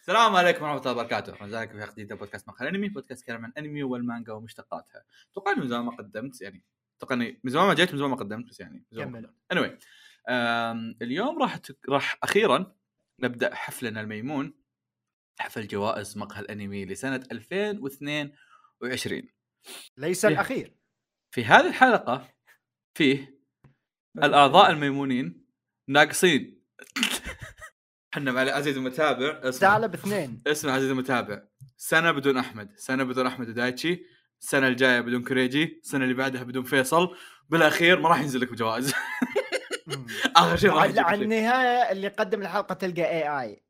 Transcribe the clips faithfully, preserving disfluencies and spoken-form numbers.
السلام عليكم ورحمة الله وبركاته. رجعك في جديد بودكاست مقال انمي، بودكاست كلام عن انمي والمانجا ومشتقاتها. اتوقع من زمان ما قدمت، يعني اتوقع من زمان ما جيت، من زمان ما قدمت، بس يعني كمل. anyway اليوم راح راح اخيرا نبدا حفلنا الميمون، حفل جوائز مقهى الانمي لسنة ألفين واثنين وعشرين. ليس الاخير. في هذه الحلقة فيه الاعضاء الميمونين ناقصين. حنا مع عزيز المتابع اسمع باثنين اسمع عزيز المتابع، سنة بدون أحمد، سنة بدون أحمد ودايتشي، السنة الجاية بدون كريجي، السنة اللي بعدها بدون فيصل، بالأخير ما راح ينزل لك بجوائز. آخر شيء راح يجيب على النهاية اللي قدم الحلقة تلقى اي اي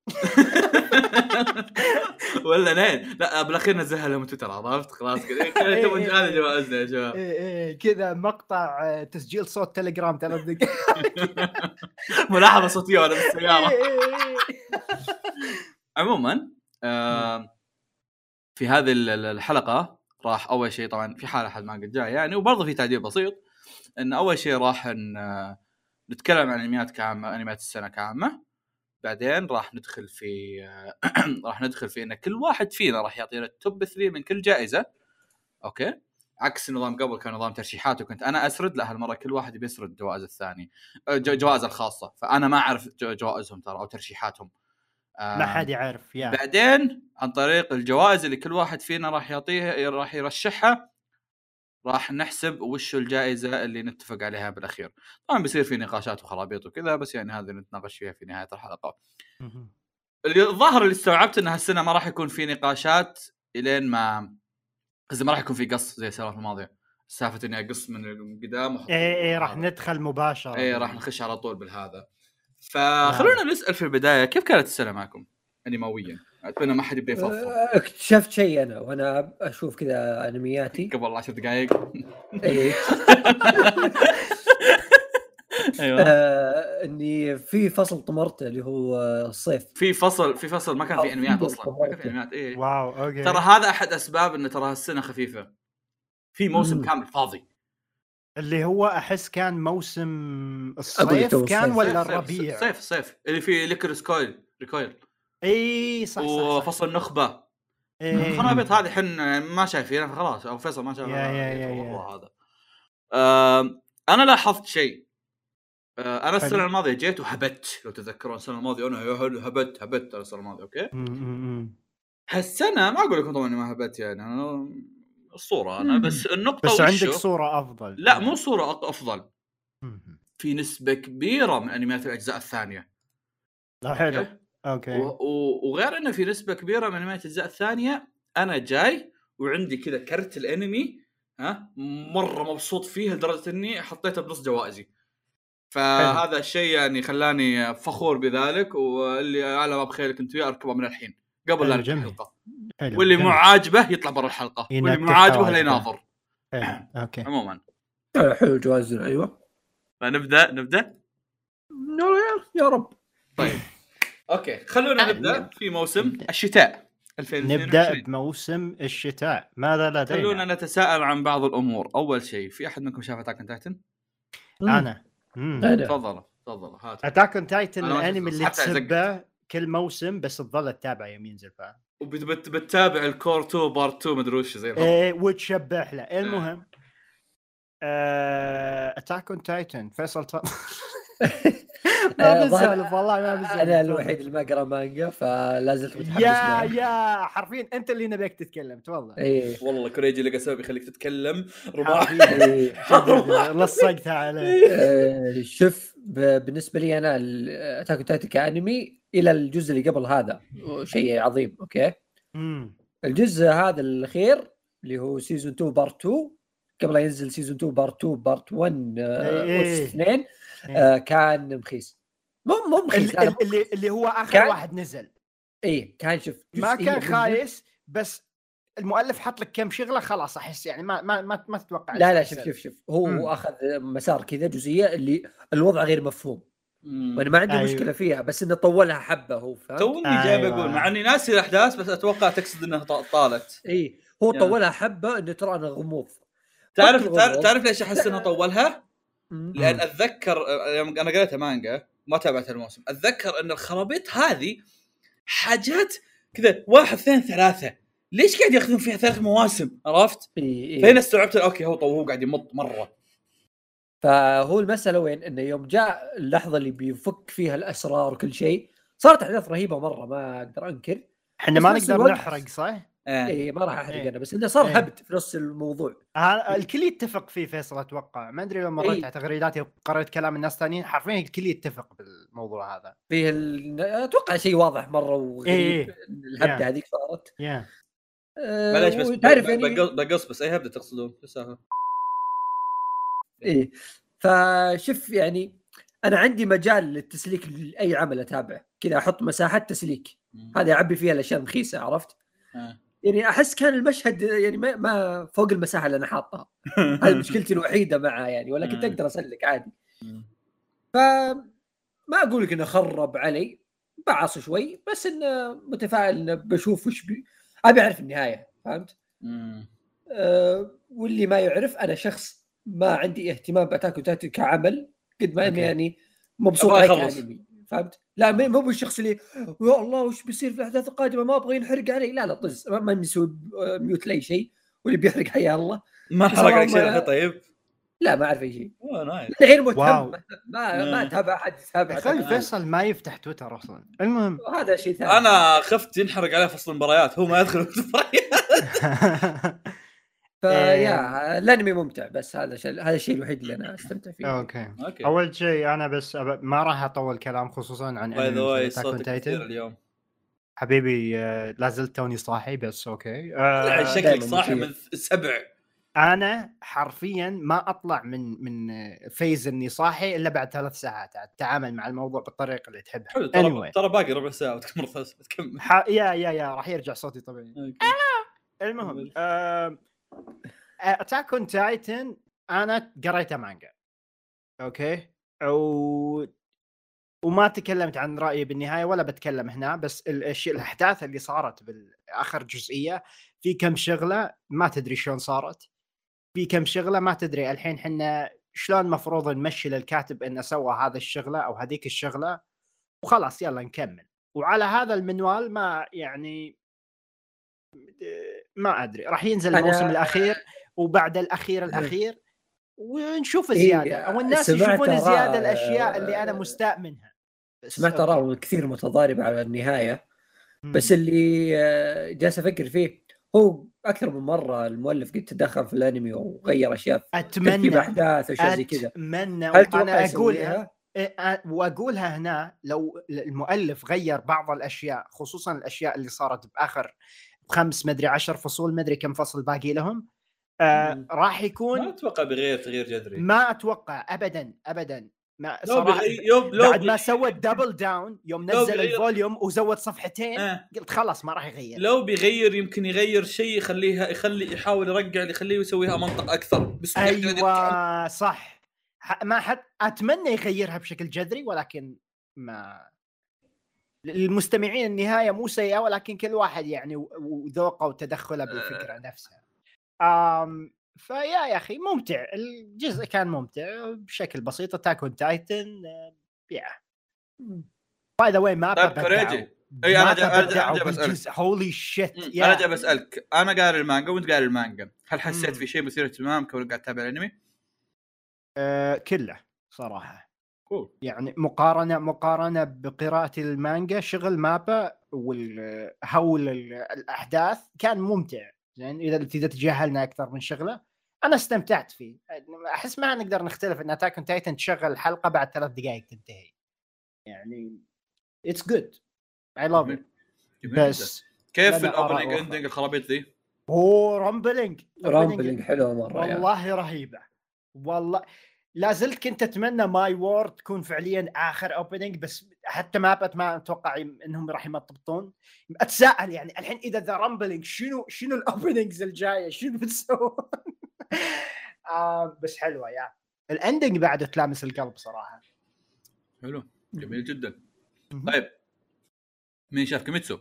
ولا نين. لا بالأخير نزلها لهم تويتر، عرفت خلاص كذا هذه جوائزنا يا شباب. ايه كذا مقطع تسجيل صوت تليجرام ثلاث دقائق. ملاحظة صوتية وأنا بالسيارة. عموما في هذه الحلقة راح أول شيء طبعا في حالة حد ما قد جاء يعني، وبرضه في تعديل بسيط، إن أول شيء راح نتكلم عن أنميات كعامة، أنميات السنة كعامة. بعدين راح ندخل في راح ندخل في إن كل واحد فينا راح يعطينا التوب ثري من كل جائزة. أوكي، عكس النظام قبل كان نظام ترشيحات وكنت أنا أسرد، لا هالمرة كل واحد بيسرد جوائز الثاني، جوائز الخاصة، فأنا ما أعرف جوائزهم ترى أو ترشيحاتهم، ما حد يعرف. يا بعدين عن طريق الجوائز اللي كل واحد فينا راح يعطيها راح يرشحها راح نحسب وش الجائزة اللي نتفق عليها بالأخير. طبعا بيصير في نقاشات وخرابيط وكذا، بس يعني هذا نتناقش فيها في نهاية الحلقة. اللي الظاهر اللي استوعبت إن هالسنة ما راح يكون في نقاشات إلين ما إذا ما راح يكون في قص زي السنة الماضية، سالفة إني أقص من القدام وحط ايه ايه راح ندخل مباشرة. ايه راح نخش على طول بالهذا. فخلونا نسأل في البداية، كيف كانت السنة معكم انمويا؟ اتمنى ما حد يبدا يفضفض. اكتشفت شيء انا وانا اشوف كذا انمياتي قبل عشر دقائق. اي ايوه آه، اني في فصل طمرته اللي هو الصيف. في فصل في فصل ما كان في انميات اصلا، ما كان في انميات. ايه واو اوكي. ترى هذا احد اسباب ان ترى هالسنه خفيفه، في موسم مم. كامل فاضي، اللي هو احس كان موسم الصيف كان ولا الربيع؟ صيف صيف اللي فيه ليكرس كويل ريكويل. اي صح صح وفصل نخبه. إيه. خرابيط هذه حن ما شايفينها خلاص، او فيصل ما شافها. يا يا يا يا. هذا آه انا لاحظت شيء. آه انا السنه الماضيه جيت وهبت، لو تذكرون السنه الماضيه انا هبت هبت السنه الماضيه. اوكي هالسنه ما اقول لكم طبعا ما هبت، يعني انا الصوره انا بس النقطه بس عندك صوره افضل. لا يعني. مو صوره افضل، في نسبه كبيره من انميات الاجزاء الثانيه. لا حلو اوكي. وغير انه في نسبه كبيره من انميات الاجزاء الثانيه انا جاي وعندي كذا كرت الانمي ها مره مبسوط فيه لدرجه اني حطيته بنص جوائزي. فهذا حلو. الشيء يعني خلاني فخور بذلك، واللي على ما بخيلك انت ويا اركبه من الحين قبل لا نبدا الحلقه. واللي مو عاجبه يطلع برا الحلقه، واللي مو عاجبه لا يناظر. اوكي عموما حلو جوائزنا. ايوه فنبدا نبدا يا رب. طيب اوكي خلونا نبدا في موسم الشتاء ألفين واثنين وعشرين. نبدا بموسم الشتاء. ماذا لدينا؟ خلونا نتساءل عن بعض الامور. اول شيء، في احد منكم شاف اتاك اون تايتن؟ انا تفضل تفضل. هات اتاك اون تايتن الانمي اللي تسبه كل موسم بس تظل تتابع يوم ينزل فيها، وبتتابع الكور تو بارت تو مدري وش زي ايه وتشبح له. المهم اتاك اون تايتن فيصل ط... ما بزعل والله ما بزعل. انا الوحيد اللي ما اقرا مانجا فلازلت متحمس. يا يا حرفيا انت اللي نبيك تتكلم. تفضل. ايه والله كريجي لقى سبب يخليك تتكلم رباعي. لصقتها عليه. شوف بالنسبه لي انا اتاك اون تايتن كانمي الى الجزء اللي قبل هذا شيء عظيم. اوكي امم الجزء هذا الاخير اللي هو سيزون تو بارت تو قبل ينزل سيزون تو بارت تو بارت واحد واثنين آه كان مخيس. مو مو مخيس اللي, اللي اللي هو اخر كان... واحد نزل. ايه كان شوف ما كان خايس، بس المؤلف حط لك كم شغله خلاص احس يعني ما ما ما, ما تتوقع. لا لا شوف شوف شوف هو مم. اخذ مسار كذا جزئيه اللي الوضع غير مفهوم، وانا ما عندي أيوه. مشكله فيها، بس انه طولها حبه. هو فهمت توني أيوه. جاي بقول مع اني ناسي الاحداث، بس اتوقع تقصد انها طالت. ايه هو يعني. طولها حبه انه ترى انا غموض. تعرف تعرف, تعرف ليش احس انها طولها؟ لان اتذكر يوم انا قريتها مانجا ما تابعت الموسم، اتذكر ان الخرابيط هذه حاجات كذا واحد اثنين ثلاثه ليش قاعد ياخذون فيها ثلاث مواسم عرفت؟ إيه. فهنا استوعبت اوكي هو هو قاعد يمط مره. فهو المساله وين انه يوم جاء اللحظه اللي بيفك فيها الاسرار وكل شيء صارت احداث رهيبه مره ما اقدر انكر. احنا ما نقدر نحرق صح؟ ايه, إيه ما راح احرق إيه. انا بس انه صار إيه. هبد في نص الموضوع. ها الكل يتفق فيه فيصل اتوقع ما ادري لو مريت إيه. على تغريداتي وقرأت كلام الناس الثانيين حرفيا الكل يتفق بالموضوع هذا. فيه ال... اتوقع شيء واضح مره وغريب. إيه. الهبده Yeah. هذيك صارت yeah. أه معليش بس تعرف يعني بقص بس اي هبده تقصدون لسه. ايه فشوف يعني انا عندي مجال للتسليك لاي عمل اتابعه كذا احط مساحه تسليك هذه اعبي فيها الاشياء المخيسه عرفت. آه. يعني احس كان المشهد يعني ما, ما فوق المساحه اللي انا حاطها. هذه مشكلتي الوحيده معها يعني ولا كنت اقدر اسلك عادي. فما اقول لك انه خرب علي بعص شوي بس انه متفائل انه بشوف وش بي... ابي اعرف النهايه فهمت. أه واللي ما يعرف انا شخص ما عندي اهتمام باتاك تايتن كعمل قد ما اني يعني مبسوط هيك انمي فهمت. لا مو بالشخص اللي يا الله وش بيصير في الاحداث القادمه ما ابغى ينحرق علي. لا لا طز ما نسوي ميوت لاي شيء واللي بيحرق حيا الله ما حرق عليك شيء. طيب لا ما اعرف اي شيء. اوه نايس غير مهتم ما ما اتابع احد يتابع. خلي فيصل ما يفتح تويتر اصلا. المهم هذا شيء ثاني. انا خفت ينحرق عليه فصل المباريات هو ما يدخل في المباريات. فيا الانمي ممتع بس هذا شيء هذا الشيء الوحيد اللي انا استمتع فيه. أوكي. اوكي اول شيء انا بس أب... ما راح اطول كلام خصوصا عن انمي تايتن اليوم حبيبي. لا زلت توني صاحي بس اوكي آه شكلك صاحي من السبع. انا حرفيا ما اطلع من من فيز اني صاحي الا بعد ثلاث ساعات اتعامل مع الموضوع بالطريقه اللي تحبها. حلو ترى anyway. ترى باقي ربع ساعه وتكمل تكمل ح... يا يا يا راح يرجع صوتي طبيعي. المهم اتاك اون تايتن انا قريته مانجا اوكي و... وما تكلمت عن رايي بالنهايه ولا بتكلم هنا بس الاشياء الاحداث اللي صارت بالاخر جزئيه في كم شغله ما تدري شلون صارت. في كم شغله ما تدري الحين حنا شلون مفروض نمشي للكاتب انه سوى هذا الشغله او هذيك الشغله وخلاص يلا نكمل. وعلى هذا المنوال ما يعني ما ادري راح ينزل الموسم الاخير وبعد الاخير الاخير ونشوف الزياده او الناس يشوفون زياده الاشياء اللي انا مستاء منها. سمعت آراء كثير متضاربه على النهايه بس اللي جالس افكر فيه هو اكثر من مره المؤلف قد تدخل في الانمي وغير اشياء اتمنى احداث واشياء زي كذا. اتمنى انا اقولها واقولها هنا لو المؤلف غير بعض الاشياء خصوصا الاشياء اللي صارت باخر خمس مدري عشر فصول مدري كم فصل باقي لهم آه راح يكون ما اتوقع بغير تغيير جذري. ما اتوقع ابدا ابدا ما لو بغي... يوب... لو بعد ما سوى الدبل داون يوم نزل بغير... الفوليوم وزود صفحتين آه. قلت خلاص ما راح يغير. لو بيغير يمكن يغير شيء يخليها يخلي يحاول يرجع يخليه يسويها منطق اكثر بس ايوه صح ما حد اتمنى يغيرها بشكل جذري ولكن ما المستمعين النهايه مو سيئه ولكن كل واحد يعني وذوقه وتدخله بالفكره نفسها. امم فيا يا اخي ممتع الجزء كان ممتع بشكل بسيط. أتاك أون تايتن يا باي ذا واي ما بدعوا اي انا جاي بسالك هولي شيت انا جاي بسالك انا قاري المانجا وانت قاري المانجا هل حسيت في شيء مثير اهتمام كونك قاعد تتابع الانمي؟ أه كله صراحه cool. يعني مقارنه مقارنه بقراءه المانجا شغل مابا والهول الاحداث كان ممتع. يعني اذا اذا تجاهلنا اكثر من شغله انا استمتعت فيه. احس ما نقدر نختلف ان أتاك أون تايتن تشغل الحلقه بعد ثلاث دقائق تنتهي يعني اتس جود اي لاف ات. بس كيف الاوبننج اندنج الخرابيط ذي؟ اوه رامبلينج رامبلينج حلوه مره والله يعني. رهيبه والله. لا زلت كنت اتمنى ماي وورد تكون فعليا اخر اوبننج بس حتى ما ما اتوقع انهم راح يمطبطون. اتساءل يعني الحين اذا ذا رامبلينج شنو شنو الاوبننجز الجايه شنو بتسوون. آه بس حلوه يا الاندنج بعده تلامس القلب صراحه. حلو جميل جدا. طيب مين شاف كيميتسو؟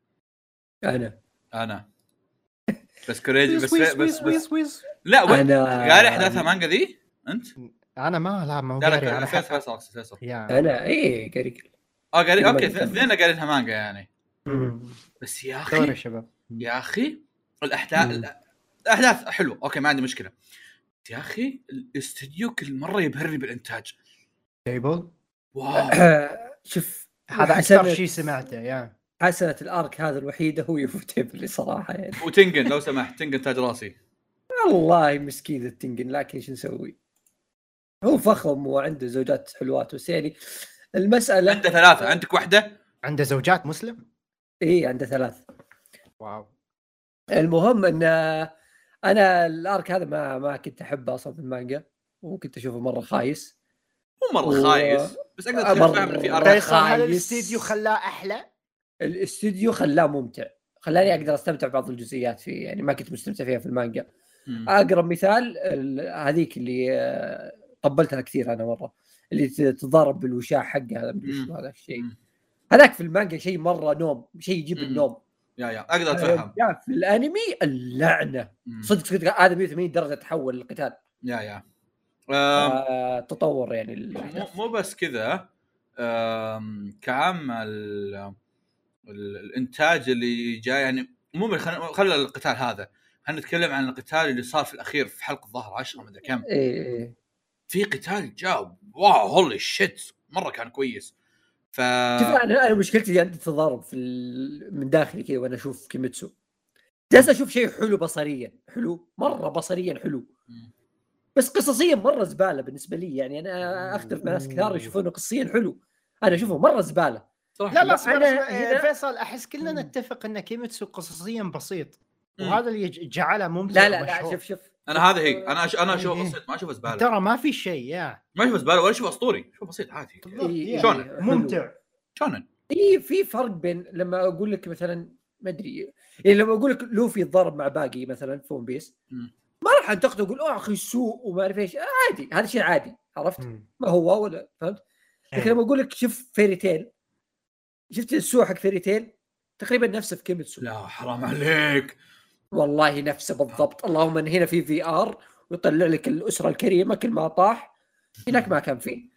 انا انا بس كوريجي بس ويس بس, ويس بس ويس. لا انا قاري احداثها مانجا ذي انت؟ انا ما لا ما قاري انا فيصل فيصل انا ايه قاري اه قاري اوكي اثنين قارينها مانجا يعني بس يا دور يا اخي شباب. يا اخي الاحداث الاحداث حلوه اوكي ما عندي مشكله يا اخي الاستديو كل مره يبهرني بالانتاج تيبل واو شوف هذا اكثر شيء سمعته يا حسنة الارك هذا الوحيده هو يفوتيب اللي صراحه يعني. وتنجن لو سمحت تنجن تاج راسي والله مسكين التنجن لكن شو نسوي هو فخم وعنده زوجات حلوات بس يعني المساله عنده ثلاثه عندك واحده عنده زوجات مسلم ايه عنده ثلاث. واو. المهم ان انا الارك هذا ما ما كنت احبه اصلا في المانجا وكنت اشوفه مره خايس مو مره و... خايس بس اقدر اتفهم ان في ارك فيصل هل الاستديو خلاه احلى؟ الاستوديو خلاه ممتع خلاني اقدر استمتع ببعض الجزئيات فيه يعني ما كنت مستمتع فيها في المانجا. م. اقرب مثال هذيك اللي قبلتها كثير انا مره اللي تتضارب بالوشاح حقها هذا مش هذا الشيء هذاك في المانجا شيء مره نوم شيء يجيب م. النوم يا يا اقدر اتفهم. في الانمي اللعنه م. صدق صدق هذا مية وثمانين درجه تحول القتال. يا يا آه تطور يعني مو مو بس كذا كعام الانتاج اللي جاي يعني مو خلى القتال هذا هنتكلم عن القتال اللي صار في الاخير في حلقه الظهر عشرة ما ادري كم إيه. في قتال جاء واو هولي شيت مره كان كويس. ف شوف انا انا مشكلتي عندي تضارب في من داخلي كذا وانا اشوف كيميتسو جالس اشوف شيء حلو بصريا حلو مره بصريا حلو بس قصصيا مره زباله بالنسبه لي يعني انا اختلف مع ناس كثار يشوفونه قصصيا حلو انا اشوفه مره زباله. لا لا اسمع أنا... فيصل احس كلنا نتفق ان كيميتسو قصصيا بسيط وهذا اللي جعله ممتع. لا لا لا شوف شوف انا هذا هي انا أش... انا اشوفه بسيط ما اشوفه زباله ترى ما في شيء يا ما اشوفه زباله ولا اشوفه اسطوري شوف بسيط عادي إيه شلون ممتع شلون اي في فرق بين لما اقول لك مثلا ما ادري يعني لما اقول لك لوفي يتضارب مع باقي مثلا فون بيس م. ما راح انتقده اقول اه اخي سوء وما اعرف ايش عادي هذا شيء عادي عرفت م. ما هو ولا فهمت لكن لما اقول لك شوف فيري تيل شفت السوء حق فيري تيل تقريبا نفسه في كيميتسو. لا حرام عليك والله نفسه بالضبط اللهم ان هنا في في ار ويطلع لك الاسره الكريمه كل ما طاح هناك ما كان فيه.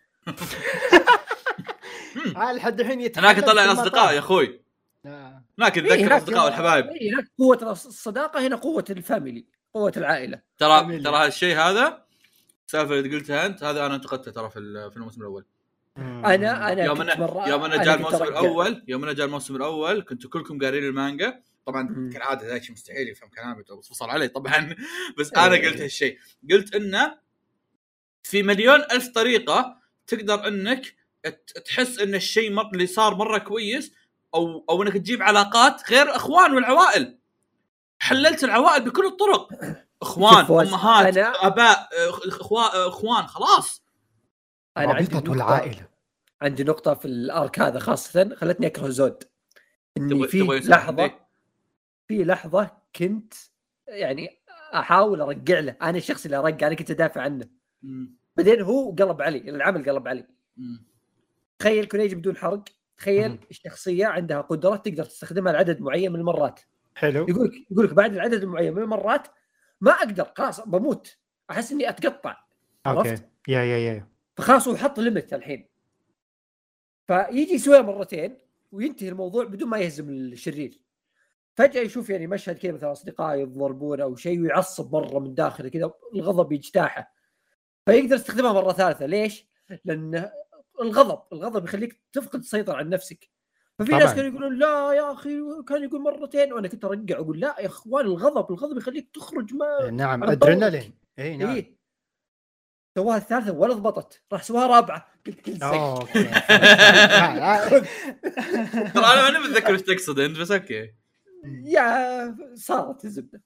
هاي لحد الحين يتكلم هناك يطلع الاصدقاء يا اخوي هناك يتذكر الاصدقاء والحبايب هناك قوه الصداقه هنا قوه الفاميلي قوه العائله. ترى فاميلي. ترى هالشيء هذا السالفه اللي قلتها انت هذا انا انتقدته ترى في في الموسم الاول. انا انا يوم انا يوم انا جاء الموسم الاول يوم انا جاء الموسم الاول كنتوا كلكم قارين المانجا طبعا كالعاده ذا شيء مستحيل يفهم كلامي بس وصل علي طبعا بس انا قلت هالشيء قلت انه في مليون الف طريقه تقدر انك تحس ان الشيء اللي صار مره كويس او او انك تجيب علاقات غير اخوان والعوائل. حللت العوائل بكل الطرق اخوان امهات اباء اخوان خلاص انا عندي العائله عندي نقطه في الارك هذا خاصه خلتني اكره زود اني في لحظه في لحظه كنت يعني احاول ارجع له انا الشخص اللي ارجع انا كنت ادافع عنه مم. بعدين هو قلب علي العمل قلب علي. مم. تخيل كونيجي بدون حرق تخيل مم. الشخصيه عندها قدره تقدر تستخدمها لعدد معين من المرات. حلو يقول لك يقول لك بعد العدد المعين من المرات ما اقدر خلاص بموت احس اني اتقطع. عرفت يا يا يا فخلاص هو حط ليميت الحين فيجي يسويها مرتين وينتهي الموضوع بدون ما يهزم الشرير. فجأة يشوف يعني مشهد كذا مثلا أصدقائي يضربون أو شيء ويعصب مرة من داخله كذا الغضب يجتاحه فيقدر يستخدمها مرة ثالثة. ليش؟ لأن الغضب الغضب يخليك تفقد السيطرة عن نفسك. ففي ناس كانوا يقولون لا يا أخي كان يقول مرتين وأنا كنت أرجع أقول لا يا إخوان الغضب الغضب يخليك تخرج ما نعم أدرينالين إيه نعم إيه. سواها الثالثة ولا ضبطت راح سواها رابعة قلت كل أوه ترى أنا ما متذكر إيش تقصد أنت بس أوكي يا صارت الزبدة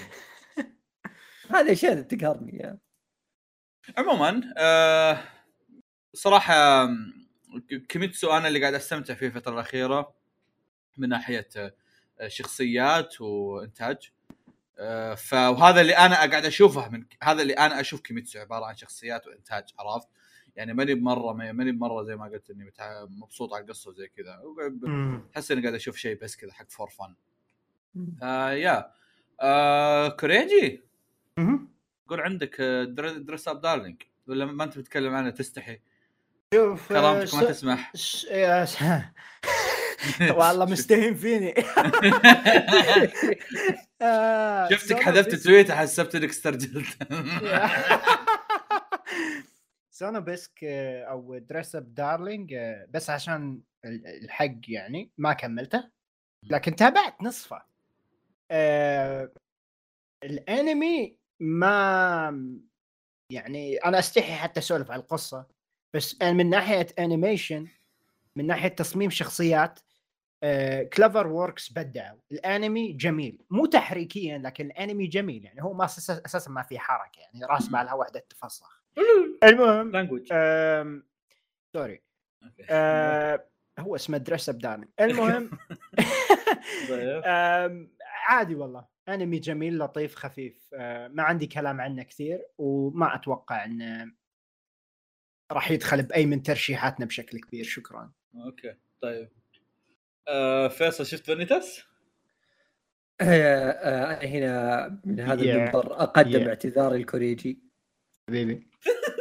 هذا شيء تقهرني يا عموما أه صراحة كيميتسو أنا اللي قاعد أستمتع فيه الفترة الأخيرة من ناحية شخصيات وإنتاج أه فهذا اللي أنا قاعد أشوفه من هذا اللي أنا أشوف كيميتسو عبارة عن شخصيات وإنتاج عرفت يعني ماني بمرة ماني بمرة زي ما قلت إني مبسوط على القصة وزي كذا حس إني قاعد أشوف شيء بس كذا حق فور فن. آه يا آه كوريجي قول عندك درس اب دارلينج ولا ما انت بتتكلم عنه تستحي؟ شوف كرامتك ما تسمح. والله مستهين فيني. آه، شفتك سونو حذفت بيس- تويت حسبت انك استرجلت. سونو بيسك آه، او دريس اب دارلينج بس عشان ال- الحق يعني ما كملته لكن تابعت نصفه. آه، الانمي ما يعني انا استحي حتى اسولف على القصه بس من ناحيه انيميشن من ناحيه تصميم شخصيات كليفر ووركس بدعوا. الانمي جميل مو تحريكيا لكن الانمي جميل يعني هو ما أساس اساسا ما في حركه يعني راس مع لها واحده تفصخ. المهم لانجوج آم، سوري آه، هو اسمه دريس اب دارلينج. المهم آم، عادي والله انمي جميل لطيف خفيف. آه، ما عندي كلام عنه كثير وما اتوقع انه راح يدخل باي من ترشيحاتنا بشكل كبير. شكرا. اوكي طيب آه فيصل شفت فانيتاس؟ آه، آه، أنا هنا من هذا Yeah. المنبر أقدم Yeah. اعتذاري الكوريجي حبيبي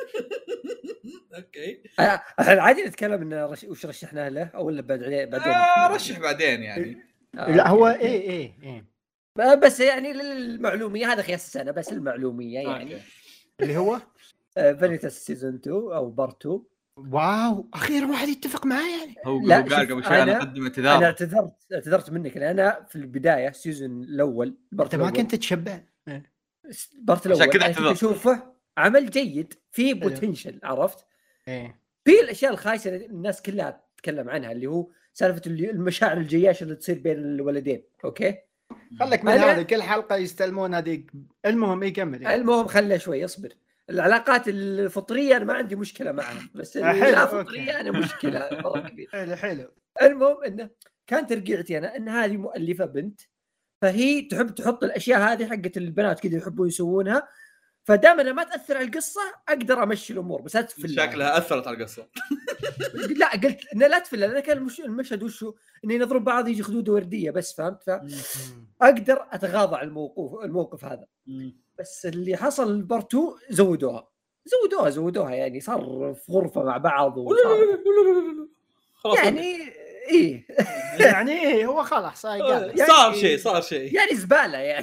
اوكي آه، الحين عادي نتكلم إن رش... وش رشحنا له أو ولا بعدين بعدين آه رشح بعدين يعني. آه، لا هو أوكي، أوكي. ايه ايه ايه آه، بس يعني للمعلومية هذا قياس السنة بس المعلومية يعني أوكي. اللي هو فانيتاس سيزون اثنين أو بارت اثنين. واو اخيرا واحد يتفق معي يعني. هو لا، هو قال شوف، قبل شوي انا أنا- اقدم انا اعتذار. اعتذرت اعتذرت منك لأن انا في البدايه السيزون الاول انت ما كنت تشبع. بارت عشان الاول كذا انا كنت اعتذرت. اشوفه عمل جيد في بوتنشل عرفت ايه في الاشياء الخايسه اللي الناس كلها تتكلم عنها اللي هو سالفه اللي- المشاعر الجياشه اللي تصير بين الولدين. اوكي خلك من أنا- هذا كل حلقه يستلمون هذيك. المهم يكمل يعني. المهم خليه شوي اصبر. العلاقات الفطريه انا ما عندي مشكله معها بس حلو، لا أوكي. فطريه انا مشكله فرق كبير. حلو حلو. المهم انه كان ترقيعتي انا ان هذه مؤلفه بنت فهي تحب تحط الاشياء هذه حقت البنات كذا يحبون يسوونها فدام انا ما تاثر على القصه اقدر امشي الامور بس لا تفل شكلها اثرت على القصه. لا قلت انه لا تفل لان كان المش... المشهد وشو انه ينظرون بعض يجي خدود ورديه بس فهمت فاقدر اتغاضى عن الموقف الموقف هذا. بس اللي حصل البارت اثنين زودوها زودوها زودوها يعني صار في غرفه مع بعض وصار خلاص يعني ايه يعني ايه هو خلاص هاي قال. يعني صار شيء صار شيء يعني زباله يعني.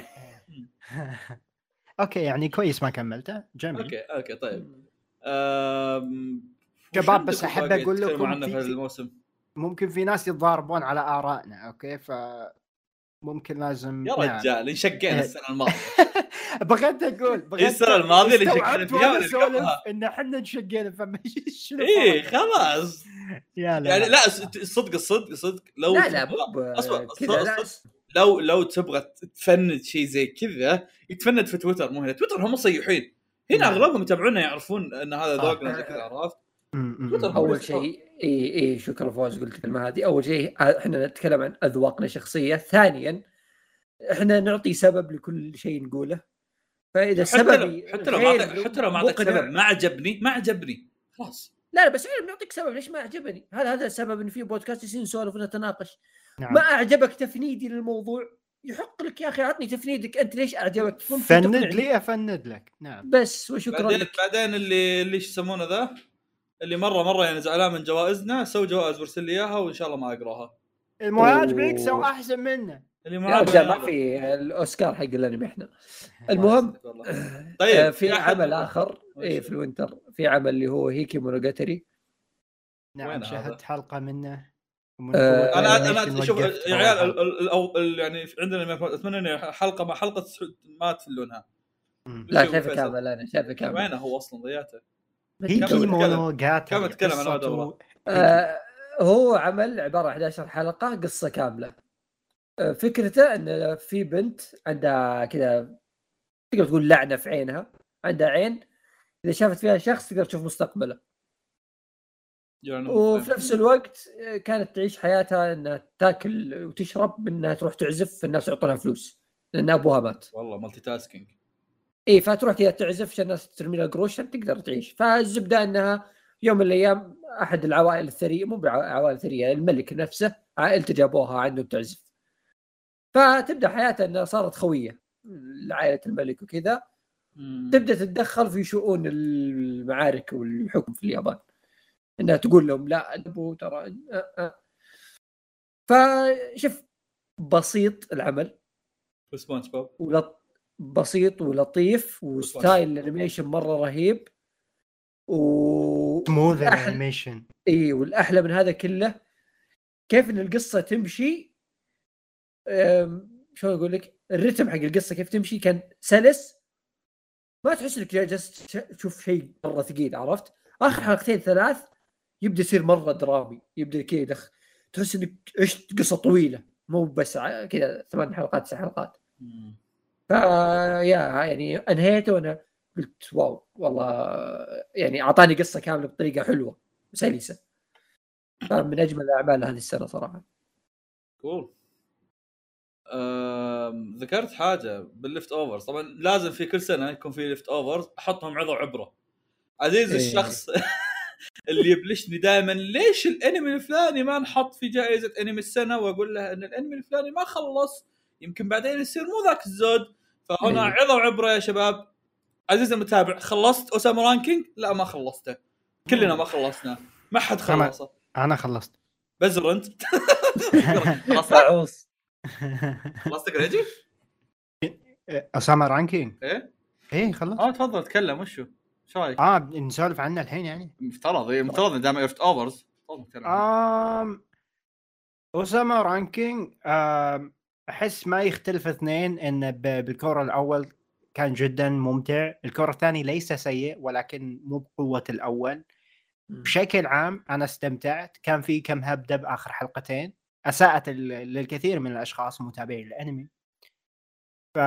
اوكي يعني كويس ما كملته. جميل. اوكي اوكي طيب أم... شباب وش بس عندكم أحب باقي أقول تتكلموا لكم عنه في- في في- الموسم؟ ممكن في ناس يتضاربون على آرائنا. اوكي ف ممكن لازم يا نعم. رجال انشقينا السنه الماضيه. بغيت اقول بغيت السنة الماضية اللي استوعبت شكلت فيها وأنا ولا أسولف قبلها؟ ان احنا نشقينا فما شنو ايه فرق؟ خلاص يا لا يعني لا الصدق الصدق الصدق لو لا لا تبغى- مو ب- أصبر، كذا أصبر، لا أصبر. لو لو تبغى تفند شيء زي كذا يتفند في تويتر مو هنا. تويتر هم صيحين هنا نعم. اغلبهم يتابعونا يعرفون ان هذا آه. ذوقنا زي كذا عرفت. م- م- تويتر م. اول شيء اي اي شكرا فوز قلت الكلمه هذه. اول شيء احنا نتكلم عن اذواقنا الشخصيه. ثانيا احنا نعطي سبب لكل شيء نقوله فاذا حتى سبب لو حتى لو ما أعطيك- حتى لو ما اعطيك سبب ما عجبني ما عجبني خلاص. لا لا بس احنا بنعطيك سبب ليش ما عجبني. هذا هذا السبب ان في بودكاست يصير نسولف ونتناقش. نعم. ما اعجبك تفنيدي للموضوع يحق لك يا اخي عطني تفنيدك انت ليش اعجبك ممكن فند تقنعني. لي افند لك. نعم بس وشكرا بعدين لك. بعدين اللي اللي ايش يسمونه ذا اللي مره مره يعني زعلان من جوائزنا سوي جوائز وارسل لي اياها وان شاء الله ما اقراها. المهاج أوه. بيكسو احسن منه. اللي يا ما رجال ما في الاوسكار حق الانمي احنا. المهم طيب آه، في أحد- عمل اخر وش؟ ايه في الوينتر في عمل اللي هو هيكي مونوجاتري. نعم وين شاهدت هذا؟ حلقه منه. ومن آه، قوة انا الأنيميشن انا شوف وقفت يا عيال بأول ال- ال- ال- ال- يعني عندنا اتمنى ان حلقه مع حلقه ما تفلونها. حلقة. لا شوف شايفه فيصل. كامل انا شايفه كامل. وينه هو اصلا ضيعته. هيكي كمل مونوجاتري. كمل تكلم، أنا قصته- أبغى أدور. آه هو عمل عباره عن إحدى عشرة حلقه قصه كامله. آه فكرته ان في بنت عندها كذا تقدر تقول لعنه في عينها. عندها عين اذا شافت فيها شخص تقدر تشوف مستقبله. يعني وفي نفس الوقت آه، كانت تعيش حياتها انها تاكل وتشرب انها تروح تعزف الناس يعطونها فلوس لان ابوها مات. والله مالتي تاسكينج. اي فتروح كذا تعزف عشان الناس ترمي لها قروش عشان تقدر تعيش. فالزبده انها يوم من الايام احد العوائل الثريه مو بعوائل ثريه الملك نفسه عائلته جابوها عنده تعزف. فتبدا حياتها انها صارت خويه لعائله الملك وكذا. تبدا تتدخل في شؤون المعارك والحكم في اليابان. انها تقول لهم لا ابو ترى أه أه. فشوف بسيط العمل سبونج بوب ولط... بسيط ولطيف وستايل الانيميشن مره رهيب و سموث والأحلى- انيميشن. اي والاحلى من هذا كله كيف ان القصه تمشي. أم... شو اقول لك الرتم حق القصه كيف تمشي كان سلس ما تحس انك جالس تشوف شيء مره ثقيل. عرفت اخر حلقتين ثلاث يبدا يصير مره درامي يبدا كذا دخ... تحس انك عشت قصه طويله مو بس ع- كذا ثمان حلقات تسع حلقات. فا يا يعني انهيته وانا قلت واو والله يعني اعطاني قصه كامله بطريقه حلوه سلسه. فمن اجمل الاعمال هذه السنه صراحه. كول. أم... ذكرت حاجه بالليفت اوفرز. طبعا لازم في كل سنه يكون في ليفت اوفرز احطهم عظه وعبره. عزيز إيه. الشخص اللي يبلشني دائما ليش الانمي الفلاني ما نحط في جائزه انمي السنه واقول له ان الانمي الفلاني ما خلص يمكن بعدين يصير مو ذاك الزود. فهنا إيه. عظه وعبره يا شباب. عزيز المتابع خلصت اوساما رانكينج؟ لا ما خلصته. كلنا ما خلصنا ما حد خلصه. انا خلصت. بزر انت خلصت عوص خلصت كريجي؟ اسامه رانكينج ايه ايه خلصت. اه تفضل تكلم. وشو شو رايك؟ اه نسولف عنه الحين يعني. مفترض ايه مفترض دام ليفت اوفرز. آم أوساما رانكينج آم أحس ما يختلف اثنين إن بالكورة الأول كان جدا ممتع. الكورة الثاني ليس سيء ولكن مو بقوة الأول. بشكل عام أنا استمتعت. كان في كم هبدة بآخر حلقتين أساءت للكثير من الأشخاص متابعين الأنمي. ف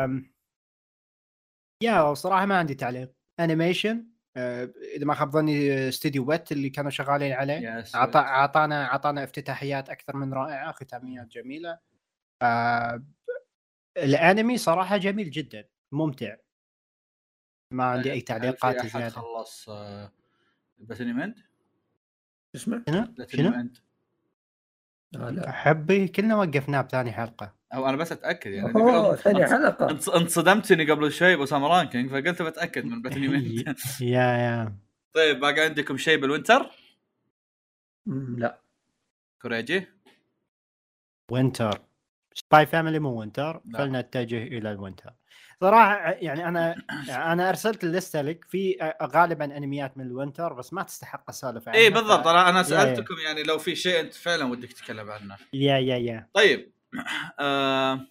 يا صراحة ما عندي تعليق. أنيميشن اذا ما خاب ظني استوديو ويت اللي كانوا شغالين عليه عطى عطانا عطانا افتتاحيات اكثر من رائعه ختاميات جميله. آه الانمي صراحه جميل جدا ممتع. ما عندي اي تعليقات زياده. خلص آه باتنيمنت اسمع شنو آه لا احبي كلنا وقفناه بثاني حلقه. او انا بس اتاكد يعني اوه ثاني حلقه انت صدمتني قبل شوي بأوساما رانكينج فقلت بتاكد من باتنيمنت. يا يا طيب باقي عندكم شيء بالوينتر؟ لا كوريجي وينتر سباي فاميلي مو وينتر فلنتجه الى الوينتر. صراحه يعني انا انا ارسلت الليسته لك في غالبا انميات من الوينتر بس ما تستحق اسولف عنها. اي بالضبط. ف... انا سالتكم يا يعني لو في شيء انت فعلا ودك تتكلم عنه. يا يا يا طيب آه...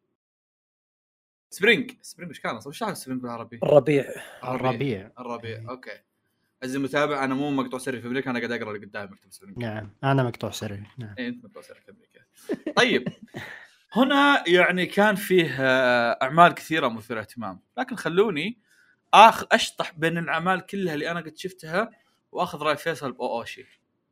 سبرينج سبرينج ايش كان اصلا؟ وش سبرينج بالعربي؟ الربيع الربيع الربيع اوكي. عزيزي المتابع انا مو مقطوع سري في امريكا. انا قاعد اقرا اللي قدامي مكتوب سبرينج. نعم انا مقطوع سري. نعم اي انت مقطوع سري في امريكا. طيب هنا يعني كان فيه اعمال كثيره مثيره اهتمام لكن خلوني اخ اشطح بين الاعمال كلها اللي انا قد شفتها واخذ راي فيصل باوشي.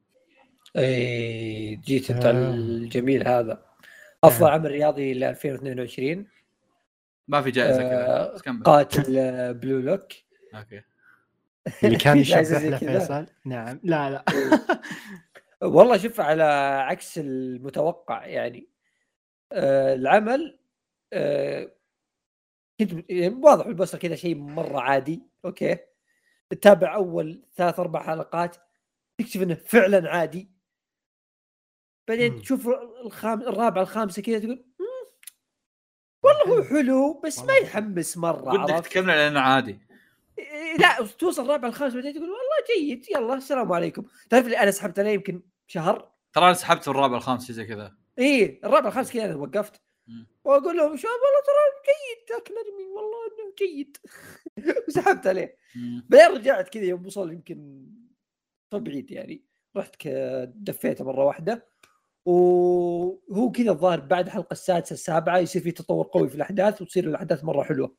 اي جيت انت آه. الجميل هذا افضل آه. عمل رياضي ل ألفين واثنين وعشرين. ما في جائزه آه كذا. قاتل بلو لوك اوكي اللي كان يشبه له فيصل. نعم لا لا والله شوف على عكس المتوقع يعني آه العمل آه كنت واضح البصر كذا شيء مره عادي. اوكي تتابع اول ثلاث اربع حلقات تكتشف انه فعلا عادي. بعدين م. تشوف الخام الرابعه الخامسه كذا تقول والله هو حلو بس ما يحمس مره. ودك تكمل لانه عادي. لا توصل الرابعه الخامسه بعدين تقول والله جيد يلا السلام عليكم. تعرف اللي انا سحبت عليه يمكن شهر. ترى انا سحبت الرابعه الخامسه زي كذا. ايه الرابعه الخامسه كذا وقفت م. واقول لهم شباب والله ترى جيد ذاك الانمي والله انه جيد وسحبت عليه. بعدين رجعت كذا يوم وصل يمكن بعيد يعني رحت دفيته مره واحده وهو كذا الظاهر بعد الحلقه السادسه السابعه يصير في تطور قوي في الاحداث وتصير الاحداث مره حلوه.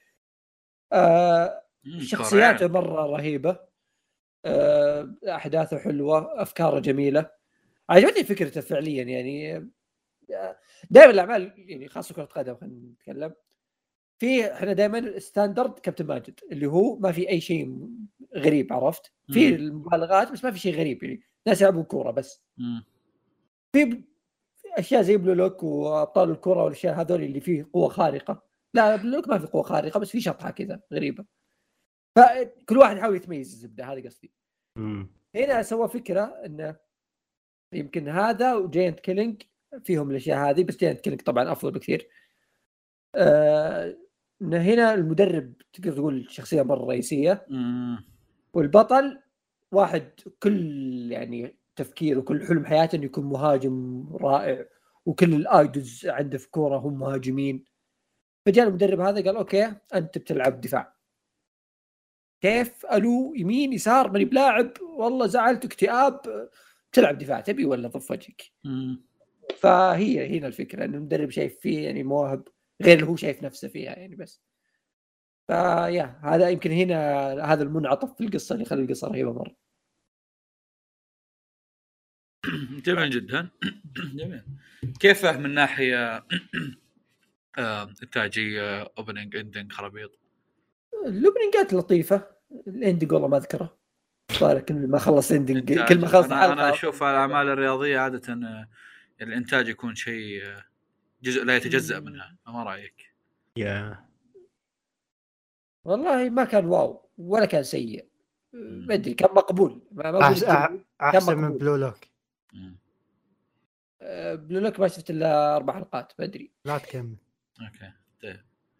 آه شخصياته مره رهيبه. آه احداثه حلوه افكاره جميله. عجبتني فكرته فعليا يعني. دائما الاعمال يعني خاصه كره قدم خلينا نتكلم في احنا دائما ستاندرد كابتن ماجد اللي هو ما في اي شيء غريب. عرفت في المبالغات بس ما في شيء غريب يعني ناس يلعبوا كوره بس. مم. في اشياء زي بلو لوك وابطال الكره والاشياء هذول اللي فيه قوه خارقه. لا بلو لوك ما في قوه خارقه بس في شطحه كذا غريبه. فكل واحد يحاول يتميز الزبده هذه قصدي. مم. هنا سوى فكره انه يمكن هذا وجاينت كيلينج فيهم الاشياء هذه، بس جينا نتكلم طبعا افضل بكثير. آه هنا المدرب تقدر تقول شخصيه مره رئيسيه، والبطل واحد كل يعني تفكير وكل حلم حياته انه يكون مهاجم رائع، وكل الايدوز عنده في كوره هم مهاجمين. فجاء المدرب هذا قال اوكي انت بتلعب دفاع. كيف؟ الو يمين يسار ماني بلاعب، والله زعلت اكتئاب، تلعب دفاع تبي ولا ضف وجهك؟ فهي هنا الفكره ان المدرب شايف فيه يعني مواهب غير اللي هو شايف نفسه فيها يعني. بس فيا هذا يمكن هنا هذا المنعطف في القصه اللي يخلي القصه رهيبه مره. جميل جدا. جميل. كيفه من ناحيه انتاجيه اوبننج اندنج خرابيط؟ الاوبننجات لطيفه، الاندنج والله ما اذكره لكن ما خلص اندنج كل ما خلص حلقه. انا اشوف الاعمال الرياضيه عاده الانتاج يكون شيء جزء لا يتجزأ منها، ما رايك؟ يا yeah. والله ما كان واو ولا كان سيء، ما ادري كان مقبول. ما أحسن, احسن من بلو لوك. بلو لوك ما شفت الا اربع حلقات ما ادري. لا تكمل. اوكي طيب.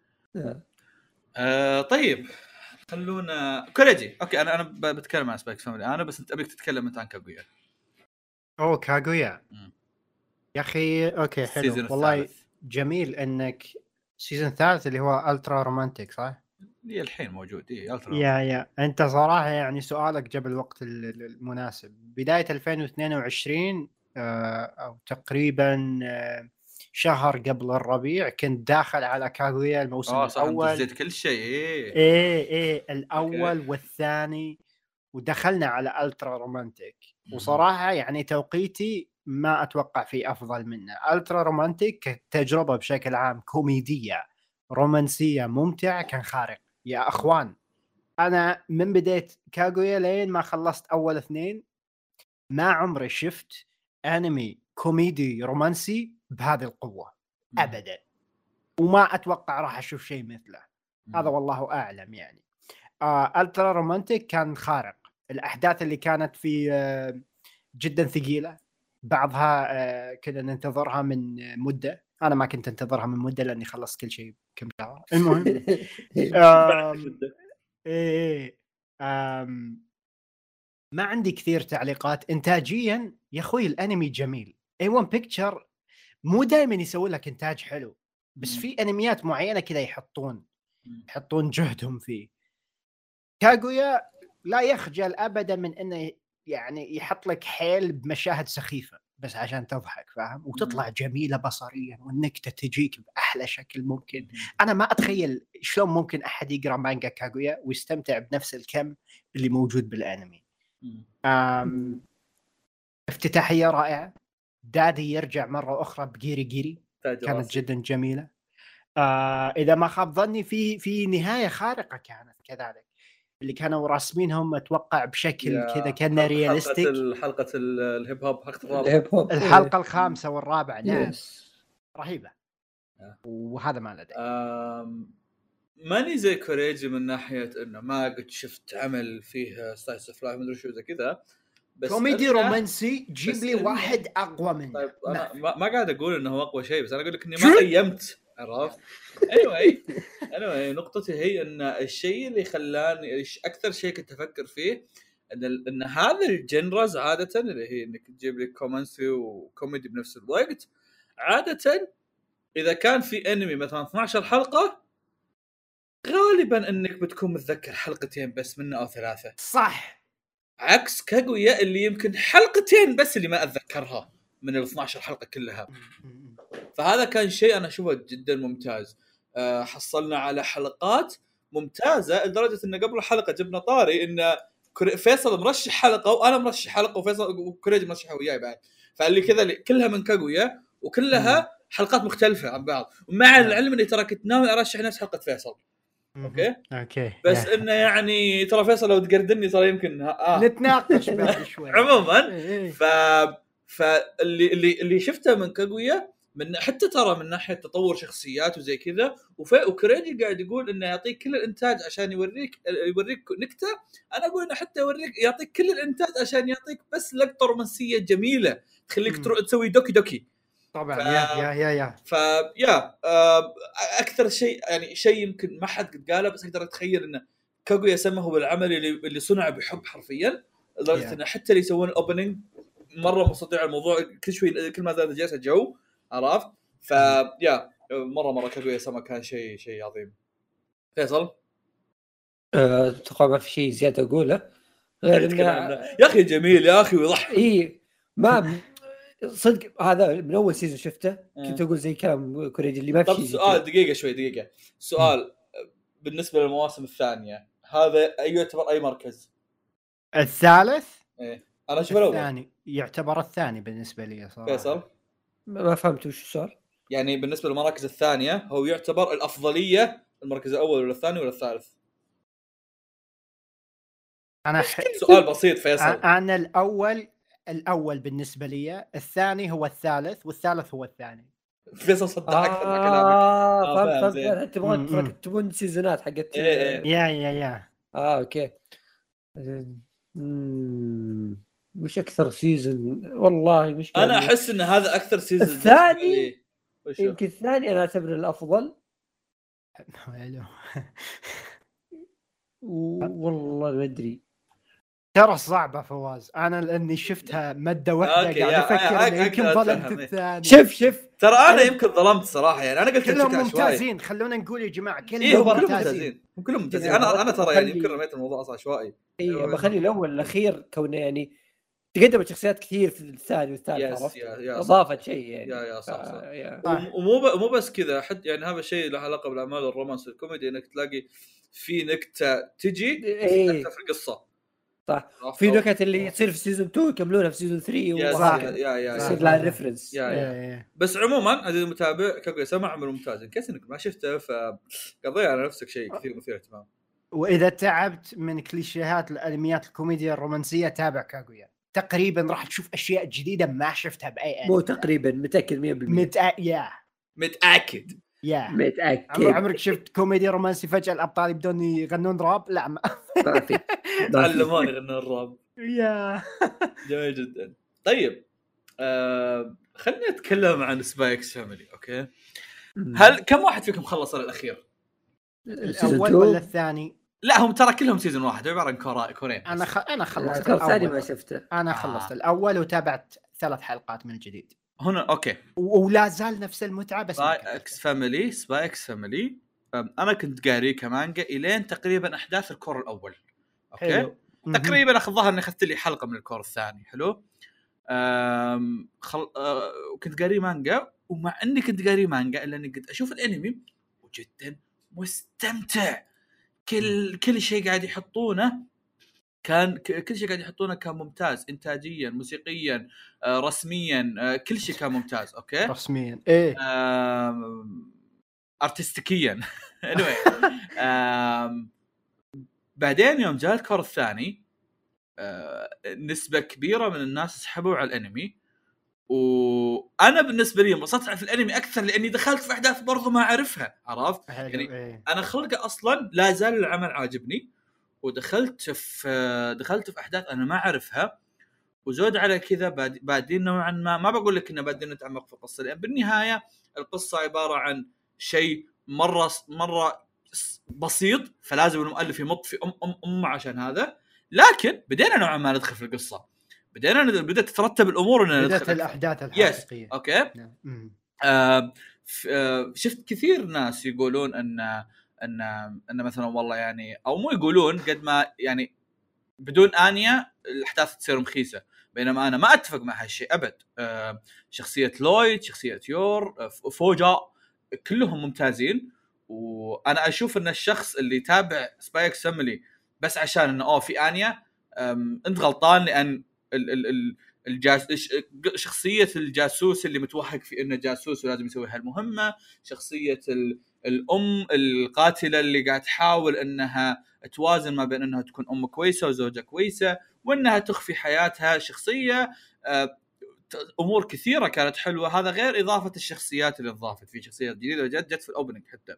آه طيب خلونا كوريجي. اوكي انا انا بتكلم عن سبايكس فاميلي انا، بس انت ابيك تتكلم انت عن كاغويا. اوه كاغويا يا اخي اوكي حلو والله الثالث. جميل انك سيزن ثالث اللي هو الترا رومانتيك صح؟ هي الحين موجود ايه الترا. يا يا انت صراحه يعني سؤالك جاب الوقت المناسب. بدايه ألفين واثنين وعشرين او تقريبا شهر قبل الربيع كنت داخل على كاغويا الموسم آه الاول. اه صح كل شيء ايه ايه ايه الاول أوكي. والثاني ودخلنا على الترا رومانتيك. وصراحه يعني توقيتي ما اتوقع في افضل منه. الترا رومانتيك تجربه بشكل عام كوميديه رومانسيه ممتعه كان خارق يا اخوان. انا من بدايه كاغويا لين ما خلصت اول اثنين ما عمري شفت انمي كوميدي رومانسي بهذه القوه ابدا، وما اتوقع راح اشوف شيء مثله. هذا والله اعلم يعني. آه الترا رومانتيك كان خارق. الاحداث اللي كانت في آه جدا ثقيله، بعضها آه كنا ننتظرها من مده. انا ما كنت انتظرها من مده لاني خلصت كل شيء كم شهر. المهم ايه آم ما عندي كثير تعليقات. انتاجيا يا اخوي الانمي جميل. اي ون بيكتشر مو دائما يسوي لك انتاج حلو، بس في انميات معينه كذا يحطون يحطون جهدهم فيه. كاغويا لا يخجل ابدا من انه يعني يحط لك حيل بمشاهد سخيفه بس عشان تضحك فاهم، وتطلع جميله بصريا والنكته تجيك باحلى شكل ممكن. انا ما اتخيل شلون ممكن احد يقرا مانجا كاغويا ويستمتع بنفس الكم اللي موجود بالانمي. أم... افتتاحيه رائعه. دادي يرجع مره اخرى بجيري جيري كانت جدا جميله. آه اذا ما خاب ظني في في نهايه خارقه كانت كذلك، اللي كانوا راسمينهم اتوقع بشكل كذا كان رياليستيك. حلقه حلقه الهيب هوب حلقه الهيب هوب الحلقه الخامسه والرابعه نعم yes. رهيبه. وهذا ما لدي ماني زي كوريجي من ناحيه انه ما قد شفت عمل فيه سلايس اوف لايف مدري شو زي كذا، بس كوميدي رومانسي جيب لي واحد اقوى منه. طيب انا ما, ما قاعد اقول انه هو اقوى شيء، بس انا اقول لك اني ما قيمت عرفت. anyway anyway نقطتي هي ان الشيء اللي خلاني اكثر شيء كنت افكر فيه ان ان هذا الجنرز عاده اللي هي انك تجيب لي كوميدي وكوميدي بنفس الوقت، عاده اذا كان في انمي مثلا اثناشر حلقه غالبا انك بتكون متذكر حلقتين بس منه او ثلاثه. صح، عكس كاغويا اللي يمكن حلقتين بس اللي ما اتذكرها من ال اثناشر حلقه كلها. فهذا كان شيء انا اشوفه جدا ممتاز. أه حصلنا على حلقات ممتازه لدرجه ان قبل الحلقه جبنا طاري ان فيصل مرشح حلقه وانا مرشح حلقه وفيصل وكوريجي مرشحها وياي بعد، فاللي كذا كلها من كاغويا وكلها حلقات مختلفه عن بعض، ومع العلم اني ترى كنت ناوي ارشح نفس حلقه فيصل. اوكي اوكي بس انه يعني ترى فيصل لو تقردني ترى يمكن اه نتناقش بعد شوي عموما. ف فاللي اللي اللي شفته من كاغويا من حتى ترى من ناحيه تطور شخصيات وزي كذا، وكوريجي قاعد يقول انه يعطيك كل الانتاج عشان يوريك يوريك نكته، انا اقول انه حتى يوريك يعطيك كل الانتاج عشان يعطيك بس لقطه رومانسيه جميله تخليك تروح تسوي دوكي دوكي طبعا ف... يا يا يا يا فيا آه، اكثر شيء يعني شيء يمكن ما حد قد قاله بس اقدر اتخيل انه كاغويا سما هو العمل اللي, اللي صنع بحب حرفيا لدرجه Yeah. انه حتى اللي يسوون الاوبننج مره مستطيع الموضوع كل شوي كل ما زاد جلسه جو عرفت فيا مره مره كاغويا سما كان شيء شيء عظيم. فيصل اتوقع ما في شيء زياده اقوله غير انه يا اخي جميل يا اخي ويضحك. اي ما صدق هذا من اول سيزون شفته كنت اقول زي كلام كوريجي اللي ما في طب شيء. سؤال دقيقه شوي دقيقه سؤال بالنسبه للمواسم الثانيه هذا اي يعتبر اي مركز؟ الثالث ايه انا اشوف الاول الثاني يعتبر الثاني بالنسبه لي صراحه. فيصل ما فهمت وش السؤال. يعني بالنسبه للمراكز الثانيه هو يعتبر الافضليه المركز الاول ولا الثاني ولا الثالث؟ انا ح... سؤال بسيط فيصل. انا الاول الاول بالنسبه لي، الثاني هو الثالث، والثالث هو الثاني. فيصل صدق اكثر من كلامك. اه آه، فهمت فاهم فهمت زين. انت تبغى م- تبغى م. تبون سيزونات حقت إيه إيه. يا يا يا اه اوكي. امم وش اكثر سيزون والله مش انا احس ان هذا اكثر سيزون الثاني وشو؟ يمكن الثاني انا اعتبره الافضل والله ما ادري ترى صعبه فواز، انا لاني شفتها مده واحده أوكي، قاعد يا- افكر أ- إني يمكن أقدر ظلمت أتفهم. الثاني. شوف شوف ترى انا أنا- يمكن ظلمت صراحه يعني انا قلت كلهم بشكل عشوائي. ممتازين، خلونا نقول يا جماعه كلهم إيه هم كلهم ممتازين. ممتازين هم كلهم ممتازين انا انا ترى يعني يمكن رميت الموضوع اصلا عشوائي. اي بخلي الاول الاخير كونه يعني تقدمت شخصيات كثير في الثاني والثالث يس عرفت يا يا اضافت شيء يعني يا يا صح صح. آه يا. وم- ومو ب- مو بس كذا حتى يعني هذا الشيء له علاقه بالاعمال الرومانس الكوميدي انك تلاقي في نكته تجي إيه. نكته في القصه صح في نكت اللي تصير في سيزون اثنين يكملونها في سيزون ثلاثة يا وهكذا يا يا يصير يا, لها ريفرنس. يا, يا. إيه. بس عموما عزيزي المتابع كاغويا سما عمل ممتاز ان كيس انك ما شفته فقضي على نفسك شيء كثير مثير اهتمام. واذا تعبت من كليشيهات الانميات الكوميديا الرومانسيه تابع كاغويا، تقريبا راح تشوف اشياء جديده ما شفتها باي انمي. مو تقريبا متاكد مية بالمية متأ... يا متاكد يا عمر متاكد عمرك شفت كوميدي رومانسي فجاه الابطال يبدون يغنون راب؟ لا ما, ما في تعلمون يغنون الراب. يا جميل جدا. طيب آه خلينا نتكلم عن سبايكس فاميلي. اوكي هل كم واحد فيكم خلص الاخير؟ الاول ولا الثاني؟ لا هم ترى كلهم سيزون واحد عباره عن كورا كورين. انا خ... انا خلصت الثاني الاول ما شفته. انا خلصت آه. الاول وتابعت ثلاث حلقات من جديد هنا اوكي و... ولا زال نفس المتعه بس سبايكس فاميلي سبايكس فاميلي انا كنت قاري كمانجا الين تقريبا احداث الكور الاول. اوكي حلو. تقريبا اخذ ظهر اني اخذت لي حلقه من الكور الثاني. حلو أم خل... أه... كنت قاري مانجا ومع اني كنت قاري مانجا الا اني قد اشوف الانمي وجدا مستمتع. كل كل شيء قاعد يحطونه كان كل شيء قاعد يحطونه كان ممتاز انتاجيا موسيقيا آه، رسميا آه، كل شيء كان ممتاز. اوكي رسميا ايه آم... ارتستيكيا anyway آم... بعدين يوم جاء الكور الثاني آه... نسبة كبيرة من الناس سحبوا على الانمي وانا بالنسبة لي انبسطت في الانمي اكثر لاني دخلت في احداث برضو ما اعرفها عرفت يعني إيه. انا خلقه اصلا لا زال العمل عاجبني ودخلت في دخلت في احداث انا ما اعرفها وزود على كذا بعدين نوعا ما ما بقول لك انه بعدين نتعمق في القصه لان بالنهايه القصه عباره عن شيء مره مره بسيط فلازم المؤلف يمط في ام ام ام عشان هذا. لكن بدينا نوعا ما ندخل في القصه بدينا بدات تترتب الامور اننا بدات ندخل الاحداث الحقيقيه. اوكي آه شفت كثير ناس يقولون ان ان ان مثلا والله يعني او مو يقولون قد ما يعني بدون انيا الاحداث تصير مخيسه بينما انا ما اتفق مع هالشيء ابد. آه شخصيه لويد شخصيه يور آه فوجا كلهم ممتازين وانا اشوف ان الشخص اللي يتابع سبايكس فاميلي بس عشان انه اوه في انيا انت غلطان لان ال ال ال الجاس... شخصيه الجاسوس اللي متوهق في انه جاسوس ولازم يسوي هالمهمه شخصيه ال... الام القاتله اللي قاعد تحاول انها توازن ما بين انها تكون ام كويسه وزوجه كويسه وانها تخفي حياتها شخصيه امور كثيره كانت حلوه. هذا غير اضافه الشخصيات اللي اضافت في شخصيات جديده جت جت في الاوبننج حتى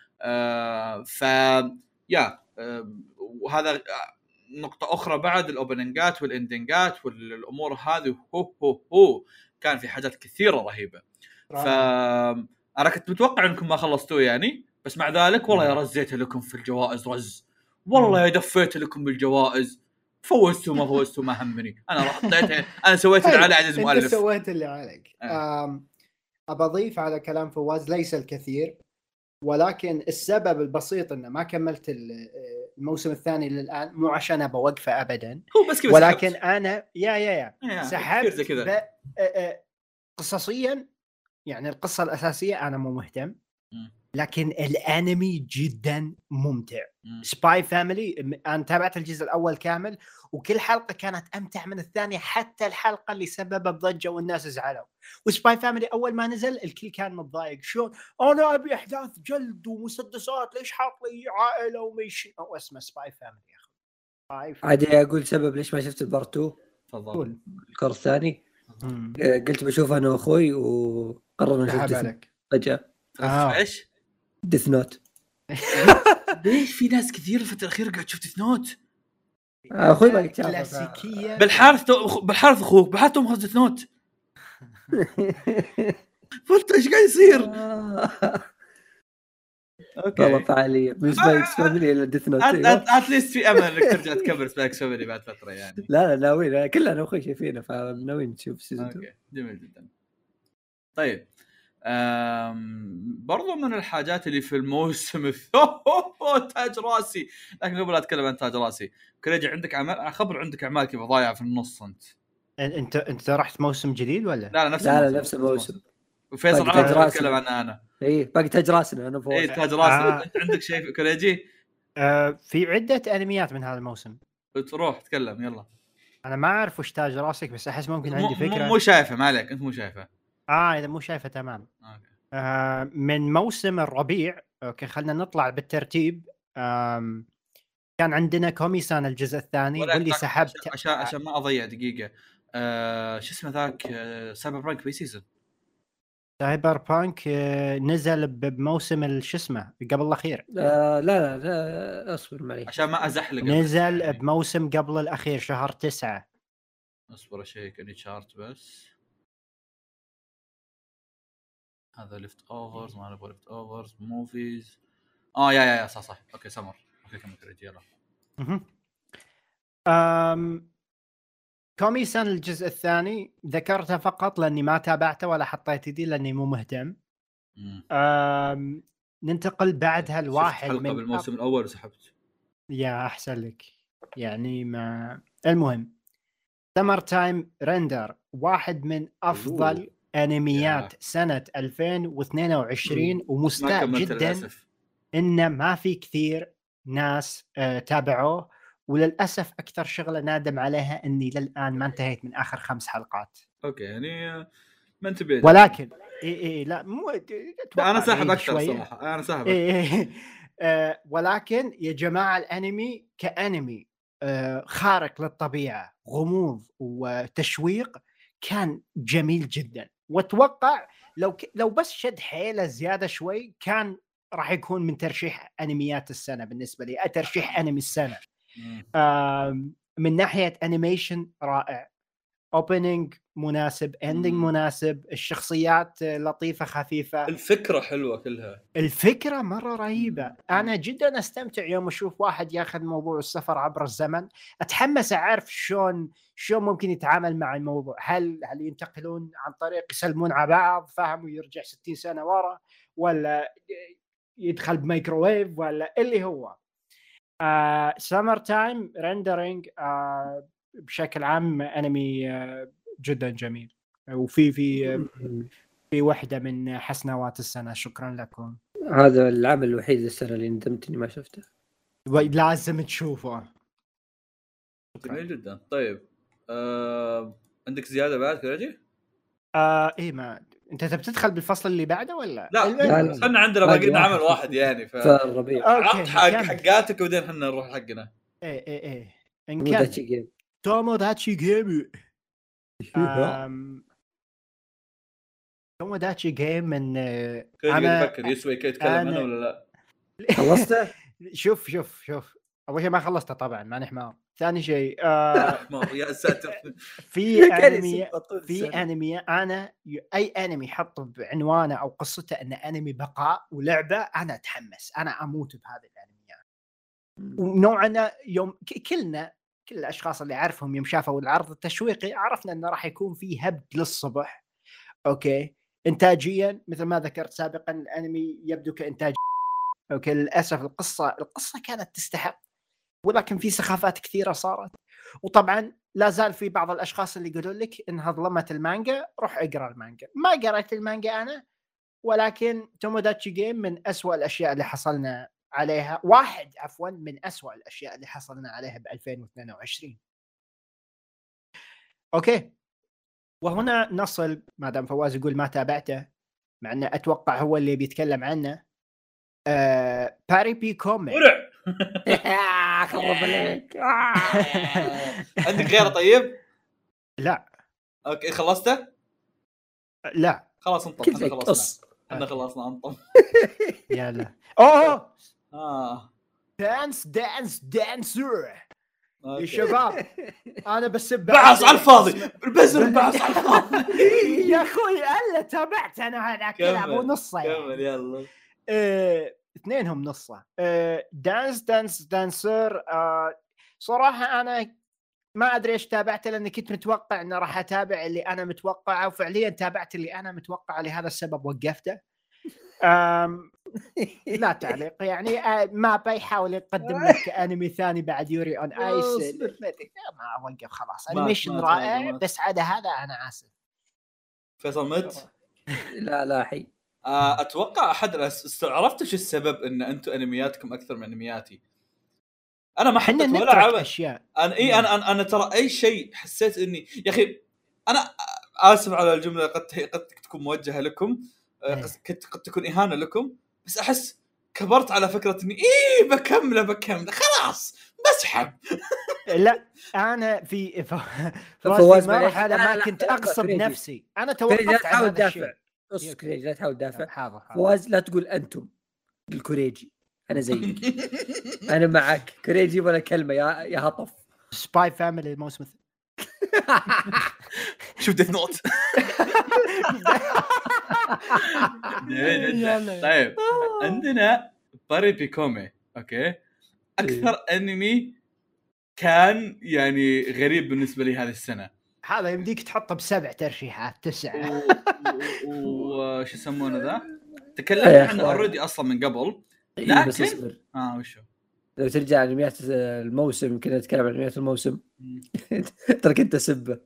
آه ف يا آه وهذا نقطه اخرى بعد الاوبننجات والاندنجات والامور هذه هو هو هو كان في حاجات كثيره رهيبه. ف انا كنت متوقع انكم ما خلصتوه يعني، بس مع ذلك والله يا رزيت لكم في الجوائز رز، والله يا دفيت لكم بالجوائز، فوزتوا ما فوزتوا ما همني، انا حطيتها، انا سويت اللي علي عزيز مؤلف. انت سويت اللي عليك. آه. ابى اضيف على كلام فواز ليس الكثير، ولكن السبب البسيط انه ما كملت الموسم الثاني للان مو عشان ابى اوقفه ابدا، هو بس كذا، ولكن سحبت. انا يا يا يا سحبت ب... قصصيا يعني القصه الاساسيه انا مو مهتم، لكن الانمي جدا ممتع. سباي فاميلي انا تابعت الجزء الاول كامل، وكل حلقه كانت امتع من الثانيه، حتى الحلقه اللي سببت ضجه والناس زعلوا. وسباي فاميلي اول ما نزل الكل كان متضايق، شلون انا ابي احداث جلد ومسدسات، ليش حاط لي عائله ومش او اسمه سباي فاميلي يا اخي. عادي اقول سبب ليش ما شفت البارت اثنين. تفضل. الكور الثاني قلت بشوف انا واخوي وقررنا نشوف فجاه. آه. ايش ديث نوت. ليش في ناس كثير الفترة الأخيرة قاعد تشوف ديث نوت؟ أخوي ما يتشافى. كلاسيكية. بالحارث تو... بالحارث أخوك بالحارث توم خذ ديث نوت. فلت إيش قاعد يصير؟ أوكي. والله فعالية من سبايكس فاميلي إلى ديث نوت. أتليست في أمل إنك ترجع تكبر سبايكس فاميلي بعد فترة يعني. لا لا ناويين كلنا أنا وأخوي شايفينه فناويين نشوف سيزون اثنين. أوكي جميل جدا. طيب. برضو من الحاجات اللي في الموسم تاج راسي، لكن قبل أتكلم عن تاج راسي كريجي عندك أعمال خبر، عندك أعمال كيف ضايعة في النص أنت أنت أنت رحت موسم جديد ولا؟ لا لا نفس لا الموسم. لا نفس الموسم. وفيصل عارف أتكلم عنها أنا. إيه باقي تاج راسنا أنا فوق. إيه تاج راسي. آه. أنت عندك شيء كريجي؟ آه في عدة أنميات من هذا الموسم. تروح تكلم يلا. أنا ما أعرف وش تاج راسك، بس أحس ممكن عندي فكرة. مو شايفه ما عليك أنت مو شايفه. آه إذا مو شايفه تمام. أوكي. آه من موسم الربيع أوكي خلنا نطلع بالترتيب. آه كان عندنا كومي-سان الجزء الثاني واللي سحبت عشان عشان ما أضيع دقيقة. آه شو اسمه ذاك آه سايبر بانك بي سيزون. سايبر بانك آه نزل بموسم شو اسمه قبل الأخير. آه لا, لا لا اصبر معي عشان ما أزحلق. نزل يعني. بموسم قبل الأخير شهر تسعة. اصبر اشيك اني شارت بس. هذا ليفت اوفرز ما نبغى ليفت اوفرز موفيز. اه يا يا يا صح صح اوكي سمر اوكي كمل يلا. اها امم كومي-سان الجزء الثاني ذكرته فقط لاني ما تابعته ولا حطيت يدي لاني مو مهتم. امم ننتقل بعدها الواحد من بالموسم الاول وسحبت. يا احسن لك يعني. ما المهم سمر تايم ريندر واحد من افضل أوه. انميات يا. سنه ألفين واثنين وعشرين ومستاء جدا للأسف. انه ما في كثير ناس آه تابعوه، وللاسف اكثر شغله نادم عليها اني للان ما انتهيت من اخر خمس حلقات. اوكي يعني ما انت بعيد، ولكن اي اي لا مو انا ساحب اكثر صراحه انا ساحب إيه آه ولكن يا جماعه الانمي كانمي آه خارق للطبيعه، غموض وتشويق، كان جميل جدا. واتوقع لو ك... لو بس شد حيله زياده شوي كان راح يكون من ترشيح انميات السنه بالنسبه لي، ترشيح انمي السنه. آه من ناحيه انيميشن رائع، اوبننج مناسب، اندنج مناسب، الشخصيات لطيفه خفيفه، الفكره حلوه كلها، الفكره مره رهيبه. انا جدا استمتع يوم اشوف واحد ياخذ موضوع السفر عبر الزمن، اتحمس اعرف شلون شلون ممكن يتعامل مع الموضوع. هل هل ينتقلون عن طريق يسلمون على بعض فاهم ويرجع ستين سنه ورا، ولا يدخل بميكروويف، ولا اللي هو سمر تايم ريندرينج بشكل عام انمي آه جدا جميل. وفي في آه في واحدة من حسنوات السنة. شكرا لكم. هذا العمل الوحيد السنة اللي ندمت اني ما شفته، لازم تشوفه. جميل جدا. طيب آه... عندك زيادة بعد كريجي؟ آه ايه ما انت تدخل بالفصل اللي بعده ولا لا؟ لا احنا عندنا باقي لنا عمل واحد يعني ف عط حق حقاتك وبعدين احنا نروح حقنا. ايه ايه ايه ان كان توموداتشي جيم أم... توموداتشي جيم من انا افكر يسوي كي يتكلم أنا... عنه ولا لا؟ خلصته؟ شوف شوف شوف اول شيء ما خلصته طبعا، ماني حمار. ثاني شيء آه يا ساتر في كان انمي يسب طول في السنة. انمي انا ي- اي انمي حط بعنوانه او قصته انه انمي بقاء ولعبه انا اتحمس، انا اموت بهذه الانميات. ونوعا ما يوم ك- كلنا كل الاشخاص اللي اعرفهم يوم شافوا العرض التشويقي عرفنا انه راح يكون فيه هبد للصبح. اوكي، انتاجيا مثل ما ذكرت سابقا الانمي يبدو كانتاج. اوكي، للاسف القصه القصه كانت تستحق، ولكن في سخافات كثيره صارت. وطبعا لا زال في بعض الاشخاص اللي يقولون لك انها ظلمت المانجا، روح اقرا المانجا. ما قرأت المانجا انا، ولكن توموداتشي جيم من أسوأ الاشياء اللي حصلنا عليها، واحد عفوا من أسوأ الاشياء اللي حصلنا عليها ب ألفين واثنين وعشرين. اوكي، وهنا نصل ما دام فواز يقول ما تابعته، مع انه اتوقع هو اللي بيتكلم عنه. آه باري بي كومي. ورع خرب عليك. عندك غيره؟ طيب لا اوكي خلصته. لا خلاص انطم، كل احنا شيء خلصنا قص. احنا خلصنا انطم. يلا اوه اه دانس دانس دانسر يا أوكي. شباب، انا بسب بعص على الفاضي اسمه- البزر، ب- بعص على الفاضي. يا اخوي الا تابعت انا هذا كله ابو نصه كمل يعني. يلا. اه اثنينهم نصه. اه دانس دانس دانسر. اه صراحه انا ما ادري ايش تابعته، لاني كنت متوقع انه راح اتابع اللي انا متوقعه، وفعليا تابعت اللي انا متوقعه، لهذا السبب وقفته. أم لا تعليق يعني. آه، ما بيحاول يقدم لك انمي ثاني بعد يوري اون ايس. اصبر. ما وقف خلاص، مات- انيميشن مات رائع هذا، مات. بس عدا هذا انا اسف. فيصل مت. لا لا حي. آه، اتوقع احد الأس... عرفت ايش السبب ان انتم انمياتكم اكثر من انمياتي. انا ما احنا حطيت ولا نترك عمل. اشياء. انا اي انا انا, أنا ترى اي شيء حسيت اني يا اخي انا اسف على الجمله، قد قد تكون موجهه لكم، آه، إيه. قد قد تكون اهانه لكم، بس احس كبرت على فكره اني ايه بكمله بكمله خلاص بسحب. لا انا في ف... فواز في معليش. مرحله لا، ما لا، كنت لا، اقصد كريجي. نفسي، انا كريجي لا توقفت عن تحاول هذا الشيء. تدافع. اص كريجي لا تحاول تدافع. حاضر حاضر. فواز لا تقول انتم الكوريجي، انا زيك. انا معك كوريجي ولا كلمه يا يا هطف. سباي فاميلي الموسم الثاني. شوف ديث نوت. يلا. طيب عندنا باري بيكومي. اوكي، اكثر انمي كان يعني غريب بالنسبه لي هذه السنه. هذا يمديك تحطه بسبع ترشيحات تسعه. وش يسمونه ذا، يا تكلمت عنه إخوان. اوريدي اصلا من قبل. إيه بس لكن اصبر. اه وشو لو ترجع انميات الموسم، كنا نتكلم عن انميات الموسم. ترى كنت اسبه.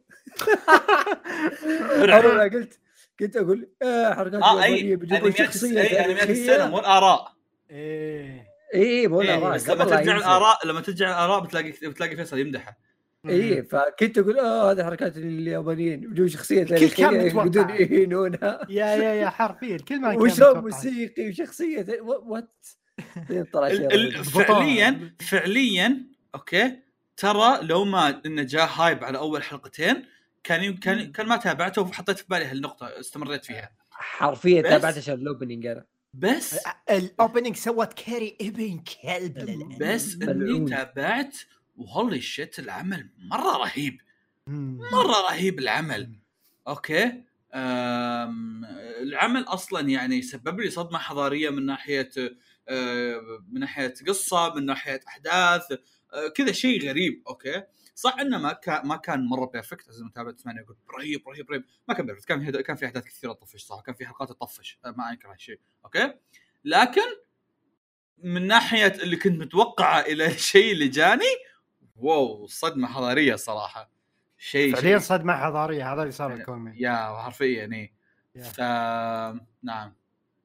انا قلت كنت اقول آه حركات اه اي يابانيه بيجيبون انميات شخصيه اي انميات السنه مو الاراء. ايه اي مو إيه، الاراء بس لما ترجع الاراء لما ترجع الاراء بتلاقي بتلاقي فيصل يمدحه. اي فكنت اقول اه هذه حركات اليابانيين بيجيبون شخصيه كل كان متوقع. بدون يهينونها. يا يا يا حرفيا كل ما كان وشلون متوقع. موسيقي وشخصيه وات. طلع ال- شيء ال- رهيب. فعليا فعليا اوكي، ترى لو ما انه جاء هايب على اول حلقتين كان كان كان ما تابعته وحطيت في بالي هالنقطه استمريت فيها حرفيا بس- تابعت عشان الاوبننج انا. بس الاوبننج سوت كاري ابن كلب للأنمي. بس اني ملعون. تابعت وهولي شيت العمل مره رهيب، مم. مره رهيب العمل. اوكي أم العمل اصلا يعني سبب لي صدمه حضاريه من ناحيه أه من ناحيه قصه، من ناحيه احداث، أه كذا شيء غريب. اوكي صح انه ما كان ما كان مره بيرفكت زي ما تابعت ثمانية يقول رهيب رهيب رهيب، ما كان بيرفكت، كان في كان في احداث كثيره تطفش صح، كان في حلقات تطفش ما انكر هالشيء. اوكي لكن من ناحيه اللي كنت متوقعه الى الشيء اللي جاني واو صدمه حضاريه صراحه، شيء فعليا شيء صدمه حضاريه هذا اللي صار الكومي. يا حرفيا ايه. يا. ف نعم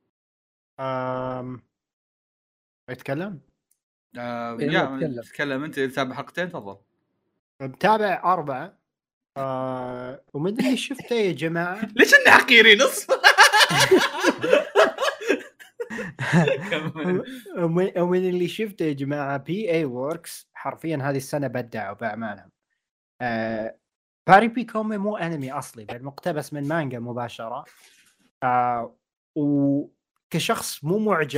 أم... اتكلم آه... يلا يا اتكلم. تتكلم انت تتابع حلقتين تفضل. متابع أربعة. أه... ومن اللي شفته يا جماعة ليش اني حقيري نص. ومن ومن اللي شفته يا جماعة بي اي ووركس حرفيا هذه السنة بدعوا بأعمالهم. أه... باري بي كومي مو انمي اصلي بل مقتبس من مانجا مباشرة. أه... وكشخص مو معجب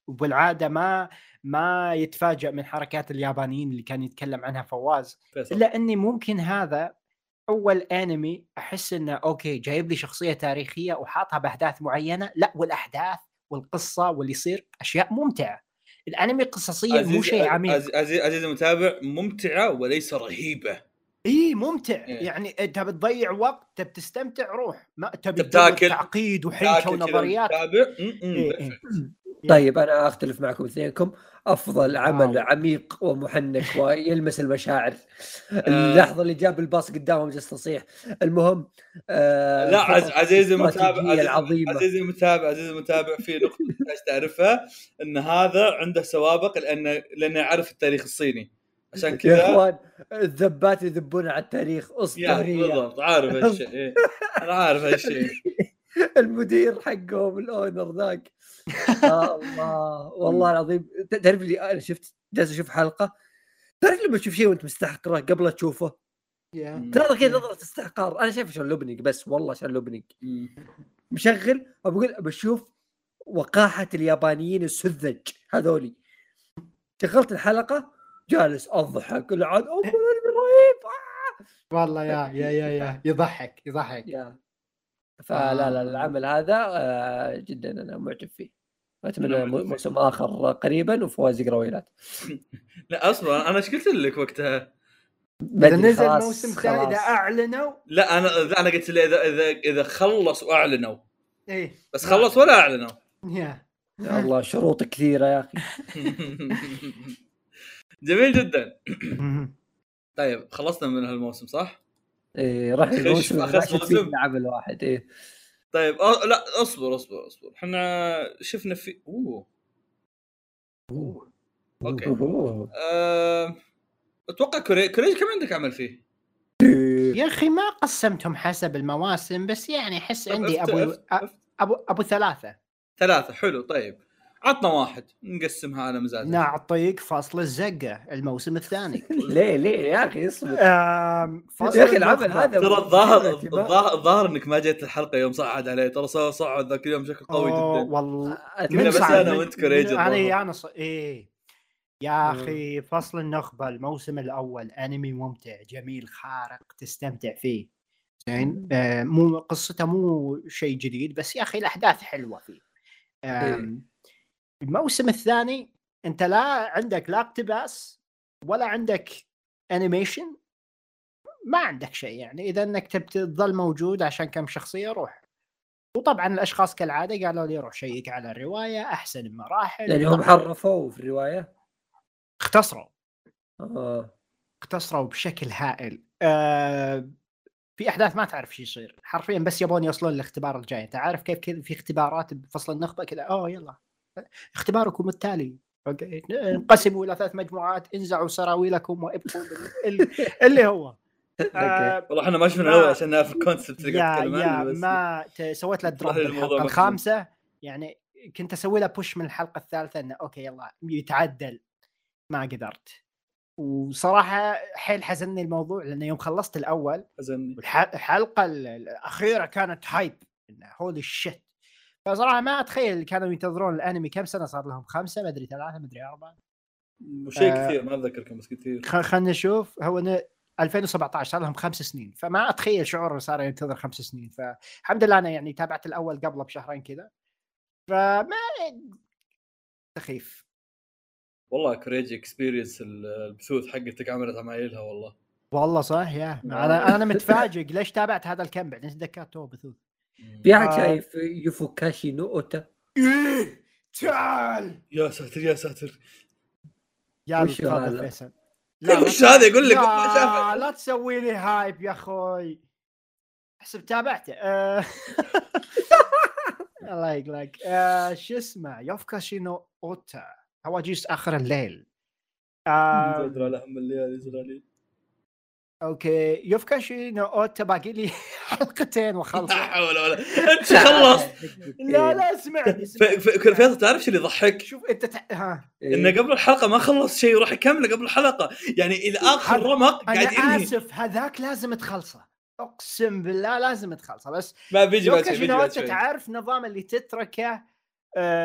وبالعاده ما ما يتفاجأ من حركات اليابانيين اللي كان يتكلم عنها فواز، فيصل. الا اني ممكن هذا اول انمي احس انه اوكي جايب لي شخصيه تاريخيه وحاطها باحداث معينه، لا والاحداث والقصه واللي يصير اشياء ممتعه. الانمي قصصيا مو شيء عميق. عزيز عزيز المتابع، ممتعه وليس رهيبه. اي ممتع إيه. يعني انت بتضيع وقت، تبي تستمتع روح، ما تبي تبي تاكل تعقيد وحنكه ونظريات. إيه إيه. طيب انا اختلف معكم اثنينكم. افضل واو. عمل عميق ومحنك ويلمس المشاعر اللحظه اللي جاب الباص قدامهم جالس تصيح. المهم آه لا عز عزيزي المتابع، الاستراتيجية العظيمه. عزيزي المتابع عزيزي المتابع في نقطه تحتاج تعرفها، ان هذا عنده سوابق، لان لانه يعرف التاريخ الصيني، عشان يا كذا اخوان الذبات يذبون على التاريخ يا اسطوريه. بالضبط عارف هالشيء. إيه. انا عارف هالشيء. المدير حقهم الاونر ذاك آه الله والله العظيم. تعرف لي انا شفت جالس اشوف حلقه، تعرف لما تشوف شيء وانت مستحقره قبل لا تشوفه ترى كذا نظره استحقار. انا شايف عشان لبنك بس، والله عشان لبنك مشغل وبقول بشوف وقاحه اليابانيين السذج هذولي. شغلت الحلقه جالس اضحك العاد ام رهيب آه. والله يا يا يا يا يضحك يضحك يا فلا لا العمل هذا آه جدا انا معجب فيه. اتمنى موسم اخر قريبا وفواز يقرا ويلات. لا اصبر، انا ايش قلت لك وقتها؟ اذا نزل موسم ثاني اذا اعلنوا. لا انا لا انا قلت لي اذا اذا اذا خلصوا اعلنوا. ايه بس خلص ولا اعلنوا. يا يا الله شروط كثيره يا اخي. جميل جدا. طيب خلصنا من هالموسم صح؟ ايه راح الموسم موسم عمل واحد. ايه طيب أه لا اصبر اصبر اصبر احنا شفنا في اوه اوه اوكي أوه. أه... اتوقع كوري كوري كم عندك عمل فيه يا اخي؟ ما قسمتهم حسب المواسم بس يعني احس عندي ابو أفت... أفت... ابو ابو ثلاثه ثلاثه. حلو طيب عطنا واحد نقسمها على مزاجك. نعطيك فصل الزقه الموسم الثاني. ليه ليه يا اخي اصبر فصل يا اخي العمل هذا ترى الظاهر الظاهر انك ما جيت الحلقه يوم صعد عليه. ترى صعد ذاك اليوم بشكل قوي جدا والله. من بس انا وانت كوريج انا انا ص... ايه يا اخي فصل النخبه الموسم الاول انمي ممتع جميل خارق تستمتع فيه زين. آه مو قصته مو شيء جديد بس يا اخي الاحداث حلوه فيه. آه الموسم الثاني انت لا عندك لا اقتباس ولا عندك انيميشن، ما عندك شيء يعني. اذا انك تبي تظل موجود عشان كم شخصيه روح. وطبعا الاشخاص كالعاده قالوا لي روح شيك على الروايه احسن بمراحل. يعني هم حرفوا في الروايه اختصروا اه اختصروا بشكل هائل. آه في احداث ما تعرف شو يصير حرفيا، بس يبون يوصلون للاختبار الجاي. انت عارف كيف كذا في اختبارات بفصل النخبه كذا اوه يلا اختباركم التالي اوكي انقسموا الى ثلاث مجموعات انزعوا سراويلكم وابقوا اللي, اللي هو آه والله احنا ما شفنا الاول عشان نعرف الكونسبت اللي قاعد اتكلم عنه. بس ما سويت له دروب الحلقه الخامسه يعني كنت اسوي له بوش من الحلقه الثالثه انه اوكي يلا يتعدل ما قدرت. وصراحه حيل حزنني الموضوع لانه يوم خلصت الاول حزنني الحلقه الاخيره كانت هايب انه هولي شيت. فصراحه ما اتخيل كانوا ينتظرون الانمي كم سنه صار لهم خمسه ما ادري ثلاثه ما ادري اربعه شيء آه كثير ما اتذكر كم بس كثير. خلينا نشوف هو ألفين وسبعة عشر صار لهم خمس سنين فما اتخيل شعور صار ينتظر خمس سنين. فالحمد لله انا يعني تابعت الاول قبله بشهرين كذا فما سخيف. والله كريج اكسبيرينس البثوث حقتك عملت عمايلها والله. والله صح يا انا انا متفاجئ ليش تابعت هذا الكم بعدين تذكرت تو بثوث. في احد شايف يوفوكاشي نو اوتا؟ ايه تعال يا ساتر يا ساتر يا تفضل فيصل. لا وش هذا يقول لك لا, لا تسوي لي هايب يا اخوي احسب تابعته. الله يقلق. شو اسمه يوفوكاشي نو اوتا هواجيس اخر الليل. يزرع على هم الليالي يزرع لي. اوكي يوفوكاشي نو اوتا باقي لي حلقتين وخلص. لا حول ولا انت خلصت. لا لا اسمعني فيصل تعرف شو اللي يضحك؟ شوف انت تح... ها انه قبل الحلقه ما خلص شيء وراح يكمله قبل الحلقه يعني الى اخر رمق قاعد ينهي. انا اسف هذاك لازم تخلصه اقسم بالله لازم تخلصه بس ما بيجي بعد شوي. انت تعرف نظام اللي تتركه آه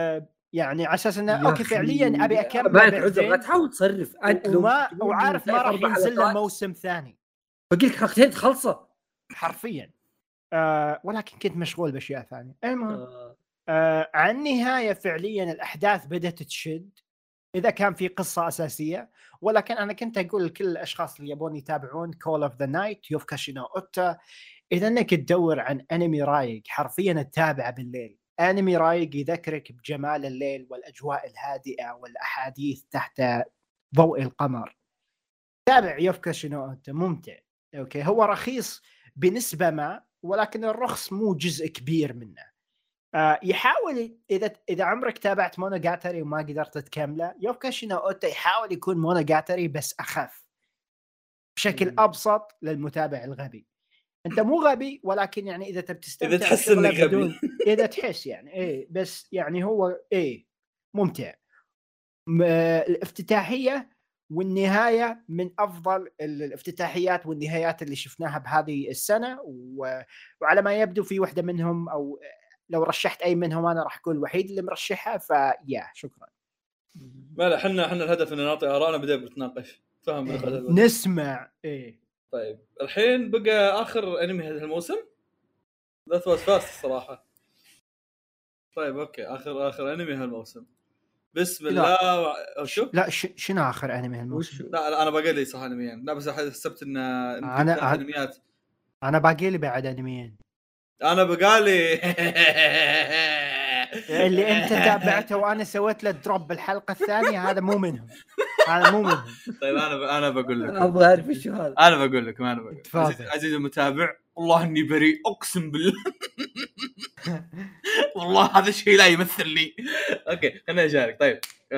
يعني على اساس انه اوكي فعليا ابي اكمل ما عذر لا تحاول تصرف انت لو وما وعارف ما راح ينزل له موسم ثاني باقي لك حلقتين تخلصه حرفيا. آه ولكن كنت مشغول باشياء ثانيه. المهم آه. آه عن النهايه فعليا الاحداث بدات تشد اذا كان في قصه اساسيه. ولكن انا كنت اقول لكل الاشخاص اللي يبون يتابعون كول اوف ذا نايت يوفكا شينو اوتا اذا انك تدور عن انمي رايق حرفيا تتابعه بالليل. انمي رايق يذكرك بجمال الليل والاجواء الهادئه والاحاديث تحت ضوء القمر. تابع يوفكا شينو اوتا ممتع. اوكي هو رخيص بنسبه ما ولكن الرخص مو جزء كبير منه. آه يحاول اذا اذا عمرك تابعت مونوجاتاري وما قدرت تكمله يوفكا شينو اوتا يحاول يكون مونوجاتاري بس اخف بشكل ابسط للمتابع الغبي. انت مو غبي ولكن يعني اذا تبي تستمتع اذا تحس انك غبي اذا تحس يعني ايه بس يعني هو ايه ممتع. الافتتاحيه والنهايه من افضل الافتتاحيات والنهايات اللي شفناها بهذه السنه و... وعلى ما يبدو في واحده منهم او لو رشحت اي منهم انا راح اقول الوحيد اللي مرشحها فيا شكرا. ما لا احنا احنا الهدف ان نعطي ارائنا بدأ بنتناقش فهم إيه. نسمع ايه. طيب الحين بقى اخر انمي هذا الموسم ذات واز فاست الصراحه. طيب اوكي اخر اخر انمي هالموسم بسم الله و... شو لا ش... شنو اخر انمي هالموسم؟ لا انا باقي لي صح انميين. لا بس حسبت ان انا انميات انا باقي لي بعد انميين. انا بقالي اللي انت تابعته وانا سويت له دروب بالحلقه الثانيه هذا مو منهم. هذا مو منهم. طيب انا انا بقول لك ابغى اعرف ايش هذا. انا بقول لك ما انا بقول عزيز, عزيز المتابع والله اني بريء اقسم بالله. والله هذا الشيء لا يمثلني. اوكي خليني اشارك. طيب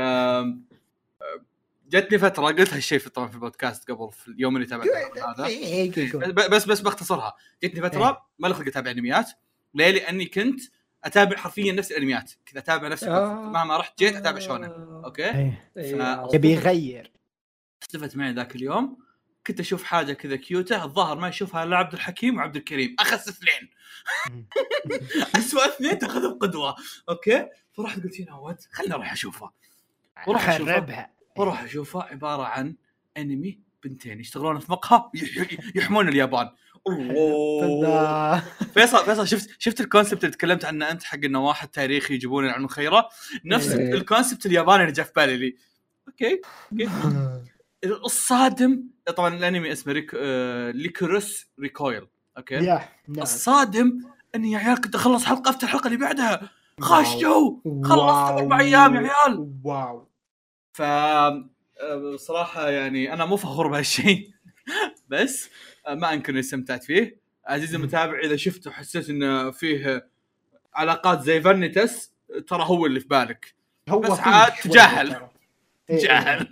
جتني فتره قلت هالشيء في طبعا في البودكاست قبل في اليوم اللي تابعته هذا بس بس باختصرها. جتني فتره ما لي خلق اتابع انميات ليه لاني كنت اتابع حرفيا نفس الانميات كذا اتابع نفس مهما رحت جيت اتابع شونه. اوكي يبي يغير. استفدت معي ذاك اليوم كنت اشوف حاجه كذا كيوته الظاهر ما يشوفها الا عبد الحكيم وعبد الكريم اخس اثنين. اسوأ اثنين تاخذهم قدوه. اوكي فرحت قلت هنا وات خلنا اروح اشوفها وراح اشوفها وراح اشوفها عباره عن انمي بنتين يشتغلون في مقهى يحمون اليابان. الله فيصل فيصل شفت شفت الكونسبت اللي تكلمت عنه انت حق انه واحد تاريخي يجيبون العلم خيره نفس الكونسبت الياباني اللي جاء في بالي لي. اوكي اوكي الصادم طبعا الانمي اسمه ريك... آه... ليكروس ريكويل. اوكي الصادم اني يا عيال كنت اخلص حلقه افتح الحلقه اللي بعدها خاش جو خلصت اربع ايام يا عيال. واو. ف بصراحه يعني انا مو فخور بهالشيء بس ما انكر اني استمتعت فيه. عزيزي المتابع اذا شفته حسيت انه فيه علاقات زي فانيتس ترى هو اللي في بالك بس عاد تجاهل تجاهل.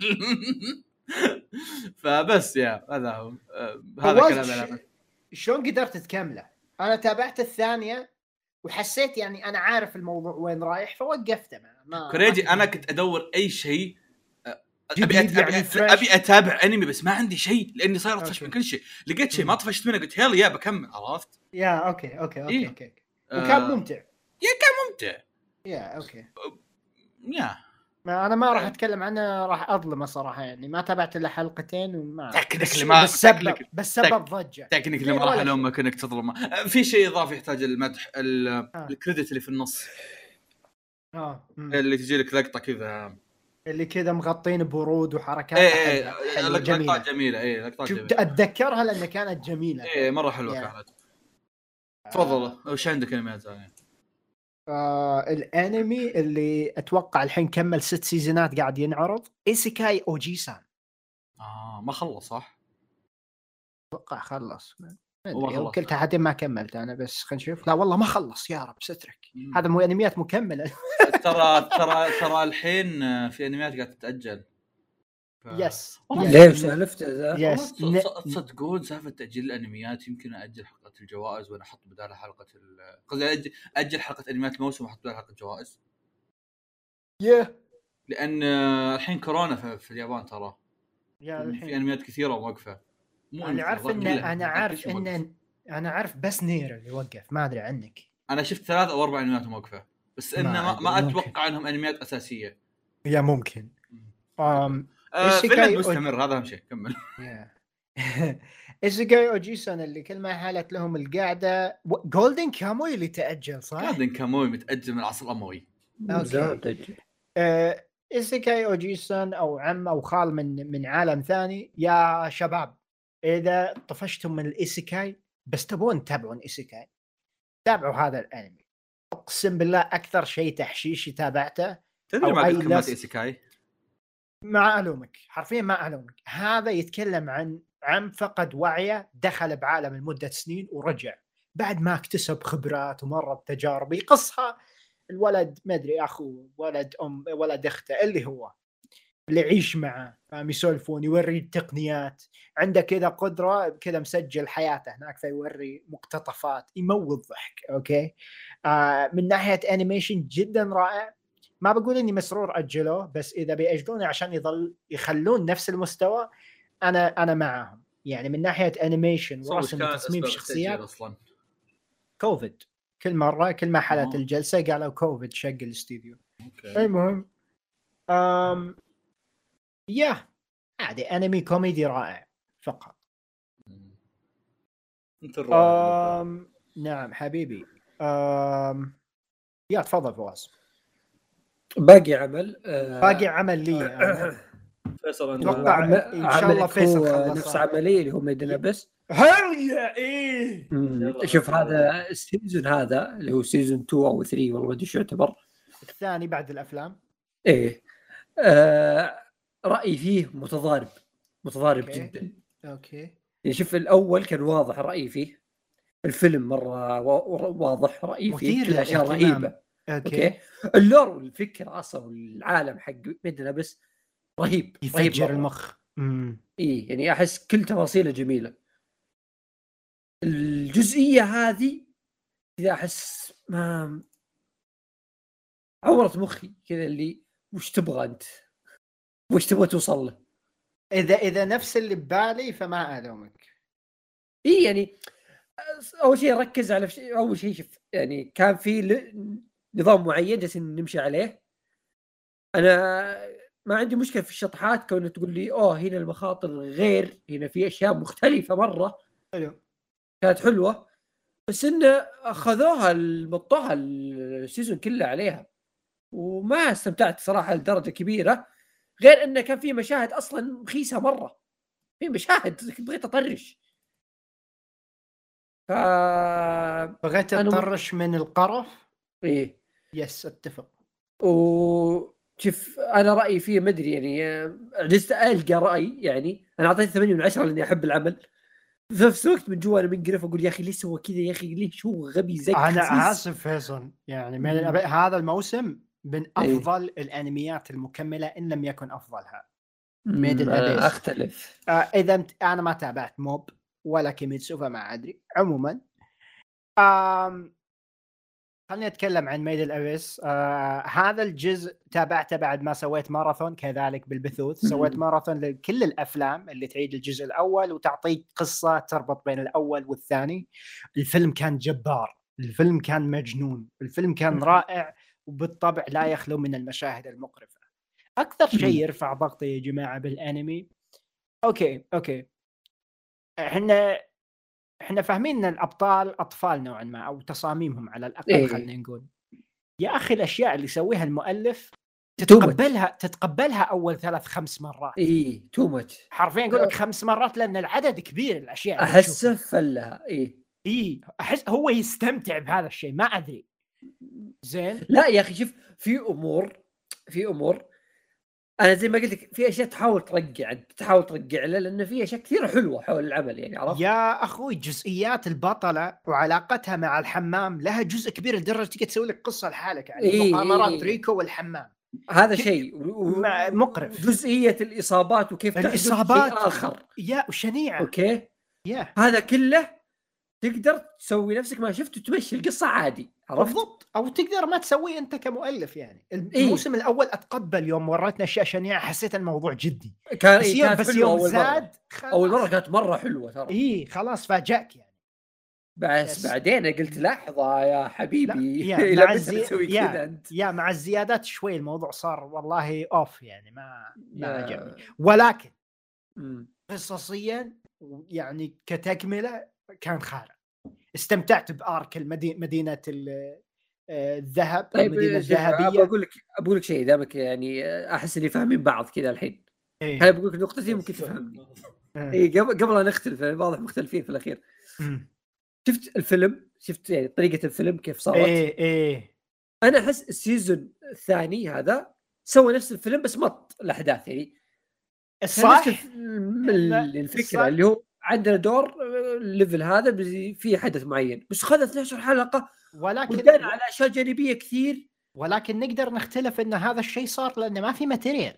فبس يا هذا هو هذا كلام انا. شلون قدرت تكمله؟ انا تابعت الثانيه وحسيت يعني انا عارف الموضوع وين رايح فوقفته. ما كريجي انا كنت ادور اي شيء ابي أت... يعني ابي اتابع انمي بس ما عندي شيء لاني صاير اطفش من كل شيء. لقيت شيء ما طفشت منه قلت يلا يا بكمل عرفت. يا اوكي اوكي اوكي, أوكي. إيه؟ وكان ممتع. يا كان ممتع يا اوكي يا ما انا ما راح اتكلم عنه راح اظلمه صراحه يعني ما تابعت الا حلقتين وما تكنيكلي ما بس سبب بس سبب ضجه تكنيكلي ما راح الومك انك تظلمه. في شيء اضافي يحتاج المدح الكريدت اللي في النص اه اللي تجي لك لقطه كذا اللي كذا مغطين برود وحركات ايه لقطات جميله. ايه لقطات جميله اتذكرها لان كانت جميله. ايه مره حلوه كانت. تفضل وش عندك انميات ثانيه؟ آه الانمي اللي اتوقع الحين كمل ست سيزونات قاعد ينعرض ايسيكاي اوجي-سان. اه ما خلص صح؟ اتوقع خلص وكل تحدي ما كملت انا بس خلينا نشوف. لا والله ما خلص يا رب سترك. مم. هذا مو انميات مكمله. ترى ترى ترى الحين في انميات قاعده تتاجل. ف... يس ليه سالفت يس تصدقون سالفه تاجيل الانميات يمكن اجل حلقه الجوائز وانا احط بدالها حلقه قصدي اجل اجل حلقه انميات الموسم واحط بدالها حلقه جوائز. يه yeah. لان الحين كورونا في, في اليابان ترى في انميات كثيره واقفه. مو انا عارف ان انا عارف ان انا عارف بس نير اللي وقف ما ادري عنك. انا شفت ثلاث او اربع انميات موقفه بس انه ما, ما اتوقع انهم انميات اساسيه. يا ممكن ام آه فيلم مستمر هذا اهم شيء. كمل. إيسيكاي أوجيسان اللي كل ما حالت لهم القعدة جولدن كاموي اللي تأجل صح؟ جولدن كاموي متأجل من العصر الأموي. أوكي. آه إيسيكاي أوجيسان أو عم أو خال من من عالم ثاني. يا شباب إذا طفشتم من الإيسيكاي بس تبون تتابعون إيسيكاي تابعوا هذا الأنمي. أقسم بالله أكثر شيء تحشيشي تابعته. تدري ما قلت كلمات إيسيكاي؟ ما ألومك حرفيا ما ألومك. هذا يتكلم عن عم فقد وعيه دخل بعالم لمدة سنين ورجع بعد ما اكتسب خبرات ومر بتجارب يقصها الولد ما أدري أخوه ولد أم ولد أخته اللي هو اللي يعيش معه فاهم يسولفون يوري التقنيات عنده كذا قدرة كذا مسجل حياته هناك فيوري مقتطفات يموت ضحك. أوكي آه من ناحية أنيميشن جدا رائع. ما بقول إني مسرور أجلوه بس إذا بيأجلونه عشان يظل يخلون نفس المستوى أنا أنا معهم. يعني من ناحية أنيميشن ورسم وتصميم شخصيات أصلا كوفيد كل مرة كل ما حلت الجلسة قالوا كوفيد شق الاستديو. المهم أم يا عادي أنمي كوميدي رائع فقط. أنت الرائع. أم نعم حبيبي. أم يا تفضل فواز. باقي عمل آه باقي عمل لي أنا. فيصل اتوقع ان شاء الله فيصل خلص نفس عملي اللي هو ميدن ابس. هيا ايه شوف هذا السيزون هذا اللي هو سيزون اثنين او ثلاثة والله ودي شو يعتبر الثاني بعد الافلام. ايه آه رايي فيه متضارب متضارب أوكي. جدا. اوكي يعني شوف الاول كان واضح رايي فيه. الفيلم مره واضح رايي فيه كل اشياء رهيبه. اوكي, أوكي. اللور والفكره اصلا والعالم حق ميدن ابس رهيب يفجر المخ. امم ايه يعني احس كل تفاصيله جميله. الجزئيه هذه اذا احس ما عورت مخي كذا اللي وش تبغى انت وش تبغى توصل له. اذا اذا نفس اللي ببالي فما الومك. ايه يعني اول شيء ركز على شيء. اول شيء شوف يعني كان في نظام معين جالسين نمشي عليه. انا ما عندي مشكله في الشطحات كونه تقول لي اوه هنا المخاطر غير هنا في اشياء مختلفه مره حلو كانت حلوه بس انه اخذوها المطوها السيزون كله عليها وما استمتعت صراحه لدرجه كبيره. غير انه كان في مشاهد اصلا رخيصه مره. في مشاهد بغيت اطرش. ف بغيت تطرش من القرف. ايه يس اتفق. وشوف انا رايي فيه ما ادري يعني جلست القى راي. يعني انا اعطيته ثمانية من عشرة لاني احب العمل. في نفس الوقت من جوا انا منقرف اقول يا اخي ليش سوى كذا يا اخي ليش هو غبي زي انا اسف فيصل يعني من هذا الموسم من افضل أيه. الانميات المكمله ان لم يكن افضلها. ميدن ابيس اختلف. آه اذا انا ما تابعت موب ولا كيميتسو فما ادري. عموما آم خليني اتكلم عن ميدن ابيس. آه هذا الجزء تابعته بعد ما سويت ماراثون كذلك بالبثوث. سويت ماراثون لكل الافلام اللي تعيد الجزء الاول وتعطيك قصه تربط بين الاول والثاني. الفيلم كان جبار. الفيلم كان مجنون. الفيلم كان رائع وبالطبع لا يخلو من المشاهد المقرفه. اكثر شيء يرفع ضغطي يا جماعه بالانمي اوكي اوكي احنا احنا فاهمين ان الابطال اطفال نوعا ما او تصاميمهم على الاقل. إيه. خلينا نقول يا اخي الاشياء اللي يسويها المؤلف تتقبلها تتقبلها اول ثلاث خمس مرات. ايه تو ماتش حرفيا اقول لك خمس مرات لان العدد كبير. الاشياء احس فلها ايه ايه احس هو يستمتع بهذا الشيء ما ادري زين. لا يا اخي شوف في امور في امور انا زي ما قلت لك في اشياء تحاول ترجع تحاول ترجع له لانه في اشياء كثيره حلوه حول العمل يعني عرفت. يا اخوي جزئيات البطله وعلاقتها مع الحمام لها جزء كبير لدرجه تقدر تسوي لك قصه لحالك يعني. إيه مغامرات إيه ريكو والحمام هذا شيء و... مقرف. جزئيه الاصابات وكيف الاصابات اخر يا وشنيعه. اوكي يا هذا كله تقدر تسوي نفسك ما شفت وتمشي القصه عادي عرفت. بالضبط او تقدر ما تسوي انت كمؤلف يعني. الموسم إيه؟ الاول اتقبل يوم ورتنا اشياء شنيعه حسيت الموضوع جدي كان بس إيه يوم, بس يوم زاد اول مره كانت مره حلوه ترى. اي خلاص فاجأك يعني. بس بس- بعدين قلت لحظه يا حبيبي يا الى مع متى الزي... تسوي كذا يا انت؟ يا مع الزيادات شوي الموضوع صار والله اوف يعني ما ما يا- عجبني، ولكن مم. قصصيا يعني كتكمله كان خارق. استمتعت بارك المدينه مدينه ال- آه، الذهب، طيب المدينه شوف، ابى الذهبيه. اقول لك اقول لك شيء دامك يعني احس اني فاهمين بعض كذا الحين. إيه. هاي بقول لك نقطتين ممكن تفهمني. آه. اي قبل قبل لا نختلف واضح مختلفين في الاخير. أمم. شفت الفيلم، شفت يعني طريقه الفيلم كيف صارت. ايه ايه انا احس السيزون الثاني هذا سوى نفس الفيلم بس مط الاحداث يعني كان الصح. نفس الم- الفكره الصح. اللي هو عندنا دور آه، الليفل هذا بس في حدث معين، بس خذ اثنتي عشرة حلقه ولكن ودان على اشياء جانبيه كثير. ولكن نقدر نختلف ان هذا الشيء صار لانه ما في ماتيريال.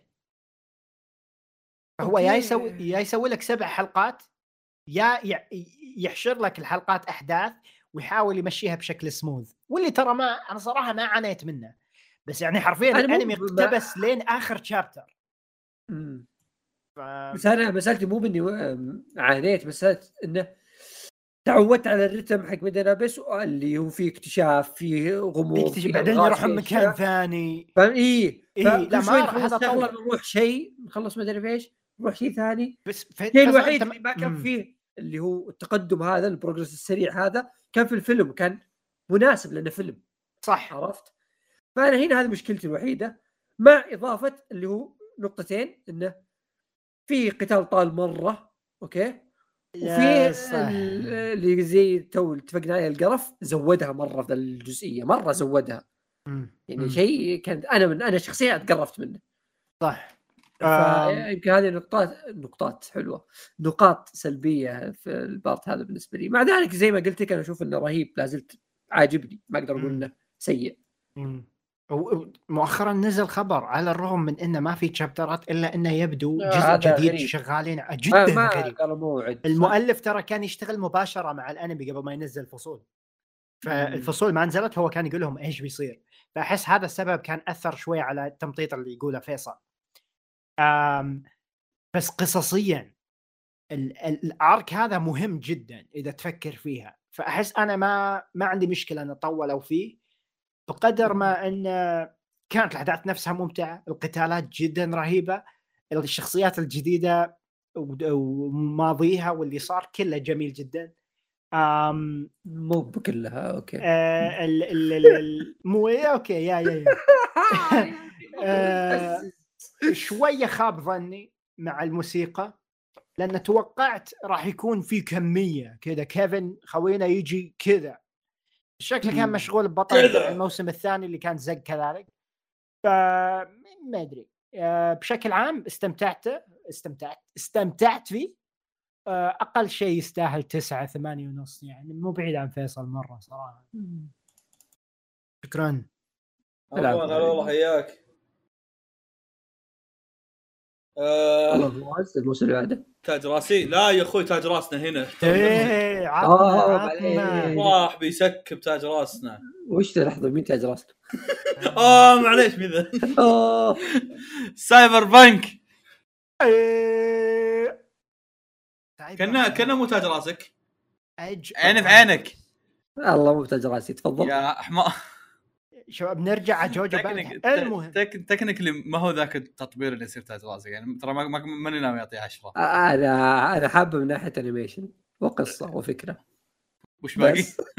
هو أوكي. يا يسوي يا يسوي لك سبع حلقات، يا ي- يحشر لك الحلقات احداث ويحاول يمشيها بشكل سموث، واللي ترى ما انا صراحه ما عانيت منه. بس يعني حرفيا أنا مو الانمي ب- اقتبس لين اخر شابتر. مم. ف... بس انا مسالتي مو باني و- عانيت، مساله انه تعودت على الرتم حق مدينة بس اللي هو فيه اكتشاف، فيه غموض، يكتشف فيه بعدين ألغاز، يروحون فيه مكان أشياء. ثاني. فاهم؟ ايه إيه، فكل لا، شوي ما- نخلص هذا شغله طول. نروح شيء، نخلص ما ادري ايش نروح شيء ثاني. بس ف... الشيء فصل الوحيد أنت- اللي ما كان مم. فيه اللي هو التقدم هذا، البروجرس السريع هذا كان في الفيلم، كان مناسب لانه فيلم، صح. عرفت؟ فانا هنا هذه مشكلتي الوحيده، مع اضافه اللي هو نقطتين، انه في قتال طال مره، اوكي، يا وفي صح. ال- اللي زي تو اتفقنا عليه القرف زودها مره في الجزئيه، مره زودها مم. يعني مم. شيء كان انا من انا شخصيا اتقرفت منه. صح. آم. فيمكن هذه نقطات نقطات حلوه، نقاط سلبيه في البارت هذا بالنسبه لي. مع ذلك زي ما قلت لك انا اشوف انه رهيب، لازلت عاجبني، ما اقدر اقول مم. انه سيء. مم. و- مؤخرا نزل خبر على الرغم من انه ما في شابترات الا انه يبدو آه، جزء هذا جديد غريب. شغالين ع- ما جدا ما غريب. قالوا موعد. صح؟ المؤلف ترى كان يشتغل مباشره مع الانمي قبل ما ينزل فصول، فالفصول ما نزلت هو كان يقول لهم ايش بيصير. فاحس هذا السبب كان اثر شوي على التمطيط اللي يقوله فيصل. أم بس قصصيا ال- ال- الارك هذا مهم جدا اذا تفكر فيها. فاحس انا ما ما عندي مشكله ان طولوا فيه بقدر ما ان كانت الاحداث نفسها ممتعه، القتالات جدا رهيبه، الشخصيات الجديده وماضيها واللي صار كله جميل جدا. أم مو بكلها اوكي. آه ال ال ال ال مو إيه، اوكي يا يا, يا. آه شويه خاب ظني مع الموسيقى، لان توقعت راح يكون في كميه كذا، كيفن خوينا يجي كذا، شكله كان مشغول ببطل الموسم الثاني اللي كان زق كذلك. فما ادري. آه بشكل عام استمتعت استمتعت استمتعت فيه. آه اقل شيء يستاهل تسعة ثمانية ونص، يعني مو بعيد عن فيصل مره صراحه. شكرا. والله والله حياك. والله فواز الموسم اللي بعده تاج راسي. لا يا اخوي تاج راسنا هنا. ايه آه، عطنا عليه. راح بيسكب تاج راسنا. وش ذا؟ لحظه مين تاج راسك؟ اه معليش مين ذا؟ اوه سايبر بانك. إيه. كنا كنا مو تاج راسك. أج... عيني في عينك. الله مو تاج راسي، تفضل يا حمار. شباب نرجع على جوجو بانك. المهم تك... تكنيكلي ما هو ذاك التطبير اللي يصير تاج راسك، يعني ترى ما ماني ناوي اعطيه عشرة. انا انا حابه من ناحيه انيميشن وقصه وفكره. وش باقي؟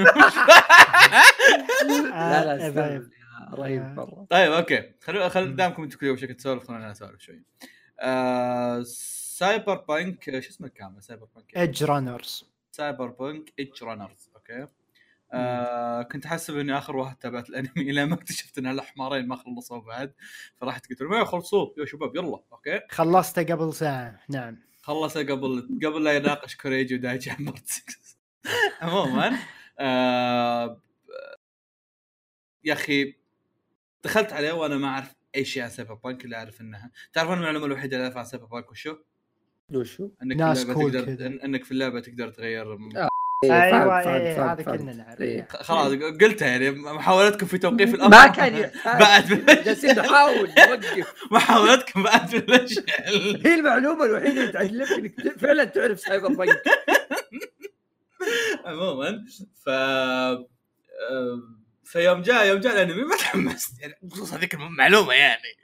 لا لا استنى، رهيب مره. طيب اوكي، خلوا خل دامكم انتم كذا وشكل تسولف، خلونا اسولف شوي. آه... سايبر بانك شو اسمه الكامل؟ سايبر بانك ايدج رانرز. سايبر بانك ايدج رانرز. اوكي. آه كنت احسب اني اخر واحد تابعت الانمي الى ما اكتشفت ان الحمارين ما خلصوا بعد، فرحت قلت لهم يا خلصوا يا شباب يلا. اوكي خلصته قبل ساعه. نعم خلصه قبل قبل لا يناقش كوريجي ودايتشي عن بارت ستة. عموما آه يا اخي دخلت عليه وانا ما اعرف اي شيء عن سايبر بانك، اللي اعرف انها تعرفون المعلومه الوحيده اللي اعرفها عن سايبر بانك وشو؟ وشو؟ انك ناس في اللعبه كول تقدر إن انك في اللعبه تقدر تغير. آه. ايوه ايه هذا كلنا نعرف. إيه. خلاص قلتها يعني محاولتكم في توقيف الامر ما كان يحتاج بعد جالسين نحاول نوقف. محاولتكم بعد بالفشل. هي المعلومه الوحيده اللي تعلمك انك فعلا تعرف سايبر بانك. عموما ف فيوم جاء يوم جاء الانمي ما تحمست يعني بخصوص هذيك المعلومه يعني.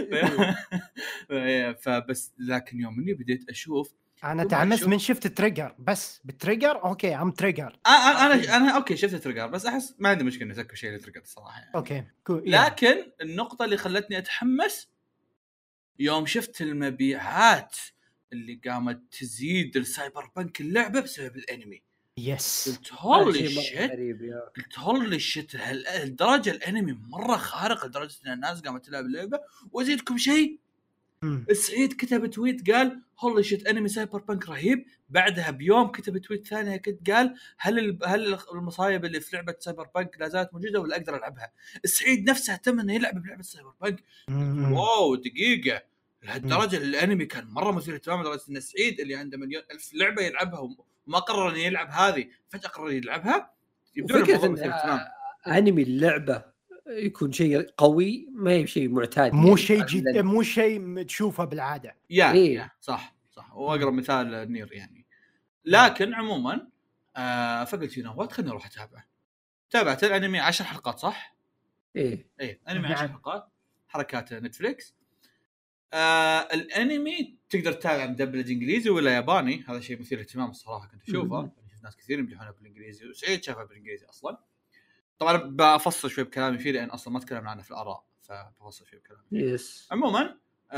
فبس لكن يوم اني بديت اشوف انا تعمست من شفت التريجر بس بالتريجر اوكي ام تريجر انا انا انا اوكي شفت التريجر بس احس ما عندي مشكله اسكر شيء التريجر الصراحه يعني. اوكي كو... لكن النقطه اللي خلتني اتحمس يوم شفت المبيعات اللي قامت تزيد السايبر بانك اللعبه بسبب الانمي. يس قلت هولي شيت قلت هولي شيت هالدرجه الانمي مره خارق لدرجه ان الناس قامت تلعب اللعبه. وازيدكم شيء سعيد كتب تويت قال هولي شيت انمي سايبر بانك رهيب. بعدها بيوم كتب تويت ثاني كنت قال هل هل المصايب اللي في لعبه سايبر بانك لا زالت موجوده ولا اقدر العبها. سعيد نفسه اهتم انه يلعب بلعبه سايبر بانك. واو دقيقه لهالدرجه الانمي كان مره مثير اهتمام لدرجه ان سعيد اللي عنده مليون الف لعبه يلعبها وما قرر انه يلعب هذه فجاه قرر يلعبها. فكره ان انمي اللعبه يكون شيء قوي ما هي شيء معتاد مو يعني شيء جدا مو شيء تشوفه بالعاده. يا إيه؟ صح صح واقرب مثال نير يعني. لكن عموما آه فقلت هنا وات خليني اروح اتابع. تابعت الانمي عشر حلقات صح؟ ايه ايه انمي عشر حلقات حركات نتفليكس. آه الانمي تقدر تتابع مدبلج انجليزي ولا ياباني. هذا شيء مثير اهتمام الصراحه كنت اشوفه. شفت ناس كثير يمدحونه بالانجليزي وسعيد شافه بالانجليزي اصلا. طبعا بفصل شوي بكلامي فيه لان اصلا ما تكلمنا عنه في الاراء فبفصل شوي بكلامي. يس عموما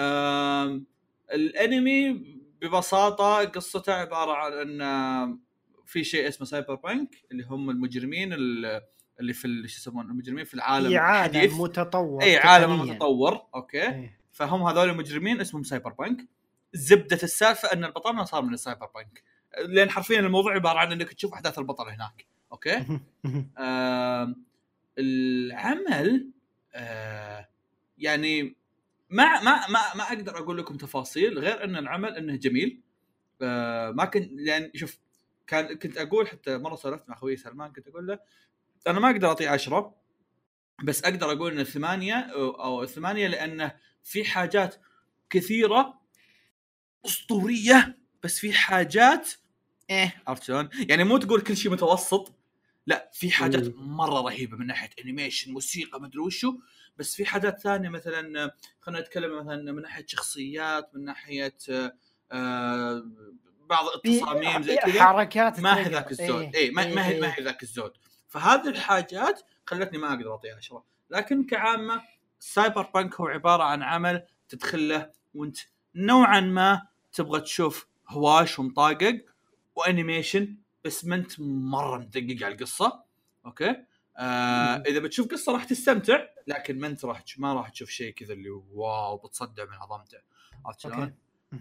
الانمي ببساطه قصته عباره عن ان في شيء اسمه سايبر بانك اللي هم المجرمين اللي في شو يسمون المجرمين في العالم الحديث متطور. اي عالم متطور اوكي أي. فهم هذول المجرمين اسمهم سايبر بانك. زبده السالفه ان البطل صار من السايبر بانك لان حرفيا الموضوع عباره عن انك تشوف احداث البطل هناك اوكي. آه العمل آه يعني ما ما ما ما اقدر اقول لكم تفاصيل غير ان العمل انه جميل. آه ما كنت يعني شوف كان كنت اقول حتى مره سولفت مع اخوي سلمان كنت اقول له انا ما اقدر اعطيه عشرة بس اقدر اقول انه ثمانية او, أو ثمانية لانه في حاجات كثيره اسطوريه بس في حاجات ايه عرفت شلون يعني مو تقول كل شيء متوسط لا في حاجات مره رهيبه من ناحيه انيميشن موسيقى ما ادري وشو. بس في حاجات ثانيه مثلا خلينا نتكلم مثلا من ناحيه شخصيات من ناحيه آه بعض التصاميم زي كذا حركات ما هي ذاك الزود اي إيه ما, إيه ما هي ما هي ذاك الزود. فهذه الحاجات خلتني ما اقدر اعطيها عشرة. لكن كعامه سايبر بانك هو عباره عن عمل تدخله وانت نوعا ما تبغى تشوف هواش ومطاقق وانيميشن بس ما انت مره مدقق على القصه اوكي. آه اذا بتشوف قصه راح تستمتع لكن ما انت راح ما راح تشوف شيء كذا اللي واو بتصدع من عظمته عرفت شلون.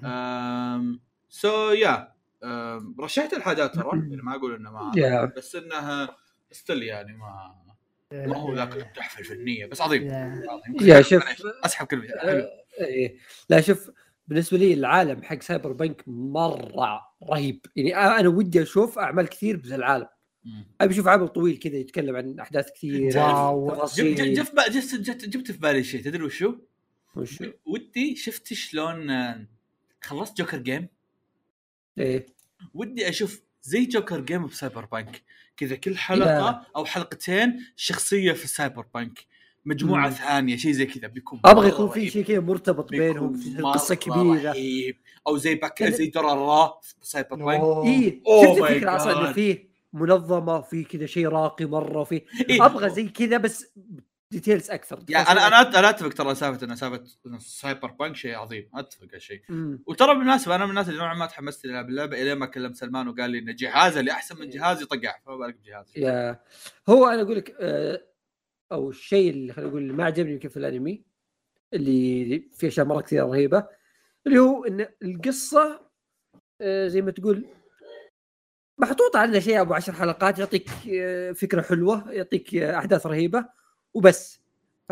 امم سو يا رشحت الحاجات ترى يعني ما اقول انه ما yeah. بس انها استل يعني ما ما هو ذاك التحفه الفنيه بس عظيم يا شوف اسحب كلمه حلو. ايه لا شوف بالنسبه لي العالم حق سايبر بانك مره رهيب يعني انا ودي اشوف اعمال كثير بهذا العالم. ابي اشوف عمل طويل كذا يتكلم عن احداث كثير تفاصيل. جف جف جبت في بالي شيء تدري وشو وشو ودي شفت شلون خلصت جوكر جيم. ايه ودي اشوف زي جوكر جيم بسايبر بانك كذا كل حلقه لا. او حلقتين شخصيه في سايبر بانك مجموعه مم. ثانيه شيء زي كذا بيكون ابغى يكون في شيء كذا مرتبط بينهم في قصه كبيره رهيب. او زي باك زي درارا في سايبر بانك. ايه شفت الفكره اصلا انه فيه منظمه في كذا شيء راقي مره فيه إيه؟ ابغى زي كذا بس ديتيلز اكثر يعني انا انا انا اتفق ترى سالفه انه سالفه سايبر بانك شيء عظيم اتفق هالشيء. وترى بالمناسبه انا من الناس اللي نوعا ما تحمست للعب اللعبه الى ما كلمت سلمان وقال لي ان جهازه اللي احسن من جهازي طقع فما بالك بجهازي. يا هو انا اقول لك او الشيء اللي خلينا نقول ما عجبني كيف الانمي اللي فيه اشياء مره كثير رهيبه اللي هو ان القصه زي ما تقول محطوط على شيء ابو عشر حلقات يعطيك فكره حلوه يعطيك احداث رهيبه وبس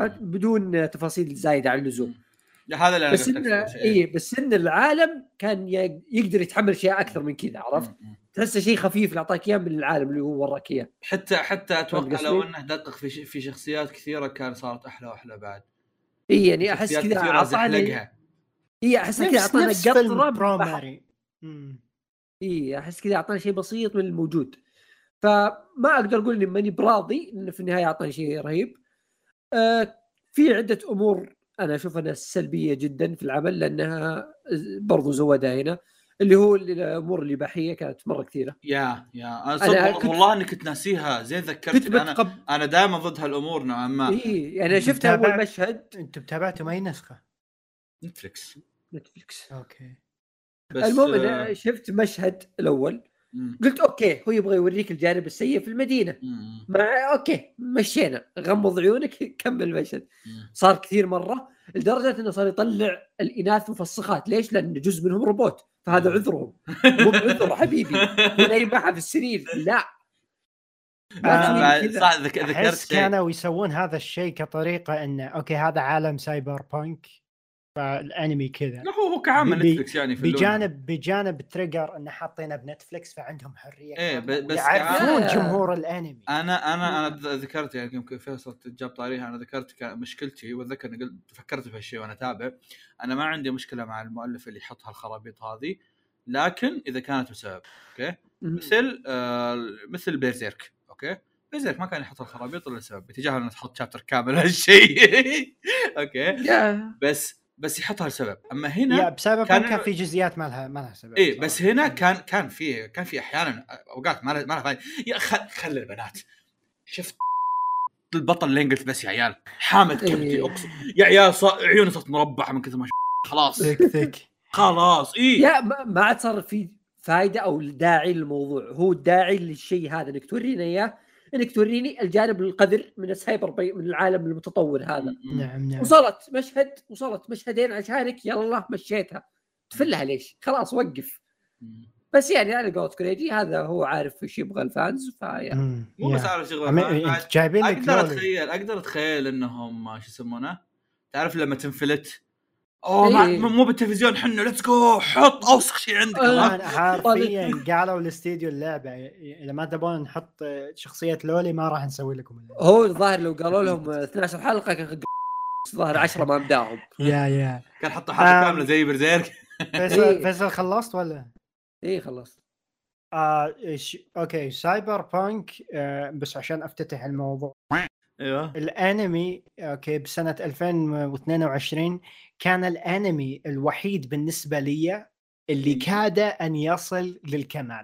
بدون تفاصيل زايده عن اللزوم. هذا اللي بس إن ايه بس ان العالم كان يقدر يتحمل شيء اكثر من كذا عرفت تحس شيء خفيف اللي اعطاك اياه من العالم اللي هو وراك اياه. حتى حتى اتوقع لو انه دقق في في شخصيات كثيره كان صارت احلى واحلى بعد. اي يعني احس كذا اعطاني اي احس كذا اعطانا قطره بروماري اي احس كذا اعطاني شيء بسيط من الموجود فما اقدر اقول اني ماني براضي، انه في النهايه اعطاني شيء رهيب. آه في عده امور انا اشوف انها سلبيه جدا في العمل، لانها برضو زودها هنا، اللي هو الامور الاباحيه كانت مره كثيره. يا يا انا أنا صدق كنت- والله اني كنت ناسيها، زين كنت ذكرتني. انا بتقب انا دائما ضد هالامور نوعا ما. اي يعني أنا شفت متابع- اول مشهد انتم تابعتوا اي نسخه؟ نتفلكس نتفلكس. اوكي. بس المهم آه، انا شفت مشهد الاول، مم. قلت اوكي هو يبغى يوريك الجانب السيء في المدينه، مم. مع اوكي مشينا، غمض عيونك كمل المشهد. مم. صار كثير مره لدرجه انه صار يطلع الاناث مفسخات. ليش؟ لان جزء منهم روبوت، فهذا عذرهم. مو بعذر حبيبي هو نايم معها في السرير، لا لا آه، تجيني بعد كذا. صح ذك- ذكرت احس شيء. كانوا يسوون هذا الشيء كطريقه انه اوكي هذا عالم سايبر بانك، فالانمي كذا. لا هو هو كعامل بي- نتفلكس يعني في اللون. بجانب بجانب تريجر انه حاطينه بنتفلكس، فعندهم حريه إيه، كاملة ب- بس يعرفون كا- جمهور الانمي. انا انا انا ذ- ذكرت يعني يمكن فيصل جاب طاريها. انا ذكرت كان مشكلتي، واتذكر اني قلت فكرت في هالشيء وانا تابع. انا ما عندي مشكله مع المؤلف اللي يحط هالخرابيط هذه، لكن اذا كانت بسبب اوكي مثل آه مثل بيرزيرك. اوكي بيرزيرك ما كان يحط الخرابيط الا لسبب، بتجاهل انه تحط شابتر كامل هالشيء. اوكي يا بس بس يحطها لسبب. اما يا هنا بسبب كان كان, كان في جزئيات ما لها ما لها سبب. ايه صراحة. بس هنا كان كان في كان في احيانا اوقات ما لها ما لها فايدة. يا خل خلي البنات. شفت البطل اللي قلت بس يا عيال حامد كبتي إيه. اقسم يا عيال صار عيونه صارت مربعه من كثر ما ش- خلاص ثك ثك. خلاص ايه يا ما ما عاد صار في فائده او داعي للموضوع. هو الداعي للشيء هذا انك تورينا اياه، انك توريني الجانب القذر من السايبر بي من العالم المتطور هذا. نعم نعم. وصلت مشهد وصلت مشهدين عشانك يلا مشيتها، تفلها ليش؟ خلاص وقف. بس يعني على قولت كريجي هذا هو عارف ايش يبغى الفانز، فيا مم. مو بس يا. عارف شغل عمي- بعد- انت جايبين لك اقدر ذولي. اتخيل اقدر اتخيل انهم شو يسمونه، تعرف لما تنفلت اوه ما- إيه. مو بالتلفزيون حنا ليتس جو حط اوسخ شيء عندك. آه. الله. الآن حرفيا قالوا لاستديو اللعبه اذا ما تبون نحط شخصيه لولي ما راح نسوي لكم اللعبة. هو الظاهر لو قالوا لهم اثنتي عشرة حلقه كان الظاهر عشرة ما مداهم. يا يا كان حطوا حلقه آم. كامله زي برزيرك. فيصل إيه. فيصل خلصت ولا؟ ايه خلص. آه إيش- اوكي سايبر بانك. آه بس عشان افتتح الموضوع، ايوه الانمي اوكي بسنه ألفين واثنين وعشرين كان الانمي الوحيد بالنسبه لي اللي إيه. كاد ان يصل للكمال.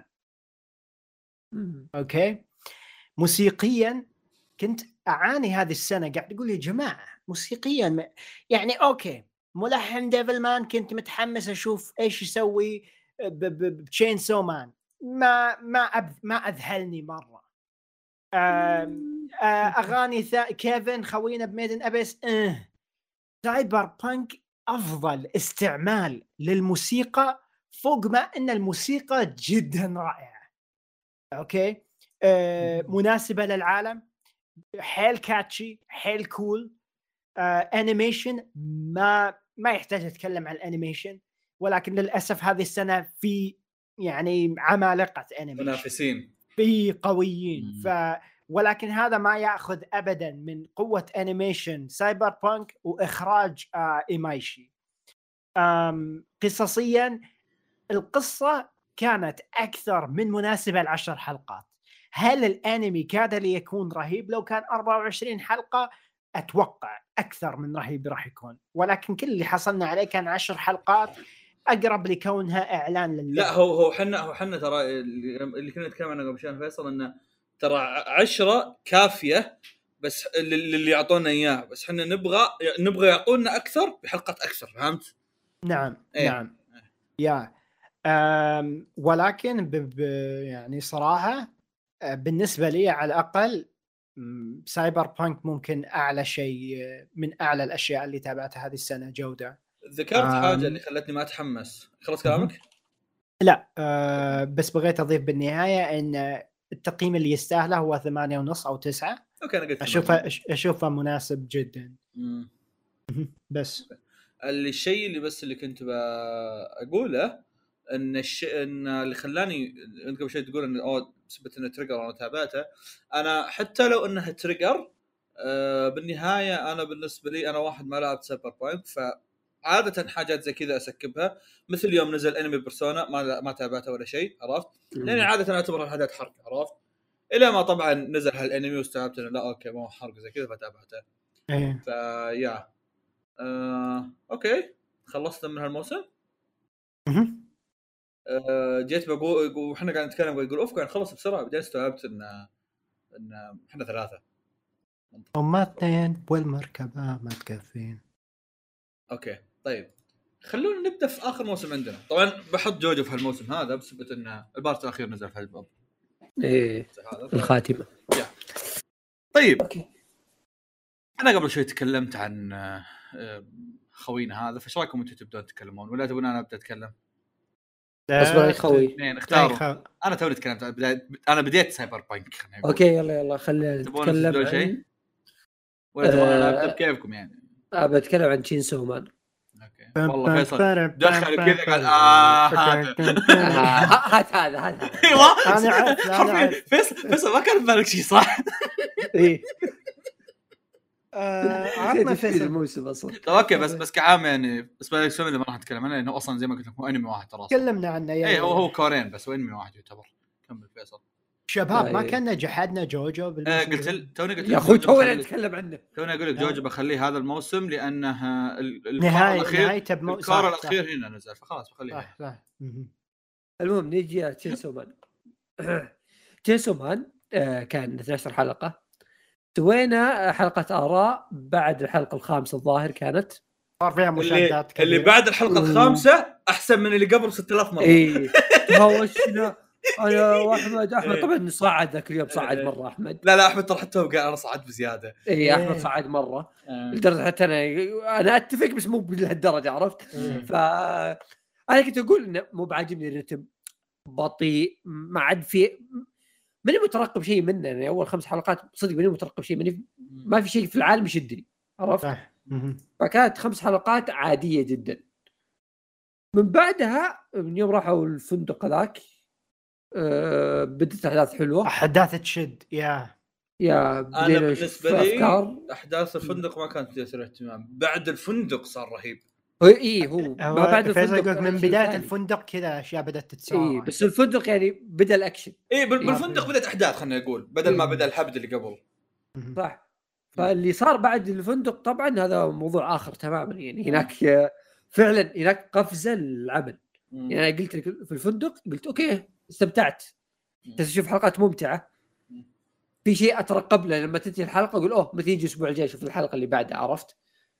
اوكي موسيقيا كنت اعاني هذه السنه، قاعد اقول يا جماعه موسيقيا م... يعني اوكي ملحن ديفل مان كنت متحمس اشوف ايش يسوي بتشين سو مان، ما ما أب... ما اذهلني مره. آم... آه اغاني ثا... كيفن خوينا بميدن ابيس. اه سايبر بانك افضل استعمال للموسيقى، فوق ما ان الموسيقى جدا رائعه. اوكي آه مناسبه للعالم، حيل كاتشي حيل كول. آه انيميشن ما ما يحتاج اتكلم عن الانيميشن، ولكن للاسف هذه السنه في يعني عمالقه انيميشن منافسين في قويين. مم. ف ولكن هذا ما ياخذ ابدا من قوه انيميشن سايبر بانك واخراج آه ايمايشي. آم قصصيا القصه كانت اكثر من مناسبه لعشر حلقات. هل الانمي كاد ليكون رهيب لو كان أربعة وعشرين حلقه؟ اتوقع اكثر من رهيب راح يكون، ولكن كل اللي حصلنا عليه كان عشر حلقات، اقرب لكونها اعلان للعبة. لا هو هو حنا هو حنا ترى اللي كنا نتكلم عنه قبل شوي فيصل انه ترى عشرة كافيه بس اللي اللي يعطونا اياه، بس حنا نبغى نبغى يعطونا اكثر بحلقات اكثر. فهمت؟ نعم إيه. نعم يا أم ولكن ب ب يعني صراحه آه، بالنسبه لي على الاقل م، سايبر بانك ممكن اعلى شيء آه، من اعلى الاشياء اللي تابعتها هذه السنه جوده. ذكرت آم. حاجه اللي خلتني ما اتحمس. خلص كلامك؟ لا أه بس بغيت اضيف بالنهايه ان التقييم اللي يستاهله هو ثمانية ونص او تسعة. اوكي انا قلت اشوفه اشوفه مناسب جدا. مم. بس اللي الشيء اللي بس اللي كنت بقوله ان الش... ان اللي خلاني انت قبل شوي تقول ان او بسبب انه تريجر انا تابعته. انا حتى لو انها تريجر آه بالنهايه انا بالنسبه لي انا واحد ما لعب سايبر بانك، فعاده حاجات زي كذا اسكبها. مثل يوم نزل انمي بيرسونا ما ما تابعته ولا شيء، عرفت؟ لاني عاده اعتبر الحاجات حرق، عرفت؟ الى ما طبعا نزل هالانمي واستوعبت انه لا اوكي ما هو حرق زي كذا فتابعته. ايه فيا آه... اوكي خلصت من هالموسم. مهم. آه... جيت بقول وحنا قاعد نتكلم ويقول اوف قاعد نخلص بسرعه بعدين استوعبت ان ان احنا ثلاثه هما اثنين والمركبة ما تكفين. اوكي طيب خلونا نبدا في اخر موسم عندنا. طبعا بحط جوجو في هالموسم هذا بسبب ان البارت الاخير نزل في الباب ايه الخاتمه. طيب اوكي انا قبل شوي تكلمت عن خوينا هذا، فايش رايكم انتم تبدون تتكلمون ولا تبون انا ابدا اتكلم؟ بس بغي خوي اثنين اختاروا. انا توني تكلمت بداية... انا بديت سايبر بانك. اوكي يلا يلا خلينا نتكلم عن شيء ولا تبون انا ابدا بكيفكم يعني؟ ابى اتكلم عن تشينسو مان. اوكي والله فيصل دخل كذا قال اه هذا هات هذا هذا ايوه انا عارف انا عارف فيصل فيصل ما كان بالك شيء صح. ايه عطنا فيصل الموسم اصلا. اوكي بس بس كعام يعني بالنسبه لي السوم اللي ما راح نتكلم عنه لانه اصلا زي ما قلت لكم هو انمي واحد ترى تكلمنا عنه يعني اي هو هو كورين بس هو انمي واحد يعتبر. كمل فيصل. شباب ما كنا جحدنا جوجو بالموسم. آه قلت توني قلت يا اخوي توني نتكلم عنه. توني اقول لك جوجو بخليه هذا الموسم لانه النهايه الاخير الكار الاخير هنا نزل فخلاص بخليه. صح صح. المهم نيجي على تشينسو مان. تشينسو مان كان اثنتي عشرة حلقه. سوينا حلقه اراء بعد الحلقه الخامسه الظاهر كانت صار فيها مشاهدات كبيرة. اللي بعد الحلقه الخامسه احسن من اللي قبل ستة آلاف مره. اي تهاوشنا انا واحمد. احمد طبعا صعد ذاك اليوم صعد مره احمد. لا لا احمد ترى حتى قال انا صعد بزياده. اي احمد صعد مره لدرجه حتى انا انا اتفق بس مو بهالدرجه عرفت. ف انا كنت اقول انه مو بعاجبني الرتم بطيء ما عاد في ماني مترقب شيء منه. يعني اول خمس حلقات صدق ماني مترقب شيء مني ما في شيء في العالم يشدني عرفت. فكانت خمس حلقات عاديه جدا. من بعدها من يوم راحوا الفندق هذاك أه بدت احداث حلوه احداث تشد يا يا انا بالنسبه لي احداث الفندق ما كانت تثير اهتمام. بعد الفندق صار رهيب. اي هو ما بعد الفندق من بدايه الفندق كذا اشياء بدات تتسارع. اي بس الفندق يعني بدا الاكشن. اي بالفندق بدات احداث خلينا نقول بدل ما بدا الحبد اللي قبل. صح. فاللي صار بعد الفندق طبعا هذا موضوع اخر تماما. يعني هناك فعلا هناك قفزه العمل. يعني انا قلت لك في الفندق قلت اوكي استمتعت تشوف حلقات ممتعه في شيء اترقب له لما تنتهي الحلقه اقول اوه بتيجي الاسبوع الجاي اشوف الحلقه اللي بعدها عرفت.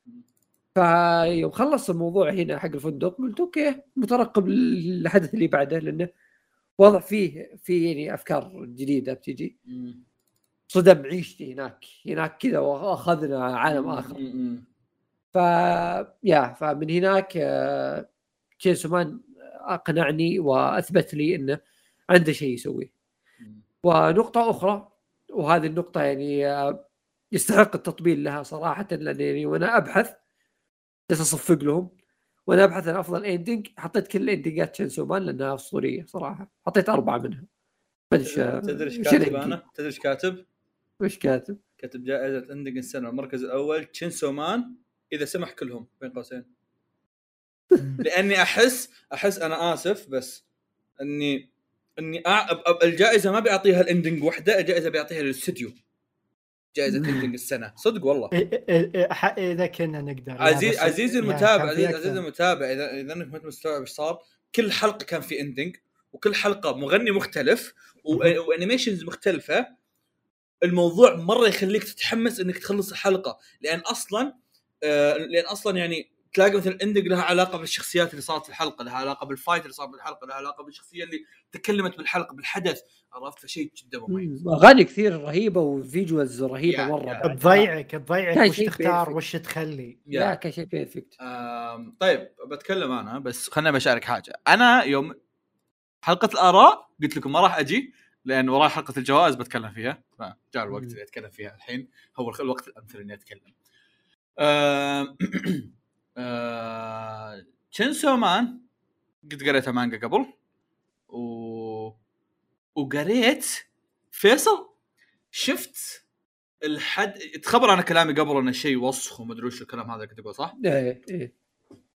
فيوم خلص الموضوع هنا حق الفندق قلت اوكي مترقب الحدث اللي بعده لانه واضح فيه في يعني افكار جديده بتيجي. صدم عيشتي هناك هناك كذا واخذنا عالم اخر. ف يا فمن هناك تشينسو مان اقنعني واثبت لي انه عنده شيء يسويه. ونقطه اخرى وهذه النقطه يعني يستحق التطبيل لها صراحه لان يعني وانا ابحث بس اصفق لهم وانا ابحث عن افضل اندنج حطيت كل اندنجات تشينسو مان لانها اسطوريه صراحه. حطيت اربعه منها. تدري ايش كاتب انا؟ تدري ايش كاتب؟ وش كاتب؟ كاتب جائزه اندنج السنه المركز الاول تشينسو مان اذا سمح كلهم بين قوسين. لاني احس احس انا اسف بس اني اني أع... الجائزه ما بيعطيها الاندنج وحده. الجائزه بيعطيها للاستوديو جائزه اندنج السنه صدق والله. اذا كنا نقدر عزيز عزيزي المتابع عزيز عزيز المتابع اذا اذا انك ما مستوعب ايش صار. كل حلقه كان في اندنج وكل حلقه مغني مختلف وانيميشنز مختلفه. الموضوع مره يخليك تتحمس انك تخلص الحلقه لان اصلا آه لان اصلا يعني تلاقي مثلا الاندنج لها علاقه بالشخصيات اللي صارت في الحلقه لها علاقه بالفايت اللي صار بالحلقه لها علاقه بالشخصيه اللي تكلمت بالحلقه بالحدث عرفت. شيء جدا مميز. اغاني كثير رهيبه وفيجوالز رهيبه يعني مره يعني تضيعك تضيعك وش تختار وش تخلي. لا كشيء بيرفكت. طيب بتكلم انا بس خلنا بشارك حاجه. انا يوم حلقه الاراء قلت لكم ما راح اجي لان وراي حلقه الجوائز بتكلم فيها فجاء الوقت اللي اتكلم فيها الحين هو الوقت الامثل اني اتكلم. أه أه تشينسو مان قد قريتها مانجا قبل و وقريت فيصل شفت الحد تخبر انا كلامي قبل ان الشيء وسخ وما ادري وش الكلام هذا كنت اقول صح. ايه ايه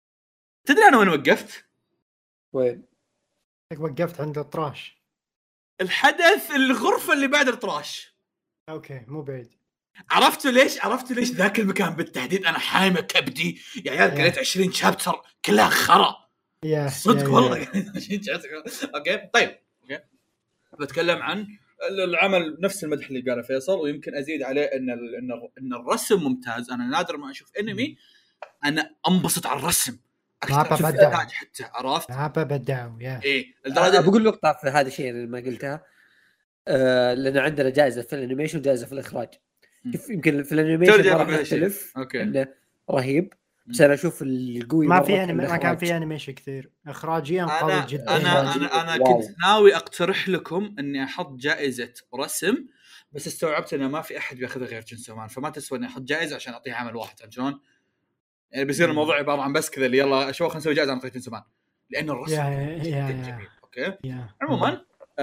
تدري انا وين وقفت؟ وين وقفت عند الطراش. الحدث الغرفه اللي بعد الطراش. اوكي مو بعيد. عرفتوا ليش عرفتوا ليش ذاك المكان بالتحديد انا حايمه كبدي يا عيال. قريت عشرين شابتر كلها خرا صدق والله. اوكي طيب اوكي بتكلم عن العمل نفس المدح اللي قاله فيصل، ويمكن ازيد عليه ان ان ان الرسم ممتاز. انا نادر ما اشوف انمي انا انبسط على الرسم اكثر حتى عرفت ما ببدعوا يا ايه. الدرجه بقول نقطه في هذا الشيء اللي ما قلتها، آه لان عندنا جائزه في الانيميشن وجائزه في الاخراج. كيف يمكن في الانيميشن ما راح نختلف انه رهيب، بس انا اشوف القوي ما في يعني ما كان في انيميشن كثير اخراجيا قوي جدا. انا انا انا كنت ناوي اقترح لكم اني احط جائزه رسم، بس استوعبت انه ما في احد بياخذها غير جنسو مان، فما تسوى اني احط جائزه عشان اعطيه عمل واحد. عشان شلون يعني بيصير الموضوع عباره عن بس كذا اللي يلا شو خلينا نسوي جائزه عن جنسو مان، لانه الرسم جدا جميل. اوكي عموما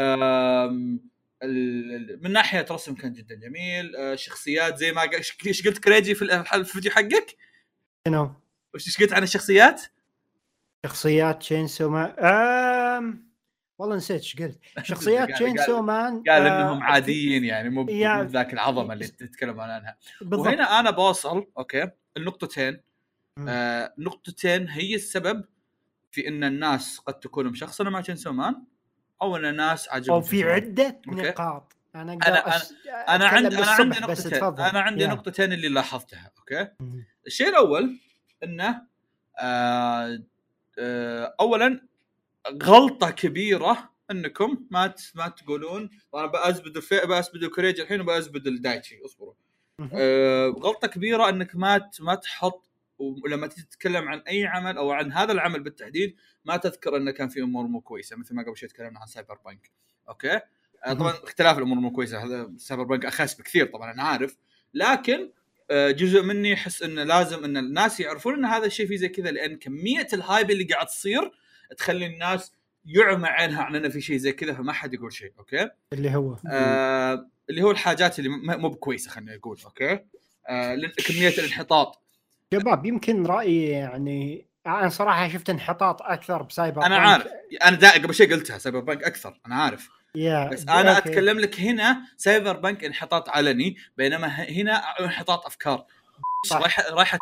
من ناحيه رسم كان جدا جميل. شخصيات زي ما ايش قلت كريجي في الفيديو حقك شنو وش قلت عن الشخصيات؟ شخصيات تشينسو مان أم... والله نسيت ايش قلت. شخصيات تشينسو مان قال انهم عاديين يعني مو بذاك العظمه اللي تتكلم عنها. وهنا انا بوصل اوكي النقطتين. آه نقطتين هي السبب في ان الناس قد تكون مشخصنه مع تشينسو مان، او ان الناس عجبهم او في عده نقاط. انا انا أنا, أنا عندي انا عندي نقطتين انا عندي yeah. نقطتين اللي لاحظتها. اوكي م- الشيء الاول انه آه آه اولا غلطه كبيره انكم ما ما تقولون انا بأزبد الفئة بأزبد الكوريج الحين وبأزبد الدايتشي. اصبروا. آه غلطه كبيره انك ما ما تحط، ولما تتكلم عن اي عمل او عن هذا العمل بالتحديد ما تذكر انه كان في امور مو كويسه، مثل ما قبل شوي تكلمنا عن سايبر بانك. اوكي طبعا اختلاف الامور مو كويسه، هذا سايبر بانك اخس بكثير طبعا انا عارف، لكن جزء مني يحس انه لازم ان الناس يعرفون ان هذا الشيء فيه زي كذا، لان كميه الهايب اللي قاعد تصير تخلي الناس يعمى عينها عن انه في شيء زي كذا، فما حد يقول شيء. اوكي اللي هو آه اللي هو الحاجات اللي مو بكويسه خلينا نقول. اوكي آه كميه الانحطاط. شباب يمكن رايي يعني انا صراحه شفت انحطاط اكثر بسايبر انا بانك. عارف انا دا قبل شيء قلتها سايبر بانك اكثر انا عارف yeah. بس انا okay. اتكلم لك هنا سايبر بانك انحطاط علني، بينما هنا انحطاط افكار رايحه رايحه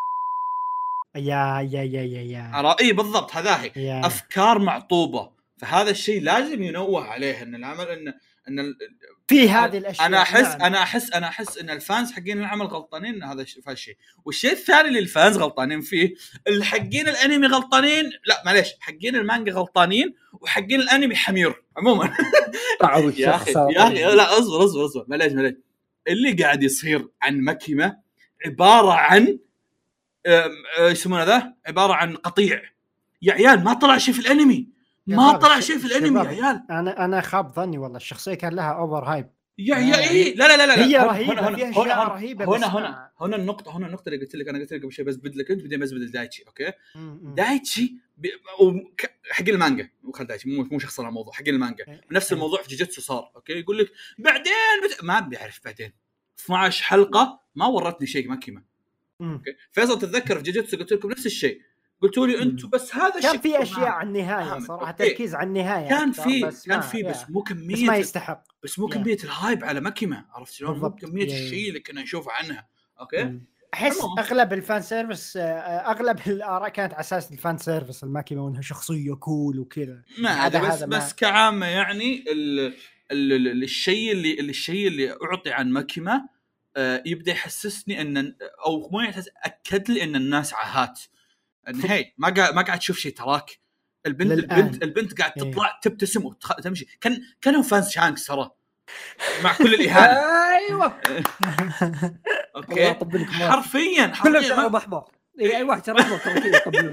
يا يا يا يا يا رأي بالضبط. هذا هي yeah. افكار معطوبه، فهذا الشيء لازم ينوه عليه ان العمل ان ان ال... في هذه الاشياء. انا احس نعم. انا احس انا احس ان الفانز حقين العمل غلطانين هذا الشيء. والشيء الثاني اللي الفانز غلطانين فيه الحقين الانمي غلطانين، لا معليش حقين المانجا غلطانين وحقين الانمي حمير عموما. يا اخي يا اخي لا اصبر اصبر اصبر معليش معليش اللي قاعد يصير عن مكيمة عباره عن يسمونه ذا عباره عن قطيع يا عيال. ما طلع شيء في الانمي ما طلع شيء في الانمي يا عيال. انا انا خاب ظني والله الشخصيه كان لها اوفر هايب يا يا ايه لا لا لا لا هي رهيبه فيها اشياء رهيبه. هنا هنا هنا النقطه هنا النقطه اللي قلت لك انا قلت لك قبل شيء بس بدلك انت بعدين بس بدل دايتشي. اوكي م-م. دايتشي بي... حق المانجا وخل دايتشي مو مو شخص الموضوع حق المانجا م- نفس الموضوع في جوجوتسو صار. اوكي يقول لك بعدين بت... ما بيعرف بعدين اثنا عشر حلقه ما ورتني شيء ماكيمه. اوكي فيصل تتذكر في جوجوتسو قلت لكم نفس الشيء، قلتوا لي انتم بس هذا كان في اشياء عن النهايه صراحه تركيز على النهايه كان في كان في بس مو كميه بس ما يستحق بس مو كميه الهايب على ماكيمه. عرفت شلون مو كميه الشيء اللي كنا نشوفه عنها. اوكي مم. احس اغلب الفان سيرفيس اغلب الاراء كانت على اساس الفان سيرفيس الماكيمه وانها شخصيه كول وكذا هذا بس بس كعامه يعني ال ال ال الشيء اللي الشيء اللي اعطي عن ماكيمه يبدا يحسسني ان او مو يحسس اكد لي ان الناس عاهات ان هي ما قاعد ما قاعد تشوف شيء تراك البنت للآن. البنت البنت قاعد تطلع تبتسم وتمشي. كان كانوا فانز شانكس ترى مع كل الاهانه. ايوه اوكي حرفيا حرفيا احمر اي واحد ترى احمر ترى يقبلون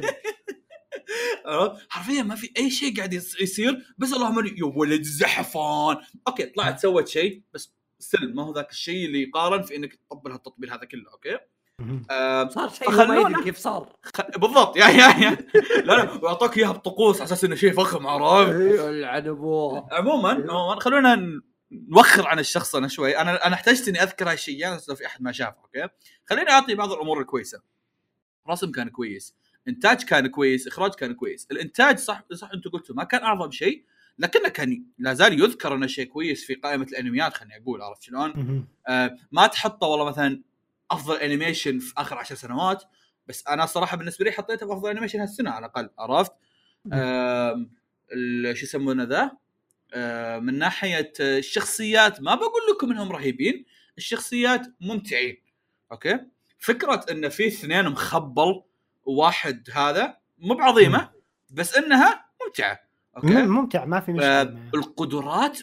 حرفيا ما في اي شيء قاعد يصير بس اللهم يا ولد زحفان. اوكي طلعت سوت شيء بس سل ما هو ذاك الشيء اللي يقارن في انك تطبل هالتطبيل هذا كله. اوكي آه صار شيء ما يدري كيف صار خ... بالضبط يا يا يا لا لا واعطاك اياها بطقوس على اساس انه شيء فخم عرب. العنبوه عموما عموما خلونا نوخر عن الشخص انا شوي. انا انا احتجت اني اذكر هالشيء يعني لو في احد ما شافه. اوكي خليني اعطي بعض الامور الكويسه. رسم كان كويس، انتاج كان كويس، اخراج كان كويس. الانتاج صح صح انتم قلتوا ما كان اعظم شيء، لكنه كان لا زال يذكر انه شيء كويس في قائمه الانميات. خليني اقول عرفت شلون؟ آه ما تحطه والله مثلا افضل انيميشن في اخر عشر سنوات، بس انا صراحه بالنسبه لي حطيته بافضل انيميشن هالسنه على الاقل. عرفت آه شو يسمونه ذا؟ آه من ناحيه الشخصيات ما بقول لكم انهم رهيبين، الشخصيات ممتعين. اوكي فكره ان في اثنين مخبل وواحد هذا مو بعظيمه، بس انها ممتعه. اوكي ممتع ما في مشكله. آه القدرات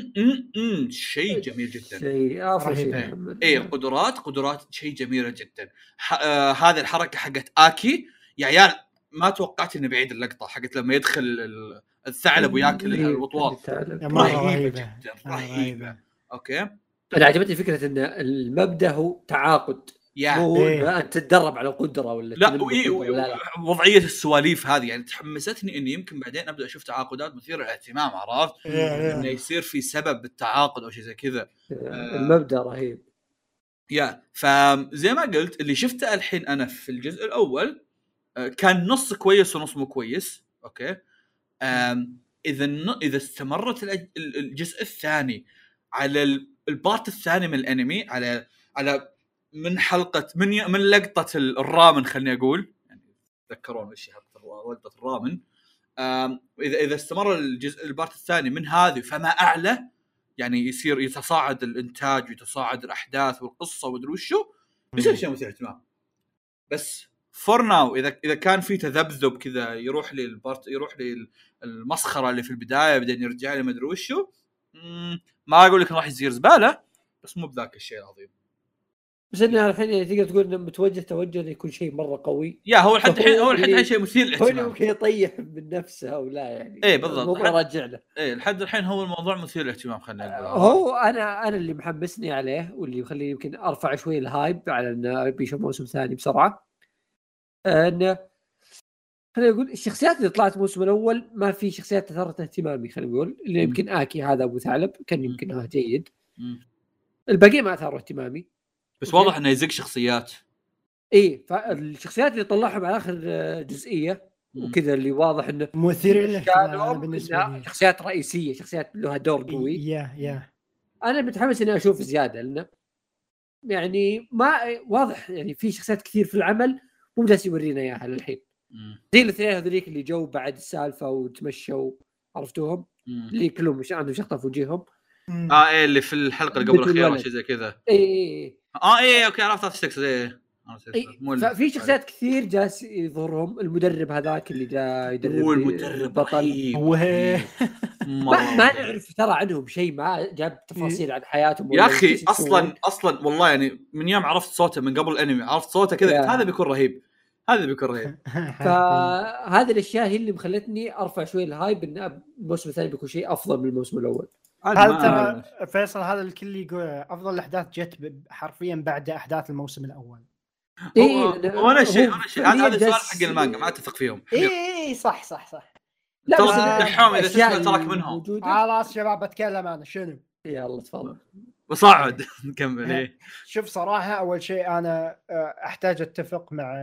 شيء جميل جدا، شيء افضل شيء. اي القدرات قدرات شيء جميله جدا. آه هذه الحركه حقت اكي يا عيال ما توقعت انه بعيد اللقطه حقت لما يدخل الثعلب وياكل الوطواط، رهيبه جدا رهيبه. اوكي انا عجبتني فكره ان المبدا هو تعاقد، مو إيه. انت تتدرب على قدره ولا لا, إيه ولا لا. وضعيه السواليف هذه يعني تحمستني اني يمكن بعدين ابدا اشوف تعاقدات مثيره للاهتمام. عرفت إيه انه يصير في سبب بالتعاقد او شيء زي كذا. المبدا رهيب يا فزي ما قلت اللي شفته الحين انا في الجزء الاول كان نص كويس ونص مو كويس. اوكي اذا اذا استمرت الجزء الثاني على البارت الثاني من الانمي على على من حلقه من من لقطه الرامن خلني اقول يعني تذكرون ايش لقطه الرامن. اذا اذا استمر الجزء البارت الثاني من هذه فما اعلى، يعني يصير يتصاعد الانتاج ويتصاعد الاحداث والقصه ومدري وشو، يصير شيء مثير اهتمام. بس فور ناو اذا اذا كان في تذبذب كذا يروح للبارت يروح للمسخره اللي في البدايه بعدين يرجع لي مدري وشو، ما اقول لك راح يصير زباله بس مو بذاك الشيء العظيم. بس انه الحين تقدر تقول انه متوجه توجه يكون شيء مره قوي. يا هو لحد الحين هو لحد الحين شيء مثير للاهتمام. هو ممكن يطيح من نفسه او لا يعني. ايه بالضبط راجع له. ايه لحد الحين هو الموضوع مثير للاهتمام خلينا نقول. هو انا انا اللي محمسني عليه واللي يخليني يمكن ارفع شوي الهايب على انه بيشوف موسم ثاني بسرعه. انه خلينا نقول الشخصيات اللي طلعت الموسم الاول ما في شخصيات اثارت اهتمامي. خلينا نقول اللي يمكن اكي هذا ابو ثعلب كان يمكن هذا جيد. الباقي ما اثاروا اهتمامي، بس واضح انه يزق شخصيات. ايه فالشخصيات اللي طلعهم على اخر جزئيه وكذا اللي واضح انه مثير للاهتمام بالنسبه لي، شخصيات رئيسيه، شخصيات لها دور قوي. يا يا انا متحمس اني اشوف زياده لانه يعني ما واضح يعني في شخصيات كثير في العمل مو جالس يورينا اياها للحين. زي الاثنين هذوليك اللي جو بعد السالفه وتمشوا عرفتوهم اللي كلهم مش عندهم شخطه في وجههم. اه ايه اللي في الحلقه اللي قبل الاخيره شيء زي كذا. ايه اه ايه اوكي عرفت تستكس ايه. ففي شخصيات كثير جالس يظهرهم. المدرب هذاك اللي جاء يدرب هو المدرب بطل ما, ما نعرف ترى عنهم شيء، ما جاب تفاصيل عن حياتهم يا اخي اصلا اصلا والله يعني من يوم عرفت صوته من قبل الانمي عرفت صوته كذا هذا بيكون رهيب هذا بيكون رهيب. فهذه الاشياء هي اللي مخلتني ارفع شوي الهايب ان الموسم الثاني بيكون شيء افضل من الموسم الاول. هل ترى فيصل هذا الكل يقول افضل الاحداث جت حرفيا بعد احداث الموسم الاول؟ ايه وانا شيء وانا شيء هذا السؤال حق المانجا ما اتفق فيهم. ايه صح صح صح لا بس الحوم اذا تسمع تراك منهم. خلاص شباب بتكلم انا شنو يلا تفضل وصعد نكمل. ايه شوف صراحه اول شيء انا احتاج اتفق مع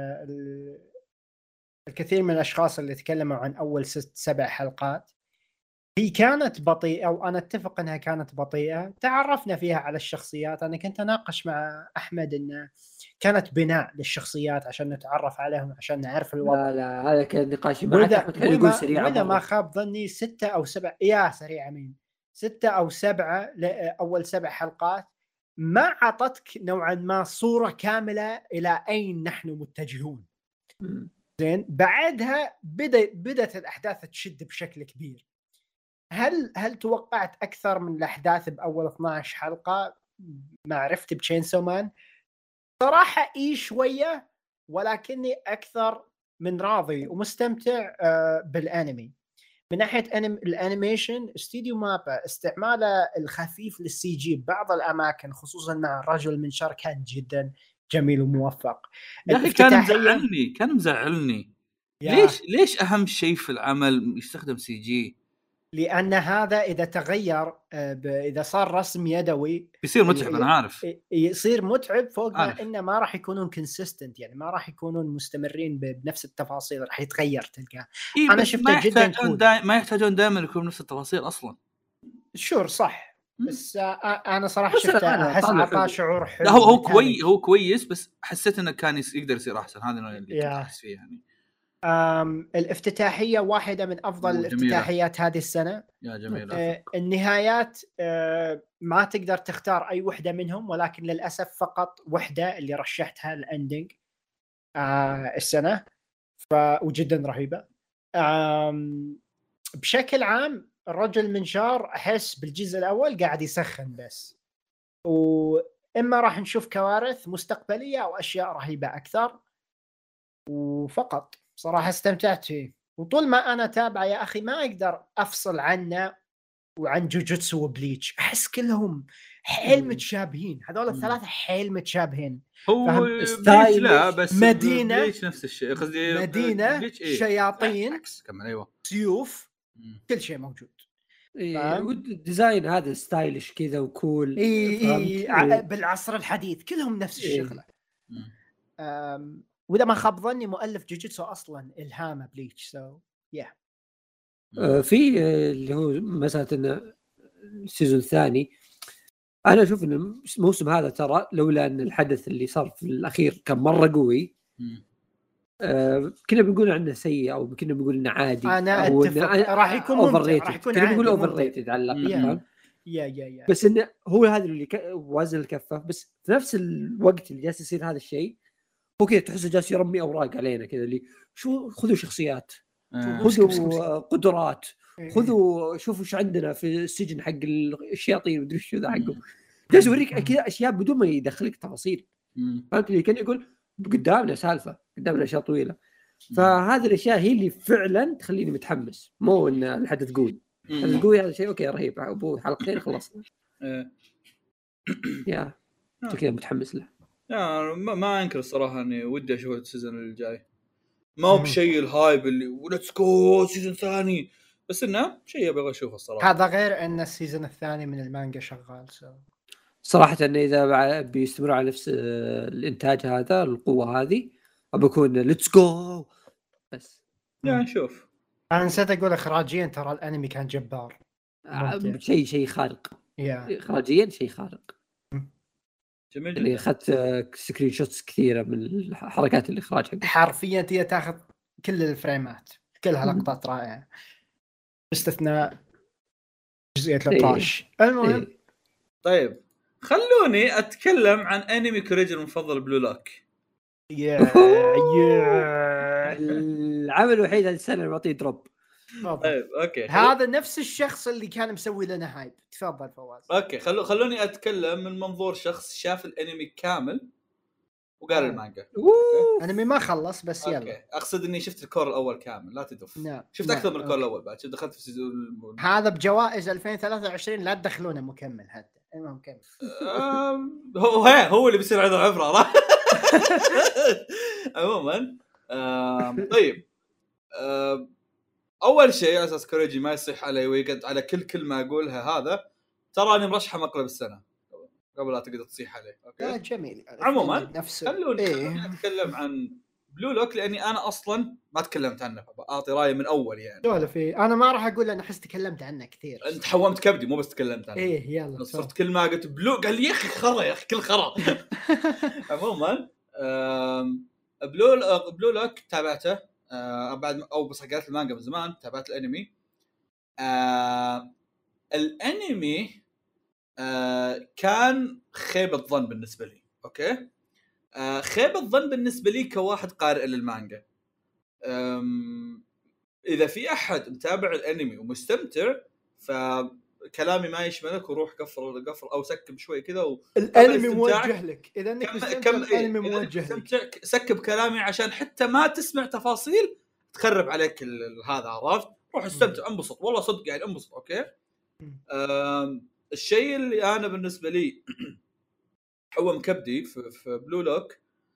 الكثير من الاشخاص اللي تكلموا عن اول ست سبع حلقات. هي كانت بطيئة وأنا أتفق أنها كانت بطيئة. تعرفنا فيها على الشخصيات. أنا كنت أناقش مع أحمد أن كانت بناء للشخصيات عشان نتعرف عليهم عشان نعرف الوضع. لا لا هذا كان نقاشي معك أحمد كان يقول سريع. وإذا ما خاب ظني ستة أو سبع يا سريع أمين ستة أو سبعة لأول سبع حلقات ما عطتك نوعا ما صورة كاملة إلى أين نحن متجهون. زين بعدها بدأ بدأت الأحداث تشد بشكل كبير. هل هل توقعت اكثر من الاحداث باول اثناشر حلقه ما عرفت بتشينسو مان؟ صراحه اي شويه، ولكني اكثر من راضي ومستمتع بالانمي. من ناحيه انم الانيميشن استوديو مابا استعماله الخفيف للسي جي ببعض الاماكن خصوصا مع الرجل المنشار كان جدا جميل وموفق. يا اخي كان مزعلني كان مزعلني ليش ليش اهم شيء في العمل يستخدم سي جي؟ لان هذا اذا تغير اذا صار رسم يدوي بيصير متعب. انا عارف يصير متعب فوق عارف. ما انه ما راح يكونون كونسيستنت، يعني ما راح يكونون مستمرين بنفس التفاصيل، راح يتغير تلقاه. إيه انا شفته جدا كول. داي... ما يحتاجون دائما يكون نفس التفاصيل اصلا. شور صح بس انا صراحه شفته احس اعطاه شعور حلو. لا هو هو كويس هو كويس بس حسيت انه كان يقدر يصير احسن. هذا اللي احس فيه يعني. أم الافتتاحيه واحده من افضل الافتتاحيات هذه السنه يا جميل. آه النهايات آه ما تقدر تختار اي وحده منهم، ولكن للاسف فقط وحده اللي رشحتها الاندنج آه السنه ف وجدا رهيبه. بشكل عام الرجل منشار احس بالجزء الاول قاعد يسخن بس، واما راح نشوف كوارث مستقبليه او اشياء رهيبه اكثر، وفقط صراحه استمتعت فيه. وطول ما انا تابع يا اخي ما اقدر افصل عنه وعن جوجوتسو وبليتش، احس كلهم حيل متشابهين، هذول الثلاثه حيل متشابهين. هو ستايل لا بس مدينه بليتش نفس الشيء. قصدي مدينه إيه؟ شياطين كمل ايوه سيوف مم. كل شيء موجود. إيه والديزاين هذا ستايلش كذا وكول. إيه إيه بالعصر الحديث كلهم نفس الشغله. إيه. واذا ما خاب ظني مؤلف جوجوتسو اصلا الهامه بليتش سو يا yeah. آه في اللي هو مساله انه السيزون الثاني انا اشوف ان الموسم هذا ترى لولا ان الحدث اللي صار في الاخير كان مره قوي آه كنا بنقول عنه سيء او كنا بنقول انه عادي انا او إنه راح يكون ممتع، راح يكون كنا بنقول اوفر ريتد على الاقل. يا يا يا بس انه هو هذا اللي ك... وزن الكفه. بس في نفس الوقت اللي جالس يصير هذا الشيء هو كذا تحسه جالس يرمي اوراق علينا كذا اللي شو خذوا شخصيات آه. خذوا قدرات خذوا شوفوا ايش عندنا في السجن حق الشياطين ودري شو ذا حقه. جالس يوريك كذا اشياء بدون ما يدخلك تفاصيل. فهمت لي؟ كان يقول قدامنا سالفه قدامنا اشياء طويله. فهذه الاشياء هي اللي فعلا تخليني متحمس، مو ان الحدث قوي. الحدث قوي هذا شيء اوكي رهيب ابو حلقتين خلصنا. يا كذا متحمس له. يا ما, ما انكر الصراحه اني ودي اشوف السيزون الجاي. ما هو بشيء الهايب اللي ليتس جو سيزون ثاني، بس انه شيء ابغى اشوفه الصراحه. هذا غير ان السيزون الثاني من المانجا شغال سو. صراحه انه اذا بيستمروا على نفس الانتاج هذا القوه هذه بكون ليتس جو بس. يا نشوف. انا نسيت اقول اخراجيا ترى الانمي كان جبار، شيء شيء خارق. yeah. اخراجيا شيء خارق. جميل. اللي اخذت سكرين شوتس كثيره من حركات الاخراج حقه. حرفيا تي تاخذ كل الفريمات، كلها لقطات رائعه باستثناء جزئيه الطاش. إيه. المهم إيه. طيب خلوني اتكلم عن انمي كوريجي المفضل بلو لوك. يا يا العمل الوحيد هذه السنه اللي معطيه دروب. طيب اوكي هذا نفس الشخص اللي كان مسوي لنا هايب. تفضل فواز. اوكي خلو خلوني اتكلم من منظور شخص شاف الانمي كامل وقال المانجا. انمي ما خلص بس يلا. اوكي اقصد اني شفت الكور الاول كامل لا تدف. نعم. شفت نعم. اكثر من الكور الاول بعد شفت دخلت في سيزون هذا بجوائز ألفين وثلاثة وعشرين لا تدخلونه مكمل حتى. المهم كمل. هو هو اللي بيصير عنده عفره. عموما طيب اول شيء اساس كوريجي ما يصح علي ويقعد على كل كلمه اقولها هذا تراني مرشحه مقلب السنه قبل لا تقدر تصيح عليه. اوكي جميل. عموما خلوني إيه؟ اتكلم عن بلو لوك لاني انا اصلا ما تكلمت عنه اعطي رايي من اول يعني. سولف فيه انا ما راح اقول انا احس تكلمت عنه كثير. انت حومت كبدي مو بس تكلمت عنه. ايه يلا صرت كل ما قلت بلو قال لي يا اخي خرا يا اخي كل خرا. عموما بلو بلو لوك تابعته آه بعد او بس قرأت المانجا من زمان تابعت الانمي. آه الانمي آه كان خيبة ظن بالنسبة لي. اوكي آه خيبة ظن بالنسبة لي كواحد قارئ للمانجا. اذا في احد متابع الانمي ومستمتع فكلامي ما يشملك وروح قفل قفل او سكب شوي كذا و... الانمي موجه لك. اذا انك مستمتع الانمي موجه لك سكب كلامي عشان حتى ما تسمع تفاصيل تخرب عليك هذا عرفت. روح استمتع انبسط والله صدق يعني انبسط. اوكي الشيء اللي انا بالنسبه لي حوم كبدي في, في بلو لوك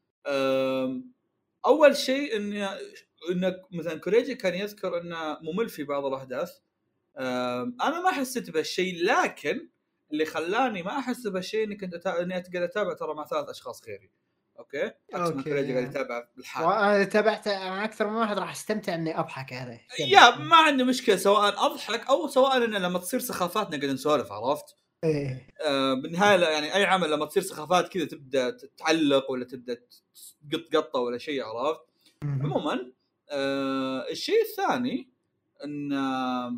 اول شيء ان انك مثلا كوريجي كان يذكر انه ممل في بعض الاحداث. انا ما حسيت بهالشيء، لكن اللي خلاني ما احس بهالشيء اني كنت أتا... اني قاعد اتابع ترى مع ثلاث اشخاص غيري. اوكي عكس ما كل قاعد يتابع بالحال. وانا تابعت مع اكثر من واحد راح استمتع اني اضحك. هذا يا ما عندي مشكله سواء اضحك او سواء ان لما تصير سخافاتنا قاعد نسولف، عرفت؟ ايه آه بالنهايه يعني اي عمل لما تصير سخافات كذا تبدا تعلق ولا تبدا تقط قطه ولا شيء، عرفت؟ عموما آه الشيء الثاني ان آه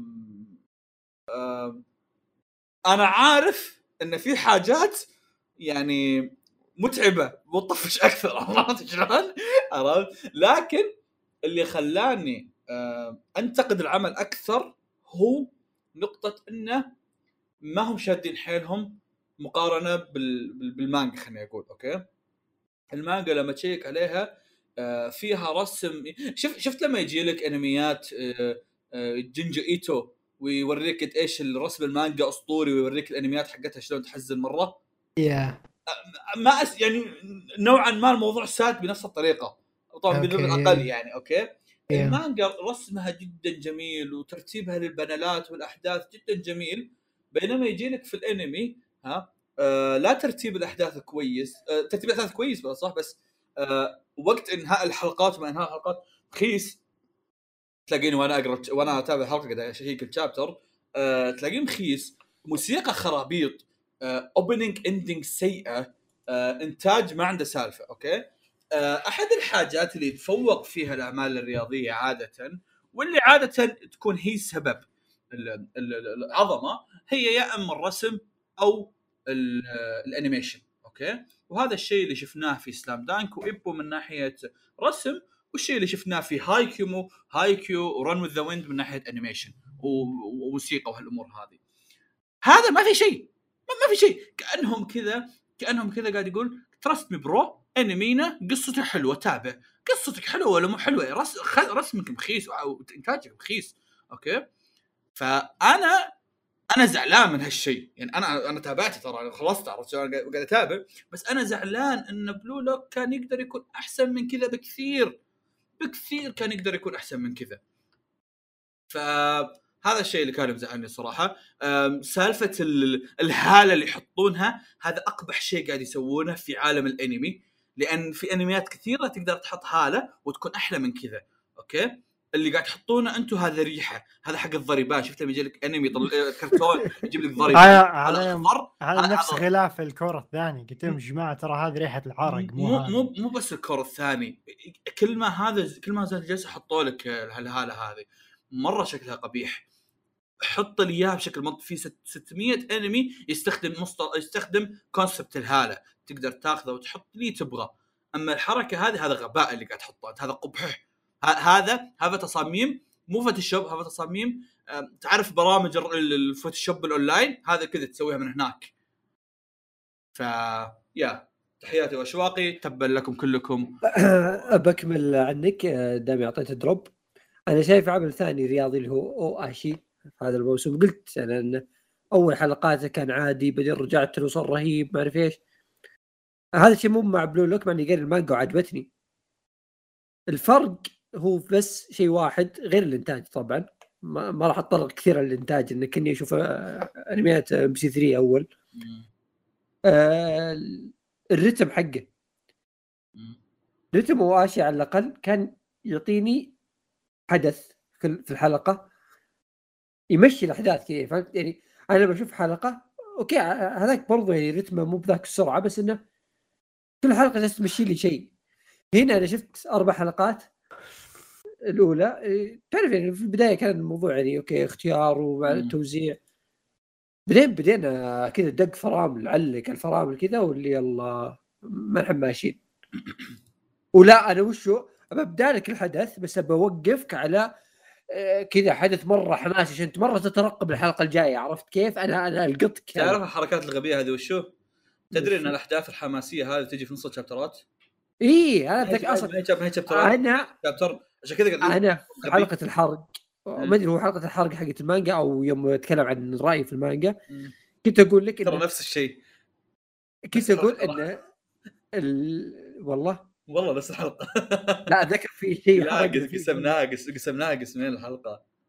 آه انا عارف ان في حاجات يعني متعبه وتطفش اكثر، عرفت شلون؟ عرفت؟ لكن اللي خلاني آه انتقد العمل اكثر هو نقطه انه ما هم شادين حيلهم مقارنه بال... بالمانجا. خليني اقول اوكي المانجا لما تشيك عليها آه فيها رسم. شفت شفت لما يجي لك انميات آه آه جينجو ايتو ويوريك قد ايش الرسم المانجا اسطوري، ويوريك الانميات حقتها شلون تحزن مره. يا ما أس يعني نوعا ما الموضوع ساد بنفس الطريقه، طبعا بالاقل يعني. اوكي المانجا رسمها جدا جميل وترتيبها للبانلات والاحداث جدا جميل، بينما يجي لك في الانمي ها آه لا ترتيب الاحداث كويس. آه ترتيب الاحداث كويس بس صح، بس آه وقت انهاء الحلقات وما انهاء الحلقات رخيص. تلاقيني وانا اقرا وانا اتابع الحلقه قاعد اشيك الشابتر آه تلاقيه رخيص، موسيقى خرابيط، اوبننج آه اندنج سيئه، آه انتاج ما عنده سالفه. اوكي آه احد الحاجات اللي يتفوق فيها الاعمال الرياضيه عاده، واللي عاده تكون هي سبب العظمه، هي يا اما الرسم او الانيميشن. اوكي وهذا الشيء اللي شفناه في سلام دانك وإبو من ناحيه رسم، والشيء اللي شفناه في هايكيو هايكيو ورن وذ ذا ويند من ناحيه انيميشن وموسيقى وهالامور هذه. هذا ما في شيء، ما في شيء، كانهم كذا كانهم كذا قاعد يقول تراست مي برو انمينا قصته حلوه تابع. قصتك حلوه ولا مو حلوه؟ رس... رسمك مخيس وانتاجك مخيس. اوكي فانا انا زعلان من هالشيء يعني. انا انا تابعت ترى خلصت، عرفت شلون قاعد اتابع، بس انا زعلان ان بلو لوك كان يقدر يكون احسن من كذا بكثير بكثير، كان يقدر يكون احسن من كذا. فهذا الشيء اللي كان مزعلني صراحه. سالفه الهاله اللي يحطونها، هذا اقبح شيء قاعد يسوونه في عالم الانمي، لان في انميات كثيره تقدر تحط هاله وتكون احلى من كذا. اوكي اللي قاعد تحطونه انتم هذا ريحه، هذا حق الضريبان. شفت لما يجي لك انمي طل... كرتون يجيب لك ضريبان على اخضر، هذا نفس غلاف الكره الثاني. قلت لهم يا جماعه ترى هذه ريحه العرق، مو مو مو بس الكره الثاني، كل ما هذا كل ما زاد جلسه حطوا لك هالهاله هذه مره شكلها قبيح. حط لي اياها بشكل منطقي. في ستمية انمي يستخدم مصطلح يستخدم كونسبت الهاله، تقدر تاخذه وتحط لي تبغى. اما الحركه هذه هذا غباء اللي قاعد تحطه، هذا قبح. هذا هذا تصاميم مو فوتوشوب، هذا تصاميم تعرف برامج الفوتوشوب الاونلاين، هذا كذا تسويها من هناك. ف يا تحياتي واشواقي، تبا لكم كلكم. بكمل عنك دامي اعطيت دروب. انا شايف عمل ثاني رياضي اللي هو او اشي في هذا الموسم. قلت انا ان اول حلقاته كان عادي، بعدين رجعت له صار رهيب ما اعرف ايش. هذا الشيء مو مع بلو لوك، مع اني قاري المانجا وعجبتني. الفرق هو بس شيء واحد غير الانتاج طبعا. ما, ما راح اتطرق كثير للانتاج، اني كني اشوف انميات ام سي ثلاثة اول. آه الرتم حقه، رتم واشي على الاقل كان يعطيني حدث في الحلقه يمشي الاحداث كذا، فهمت يعني؟ انا بشوف حلقه اوكي هذاك برضه يعني رتمه مو بذاك السرعه، بس انه كل حلقه جالس تمشي لي شيء. هنا انا شفت اربع حلقات الاولى، تعرف يعني في البدايه كان الموضوع يعني اوكي اختيار وتوزيع، بعدين بدينا كذا دق فرامل، علق الفرامل كذا واللي يلا ما نحب ماشيين. ولا انا وشو ابدا لك الحدث، بس بوقفك على كذا حدث مره حماسي عشان انت مره تترقب الحلقه الجايه. عرفت كيف؟ انا انا القطك. تعرف الحركات الغبيه هذه وشو؟ تدري ان الاحداث الحماسيه هذه تجي في نص الشابترات. ايه انا بدك اصلا انا شابتر عشان كذا انا في حلقه الحرق ما ادري هو حلقه الحرق حقت المانجا او يوم اتكلم عن رايي في المانجا، كنت اقول لك ترى نفس الشيء. كنت اقول ان ال... والله والله نفس الحلقه. لا ذكر في شيء لا قسمناها قسمناها قسمين الحلقه.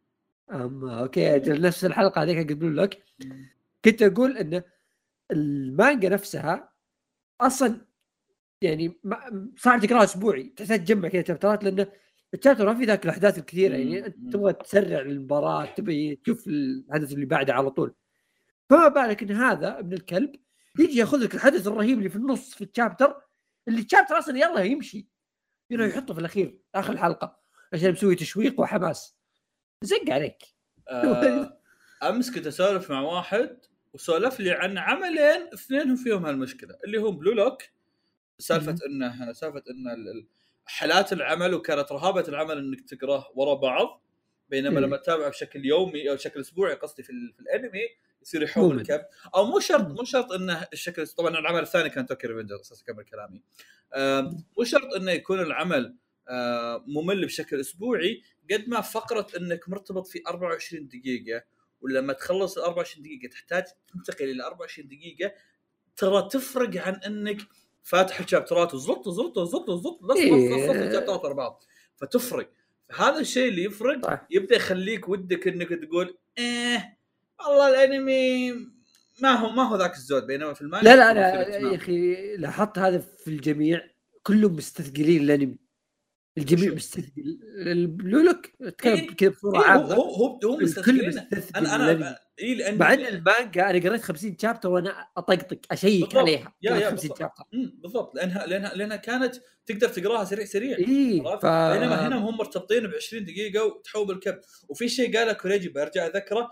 أما أوكي أجل نفس الحلقة هذيك أقول لك كنت أقول إن المانجا نفسها أصلا يعني صعب تقرأها أسبوعي تحتاج تجمع كذا شابترات لأنه الشابتر ما في ذاك الأحداث الكثيرة يعني أنت تبغى تسرع المباراة تبي تشوف الحدث اللي بعده على طول. فما بالك إن هذا ابن الكلب يجي ياخذ لك الحدث الرهيب اللي في النص في الشابتر اللي الشابتر أصلا يلا يمشي يلا يحطه في الأخير آخر الحلقة عشان مسوي تشويق وحماس. زق عليك. آه أمس كنت أسولف مع واحد وسولف لي عن عملين اثنينهم فيهم هالمشكلة اللي هم بلو لوك سالفة إنه سالفة إن حالات العمل وكانت رهابة العمل إنك تقرأه وراء بعض بينما لما تتابعه بشكل يومي أو بشكل أسبوعي قصدي في, في الأنمي يصير يحوم الكب أو مو شرط مو شرط إنه الشكل طبعا العمل الثاني كان توكي ريفنجر أساس أكمل كلامي آه مو شرط إنه يكون العمل آه ممل بشكل أسبوعي قد ما فقرة إنك مرتبط في أربعة وعشرين دقيقة ولما تخلص ال أربعة وعشرين دقيقة تحتاج تنتقل إلى أربعة وعشرين دقيقة ترى تفرق عن إنك فاتح الشابترات وزلط وزلط وزلط وزلط بس بس الشابترات ورا بعض فتفرق. فهذا الشيء اللي يفرق طيب. يبدأ يخليك ودك إنك تقول إيه والله الأنمي ما هو ما هو ذاك الزود بينما في المانجا لا لا لا يا أخي لاحظت هذا في الجميع كلهم مستثقلين الأنمي الجميع مستثقل البلولوك تكلم كذا بصورة عامة هو هو هو مستثقلين أنا أنا إيه لأن مع إن المانجا أنا قريت خمسين شابتر وأنا أطقطق أشيك عليها يا يا خمسين شابتر بالضبط لأنها لأنها لأنها كانت تقدر تقراها سريع سريع إيه ف... بينما هنا هم مرتبطين بعشرين دقيقة وتحوب الكب. وفي شيء قاله كوريجي برجع أذكره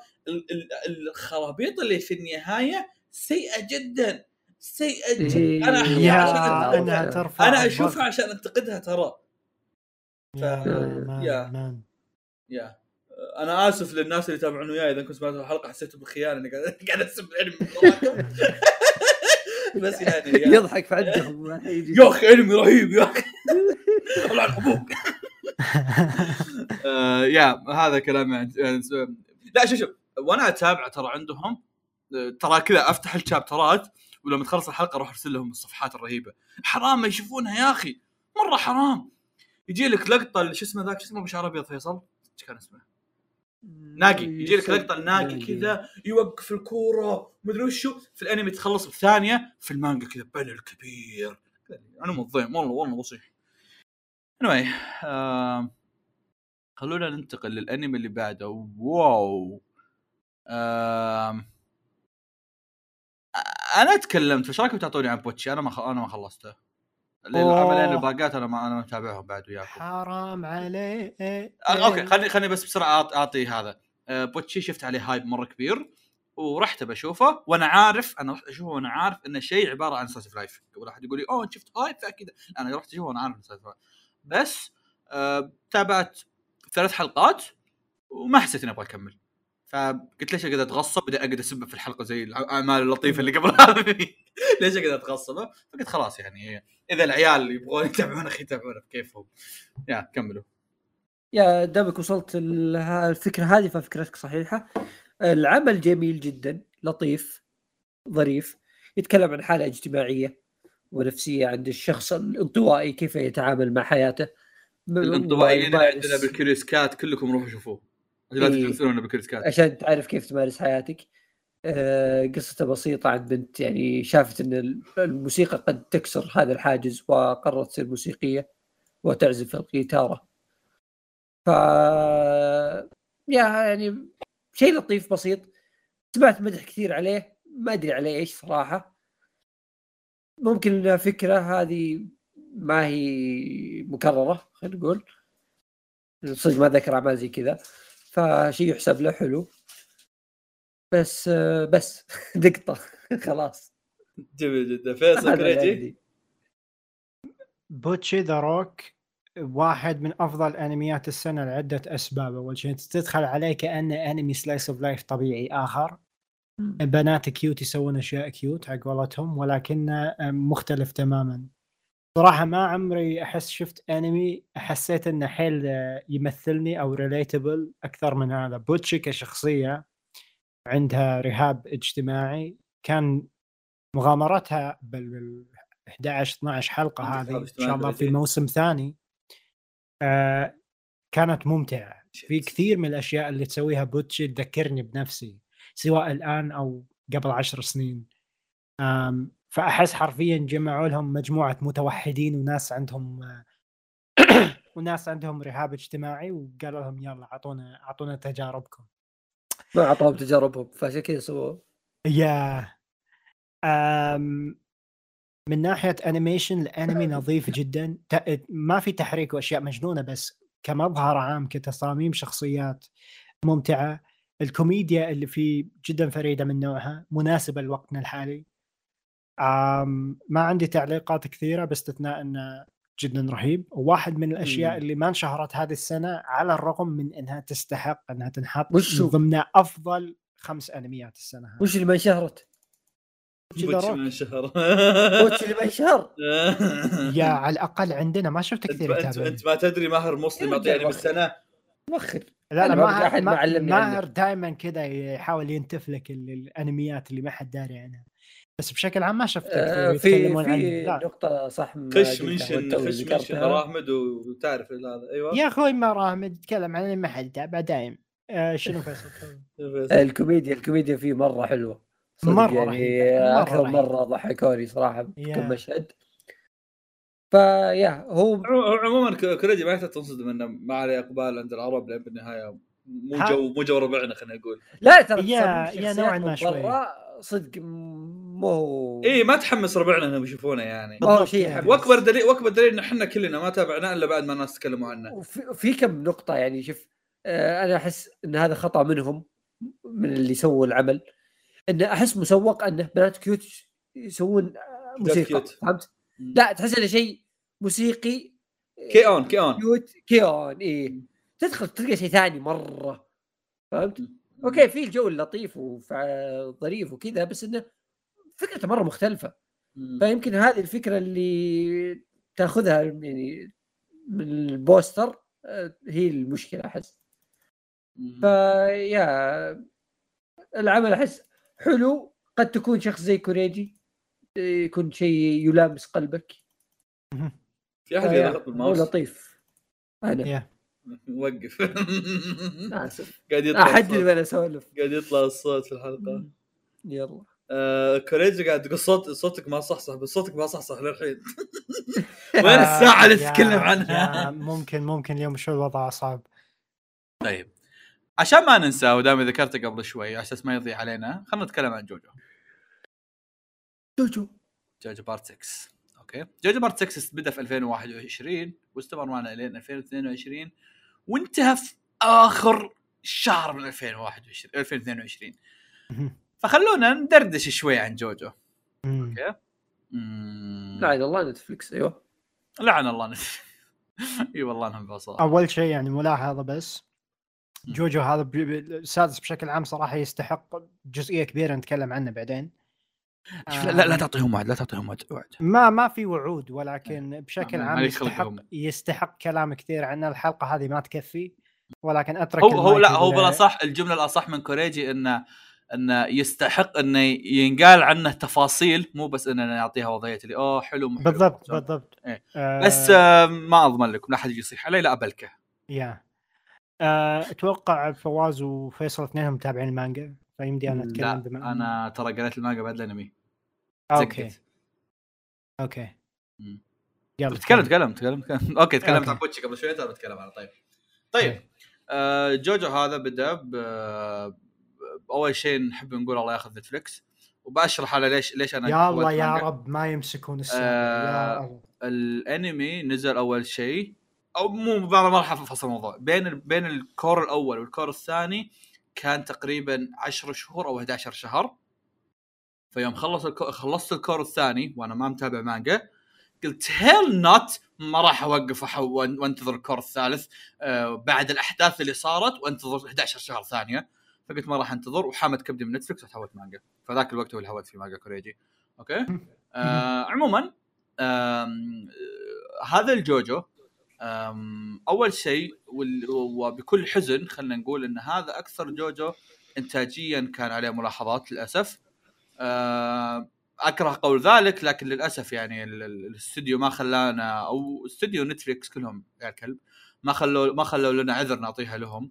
الخرابيط اللي في النهاية سيئة جدا سيئة جدا إيه أنا أحيانا أنها ترفع أنا أشوفها عشان أنتقدها ترى ف... يا يا مان. يا انا اسف للناس اللي يتابعون وياي اذا كنت سمعتوا الحلقه حسيت بالخيانه اني قاعد قاعد اسب الانمي بس يعني يضحك في عندهم يا اخي انمي رهيب يا اخي الله ابوك يا هذا كلام يعني لا شوف شوف وانا اتابع ترى عندهم ترى كذا افتح الشابترات ولما تخلص الحلقه اروح ارسل لهم الصفحات الرهيبه حرام ما يشوفونها يا اخي مره حرام. يجي لك لقطه شو اسمه ذاك شو اسمه بشعر ابيض فيصل ايش كان اسمه ناقي يجي لك لقطه الناقي كذا يوقف الكوره مدري وشو في الانمي تخلص بثانيه في المانجا كذا بانل كبير انا مضيم والله والله بصيح. anyway آه... خلونا ننتقل للانمي اللي بعده. واو آه... انا تكلمت فايش رايكم تعطوني عن بوتشي؟ انا ما خ... انا ما خلصته العملين الباقات انا ما انا متابعهم بعد وياكم حرام عليه. اوكي خليني خليني بس بسرعه اعطي هذا بوتشي شفت عليه هايب مره كبير ورحت بشوفه وانا عارف انا رحت اشوفه وانا عارف ان الشيء عباره عن سلايس لايف. قبل احد يقول لي اوه شفت هايب فاكيد انا رحت اشوفه وانا عارف سلايس بس أه... تابعت ثلاث حلقات وما حسيت اني ابغى اكمل فقلت ليش اقدر اتغصب بدي اقعد اسب في الحلقه زي الاعمال اللطيفه اللي قبل هذه ليش اقدر اتغصب فقلت خلاص يعني اذا العيال يبغون يتابعون اخي يتابعون بكيفهم يا كملوا. يا دامك وصلت الفكره هذه ففكرتك صحيحه. العمل جميل جدا لطيف ظريف يتكلم عن حاله اجتماعيه ونفسيه عند الشخص الانطوائي كيف يتعامل مع حياته. الانطوائيين اللي عندنا بالكريس كات كلكم روحوا شوفوه لا تنسونا بالكريس كات عشان تعرف كيف تمارس حياتك. أه قصته بسيطة عن بنت يعني شافت أن الموسيقى قد تكسر هذا الحاجز وقررت تصير موسيقية وتعزف الجيتارة. ف يعني شيء لطيف بسيط. سمعت مدح كثير عليه ما أدري عليه إيش صراحة. ممكن فكرة هذه ما هي مكررة خلينا نقول صدق ما ذكر أعمال زي كذا فشيء يحسب له حلو بس بس دقطة خلاص. جميل جدا. فيصل كريجي بوتشي ذا روك واحد من أفضل أنميات السنة لعدة أسباب. أول شيء تدخل عليه كأنه أنمي سلايس أوف لايف طبيعي آخر بنات كيوت يسوون أشياء كيوت على قولتهم ولكنه مختلف تماما. صراحة ما عمري أحس شفت أنمي حسيت إنه حيل يمثلني أو ريليتبل أكثر من هذا. بوتشي كشخصية عندها رهاب اجتماعي كان مغامرتها بال إحدى عشر اثنا عشر حلقة هذه إن شاء الله في موسم ثاني آه كانت ممتعة في كثير من الاشياء اللي تسويها بوتش تذكرني بنفسي سواء الان او قبل عشر سنين. أم فاحس حرفيا جمعوا لهم مجموعه متوحدين وناس عندهم وناس عندهم رهاب اجتماعي وقالوا لهم يلا اعطونا اعطونا تجاربكم. ما اعطوهم تجاربهم فعشان كذا سووا. يا أم من ناحيه انيميشن الانمي نظيف جدا، ما في تحريك واشياء مجنونه، بس كمظهر عام كتصاميم شخصيات ممتعه. الكوميديا اللي فيه جدا فريده من نوعها، مناسبه لوقتنا الحالي. أم ما عندي تعليقات كثيره باستثناء انه جدا رهيب، وواحد من الاشياء مم. اللي ما انشهرت هذه السنه على الرغم من انها تستحق انها تنحط وشو؟ من ضمن افضل خمس انميات السنه هذه. وش اللي ما انشهرت؟ بوتش من شهر وش اللي ما انشهر؟ يا على الاقل عندنا ما شفت انت كثير ما انت, يتابعني. انت ما تدري ماهر مسلم يا يعطيني رجال بالسنه مؤخر. لا أنا لا ما ماهر أحد ما ما علمني ماهر عنه. دائما كذا يحاول ينتف لك ال- الانميات اللي ما حد داري عنها، بس بشكل عام ما شفت كثير آه، في يتكلمون في عنه. لا نقطة صح ما خش قلتها منشن والتو خش منشن ذكرتها. احمد وتعرف هذا. ايوه يا اخوي ما راهمد يتكلم عن ما حد يتابع دائم. آه شنو فيصل؟ الكوميديا الكوميديا فيه مرة حلوة صدق، مرة يعني رهيبة، مرة أكثر رهيبة. مرة ضحكوني صراحة بكم يا. مشهد. فيا هو عموما كوريجي ما يحتاج تنصدم انه ما عليه اقبال عند العرب، لان بالنهايه مو ها- جو مو جو ربعنا خلينا نقول. لا ترى يا- تصميم يا نوعاً الشخصيات ما من شوي. برا صدق مو اي ما تحمس ربعنا انهم يشوفونه يعني. ما هو بالضبط شيء يعني. يحمس. واكبر دليل واكبر دليل ان احنا كلنا ما تابعناه الا بعد ما الناس تكلموا عنه. وفي في كم نقطة يعني شوف، آه، أنا أحس إن هذا خطأ منهم من اللي سووا العمل، إن أحس مسوق أنه بنات كيوت يسوون آه، موسيقى كيوت. فهمت؟ لا تحس إنه شيء موسيقي آه، كي اون كي اون كيوت كي اون إيه، تدخل تلقى شيء ثاني مرة فهمت؟ أوكي في الجو اللطيف وظريف وكذا، بس إنه فكرته مرة مختلفة. فيمكن هذه الفكرة اللي تأخذها يعني من البوستر آه، هي المشكلة أحس. فيا العمل أحس حلو، قد تكون شخص زي كوريجي يكون شيء يلامس قلبك. في احد فيا يضغط هو بالماوس لطيف. أنا يا وقف آسف قاعد يطلع أحد الصوت. اللي أنا أسولف. قاعد يطلع الصوت في الحلقه. يلا آه كوريجي قاعد تقول صوت صوتك ما صح صح بس صوتك ما صح صح للحين. وين الساعه اللي يا- تتكلم عنها؟ يا ممكن ممكن اليوم شو الوضع صعب. طيب عشان ما ننسى ودام ذكرته قبل شوي على اساس ما يضيع علينا، خلينا نتكلم عن جوجو جوجو جوجو بارت ستة. اوكي جوجو بارت ستة بدا في ألفين وواحد وعشرين واستمر معنا لين ألفين واثنين وعشرين وانتهى في اخر شهر من ألفين وواحد وعشرين ألفين واثنين وعشرين. فخلونا ندردش شوي عن جوجو. اوكي مم... لعن الله نتفليكس. ايوه لعن الله نت... اي والله انهم بصراحه. اول شيء يعني ملاحظه بس، جوجو هذا ب- ب- السادس بشكل عام صراحه يستحق جزئيه كبيره نتكلم عنه بعدين. شوف لا لا, لا تعطيهم وعد لا تعطيهم وعد وعد. ما ما في وعود، ولكن بشكل ما- ما عام عليك يستحق خلقهم. يستحق كلام كثير عنه. الحلقه هذه ما تكفي، ولكن اترك هو هو المايك لا هو ل- بلا صح الجمله الاصح من كوريجي انه انه يستحق انه ينقال عنه تفاصيل، مو بس اننا نعطيها وضعيه اللي اوه حلو محلو. بالضبط بالضبط. إيه. آه بس آه ما اضمن لكم لا احد يجي يصيح علي لا ابلكه. يا آه اتوقع فواز وفيصل اثنينهم متابعين المانجا، فيمدي انا اتكلم لا بما انا ترى قريت المانجا بعد الانمي. اوكي زقت. اوكي مم. يلا تكلم تكلم تكلم تكلم اوكي تكلمت أوكي. عن بوتشي قبل شويه ترى بتكلم عنه. طيب طيب آه جوجو هذا بدا ب اول شيء نحب نقول الله ياخذ نتفليكس، وبشرح على ليش ليش انا يا الله سويت يا مانجا. رب ما يمسكون السالفه. آه يا الله. الانمي نزل اول شيء او مو بعد ما راح افصل الموضوع بين ال... بين الكور الاول والكور الثاني كان تقريبا عشرة شهور او أحد عشر شهر. فيوم خلص الكو... خلصت الكور الثاني وانا ما متابع مانجا قلت هيل نوت ما راح اوقف أحو... وانتظر الكور الثالث آه بعد الاحداث اللي صارت وانتظر أحد عشر شهر ثانيه. فقلت ما راح انتظر وحامد كبدي من نتفلكس وتحولت مانجا. فذاك الوقت هو اللي هوت في مانجا كوريجي. اوكي آه عموما آه هذا الجوجو اول شيء وبكل حزن خلينا نقول ان هذا اكثر جوجو انتاجيا كان عليه ملاحظات للاسف. اكره قول ذلك لكن للاسف يعني الاستوديو ما خلانا او استوديو نتفليكس كلهم يا الكلب ما خلوا ما خلوا لنا عذر نعطيها لهم،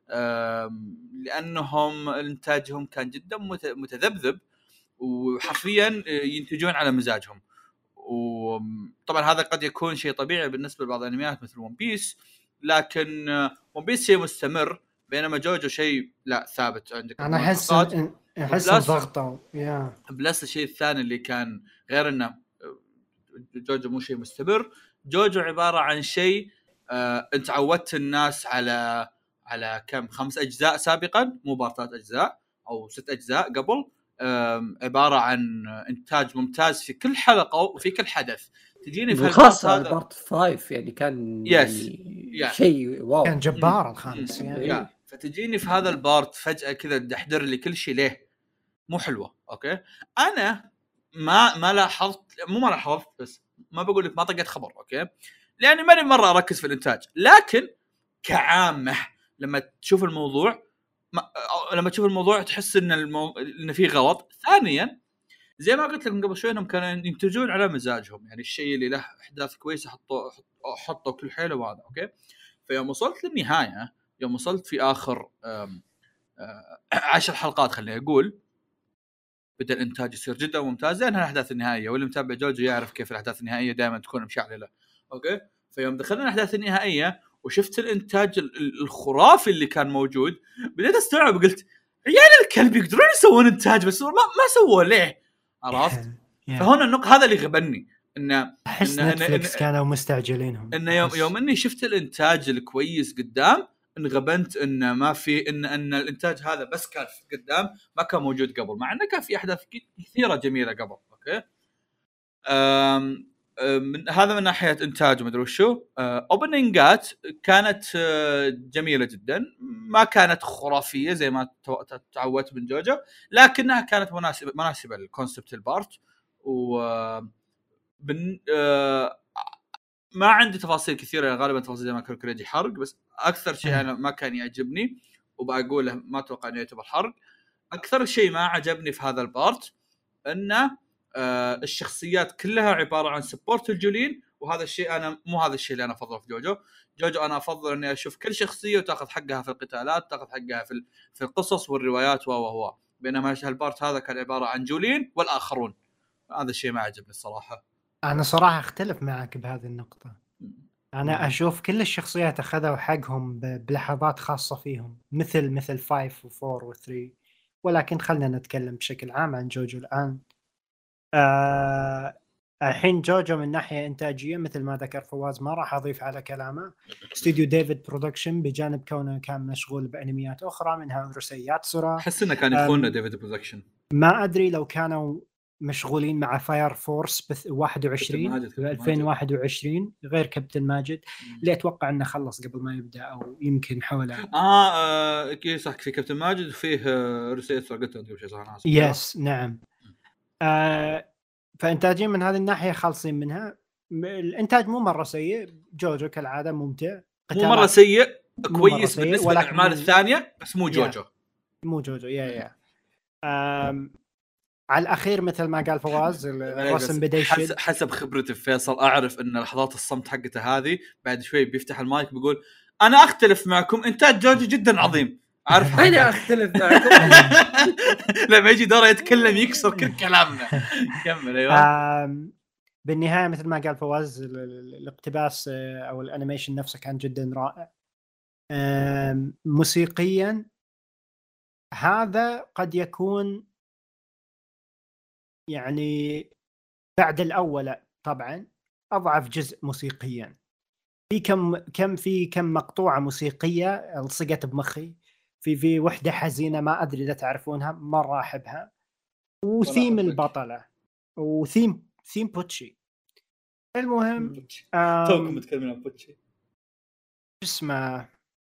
لانهم انتاجهم كان جدا متذبذب وحرفيا ينتجون على مزاجهم. وطبعا هذا قد يكون شيء طبيعي بالنسبه لبعض الانميات مثل ون بيس، لكن ون بيس شيء مستمر، بينما جوجو شيء لا ثابت عندك. انا احس احس ضغطه يا بلس الشيء الثاني اللي كان غير انه جوجو مو شيء مستمر، جوجو عباره عن شيء آه انت عودت الناس على على كم خمس اجزاء سابقا، مو بارتات اجزاء او ست اجزاء قبل، عباره عن انتاج ممتاز في كل حلقه وفي كل حدث. تجيني في البارت هذا بارت فايف يعني كان يعني يعني شيء واو، كان جبار الخامس يعني. يعني. فتجيني في هذا البارت فجاه كذا تحضر لي كل شيء، ليه مو حلوه؟ اوكي انا ما ما لاحظت، مو ما لاحظت بس ما بقول لك ما طقت خبر، اوكي لاني ماني مره اركز في الانتاج، لكن كعامه لما تشوف الموضوع ما... لما تشوف الموضوع تحس ان المو... ان في غلط. ثانيا زي ما قلت لكم قبل شوي انهم كانوا ينتجون على مزاجهم، يعني الشيء اللي له احداث كويسه حطوا حطوا كل حيله وهذا اوكي. فيوم وصلت للنهايه، يوم وصلت في اخر أم... أم... عشر حلقات خليني اقول، بدا الانتاج يصير جدا ممتاز لانها الاحداث النهائيه، واللي متابع جوجو يعرف كيف الاحداث النهائيه دائما تكون مشعلله اوكي. فيوم دخلنا الاحداث النهائيه وشفت الانتاج الخرافي اللي كان موجود، بديت استوعب قلت عيال الكلب يقدرون يسوون انتاج بس ما ما سووا ليه، عرفت؟ فهنا النقطه هذا اللي غبني، انه احس نتفلكس كانوا مستعجلينهم، انه يوم يوم اني شفت الانتاج الكويس قدام انغبنت ان ما في ان ان الانتاج هذا بس كان قدام ما كان موجود قبل، مع انه كان في احداث كثيره جميله قبل اوكي. أم من هذا من ناحيه انتاج ومدري وشو. اوبننجات كانت جميله جدا، ما كانت خرافيه زي ما تعودت من جوجو، لكنها كانت مناسبه مناسبه للكونسبت البارت. و بن... ما عندي تفاصيل كثيره يعني غالبا تفاصيل زي ما كان كريجي حرق، بس اكثر شيء انا ما كان يعجبني وبقوله ما اتوقع انه يعتبر حرق، اكثر شيء ما عجبني في هذا البارت انه آه الشخصيات كلها عباره عن سبورت الجولين، وهذا الشيء انا مو هذا الشيء اللي انا افضله في جوجو. جوجو انا افضل اني اشوف كل شخصيه وتاخذ حقها في القتالات، تاخذ حقها في في القصص والروايات وهو، بينما البارت هذا كان عباره عن جولين والاخرون. هذا الشيء ما عجبني الصراحه. انا صراحه اختلف معك بهذه النقطه، انا اشوف كل الشخصيات اخذوا حقهم بلحظات خاصه فيهم، مثل مثل فايف وفور وثري، ولكن خلنا نتكلم بشكل عام عن جوجو الان. آه الحين جوجو من ناحيه انتاجيه مثل ما ذكر فواز، ما راح اضيف على كلامه، استوديو ديفيد برودكشن بجانب كونه كان مشغول بانميات اخرى منها رسيات سورا، احس انه كان يخوننا ديفيد برودكشن، ما ادري لو كانوا مشغولين مع فاير فورس بث واحد وعشرين ألفين وواحد وعشرين غير كابتن ماجد اللي اتوقع انه خلص قبل ما يبدا او يمكن حوله. اه اكيد صح، في كابتن ماجد وفيه رسيت قلت قبل شيء صح. يس نعم. آه فانتاجين من هذه الناحيه خالصين منها، الانتاج مو مره سيء، جوجو كالعاده ممتع، مو مره سيء كويس بالنسبه للاعمال الثانيه، بس مو جوجو يا. مو جوجو يا يا آم على الاخير مثل ما قال فواز الرسم بدا يشد. حسب خبرتي في فيصل اعرف ان لحظات الصمت حقته هذه بعد شوي بيفتح المايك بيقول انا اختلف معكم، انتاج جوجو جدا عظيم. عارف انا اختلف معكم لما يجي دوره يتكلم يكسر كل كلامنا. كمل. ايوه بالنهايه مثل ما قال فواز الاقتباس او الانيميشن نفسه كان جدا رائع. موسيقيا هذا قد يكون يعني بعد الأول طبعا أضعف جزء موسيقيا، في كم كم في كم مقطوعة موسيقية لصقت بمخي، في في وحدة حزينة ما أدري إذا تعرفونها مرة أحبها، وثيم البطلة وثيم ثيم بوتشي. المهم توكم متكلمين عن بوتشي اسمه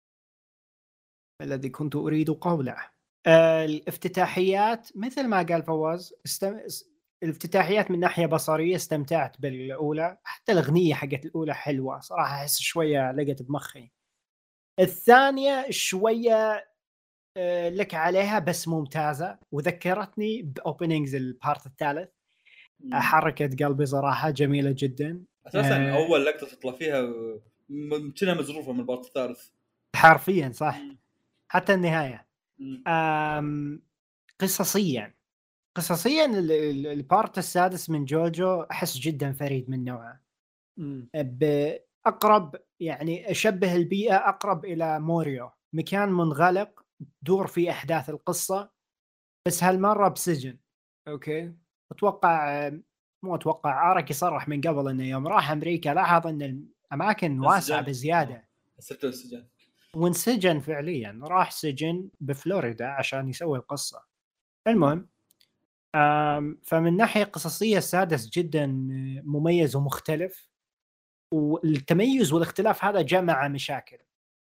الذي كنت أريد قوله. آه الافتتاحيات مثل ما قال فواز استم... الافتتاحيات من ناحية بصرية استمتعت بالأولى، حتى الأغنية حقت الأولى حلوة صراحة، أحس شوية لقت بمخي. الثانية شوية آه لك عليها بس ممتازة، وذكرتني بأوبنينجز البارت الثالث، حركة قلبي صراحة جميلة جدا. أساساً آه أول لقطة تطلع فيها كنا مزروفه من البارت الثالث حرفيا صح. حتى النهايه مم. أم قصصيا قصصيا ال- ال- البارت السادس من جوجو احس جدا فريد من نوعه. مم. بأقرب يعني اشبه البيئه اقرب الى موريو، مكان منغلق تدور فيه احداث القصه، بس هالمره بسجن. اوكي اتوقع مو اتوقع اراكي صرح من قبل انه يوم راح امريكا لاحظ ان الاماكن واسعه السجن. بزياده، صرت السجن وانسجن فعليا، راح سجن بفلوريدا عشان يسوي القصه. المهم آم، فمن ناحيه قصصيه السادس جدا مميز ومختلف، والتميز والاختلاف هذا جاء مع مشاكل.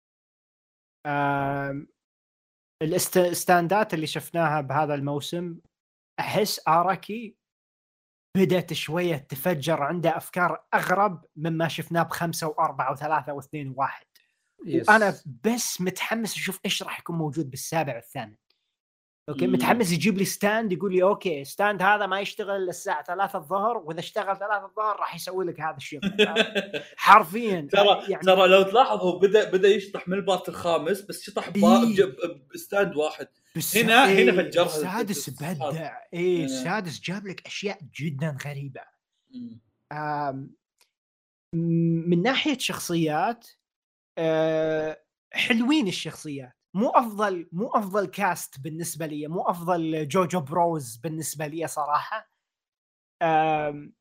آم، الاستاندات اللي شفناها بهذا الموسم احس اراكي بدأت شوية تفجر عنده أفكار أغرب مما شفناه بخمسة وأربعة وثلاثة واثنين وواحد. يس. وأنا بس متحمس أشوف إيش راح يكون موجود بالسابع والثامن. أوكي مم. متحمس يجيب لي ستاند يقول لي أوكي ستاند هذا ما يشتغل الساعة ثلاثة الظهر، وإذا اشتغل ثلاثة الظهر راح يسوي لك هذا الشيء. حرفيا ترى يعني ترى لو تلاحظ هو بدا بدا يشطح من البارت الخامس، بس شطح إيه. بستاند واحد. بس هنا إيه هنا فجرها السادس التصحيحات. بدع. إيه إيه. السادس جاب لك أشياء جدا غريبة. مم. آم، من ناحية شخصيات أه حلوين الشخصيات، مو افضل مو افضل كاست بالنسبه لي، مو افضل جوجو بروز بالنسبه لي صراحه، أم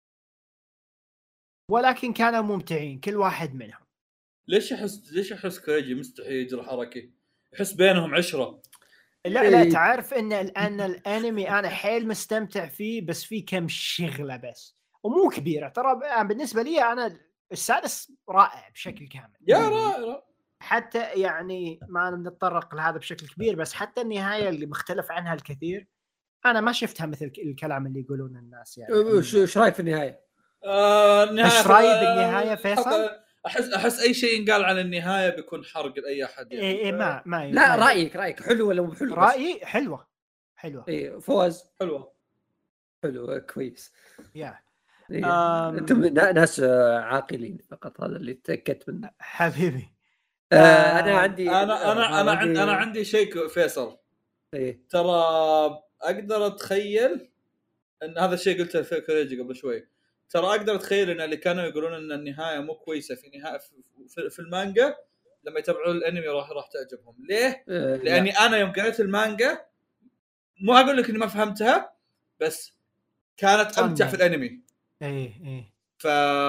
ولكن كانوا ممتعين كل واحد منهم. ليش احس ليش احس كريجي مستحيل يجري حركه؟ يحس بينهم عشره. لا لا إيه. تعرف ان الان الانمي انا حيل مستمتع فيه، بس فيه كم شغله بس ومو كبيره ترى. بالنسبه لي انا السادس رائع بشكل كامل يا رائع. حتى يعني ما نتطرق لهذا بشكل كبير، بس حتى النهايه اللي مختلف عنها الكثير انا ما شفتها مثل الكلام اللي يقولون الناس يعني. وش وش رايك في النهايه؟ آه النهايه ايش رايك بالنهايه فيصل؟ احس احس اي شيء ينقال عن النهايه بيكون حرق لاي احد يعني. إيه إيه ما ما لا ما رايك رايك حلو ولا مو حلو؟ رايي حلوه حلوه. اي فوز حلوه حلو كويس. يا إيه. انتم ناس عاقلين فقط، هذا اللي تاكدت منه حبيبي. آه انا عندي انا انا انا عندي انا عندي شيء فيصل. إيه؟ ترى اقدر اتخيل ان هذا الشيء قلته في كوريجي قبل شوي. ترى اقدر اتخيل ان اللي كانوا يقولون ان النهايه مو كويسه في نهايه في, في المانجا، لما يتابعون الانمي راح راح تعجبهم. ليه؟ آه لاني لا. انا يوم قريت المانجا مو اقول لك اني ما فهمتها، بس كانت امتع في الانمي. ايه ايه ف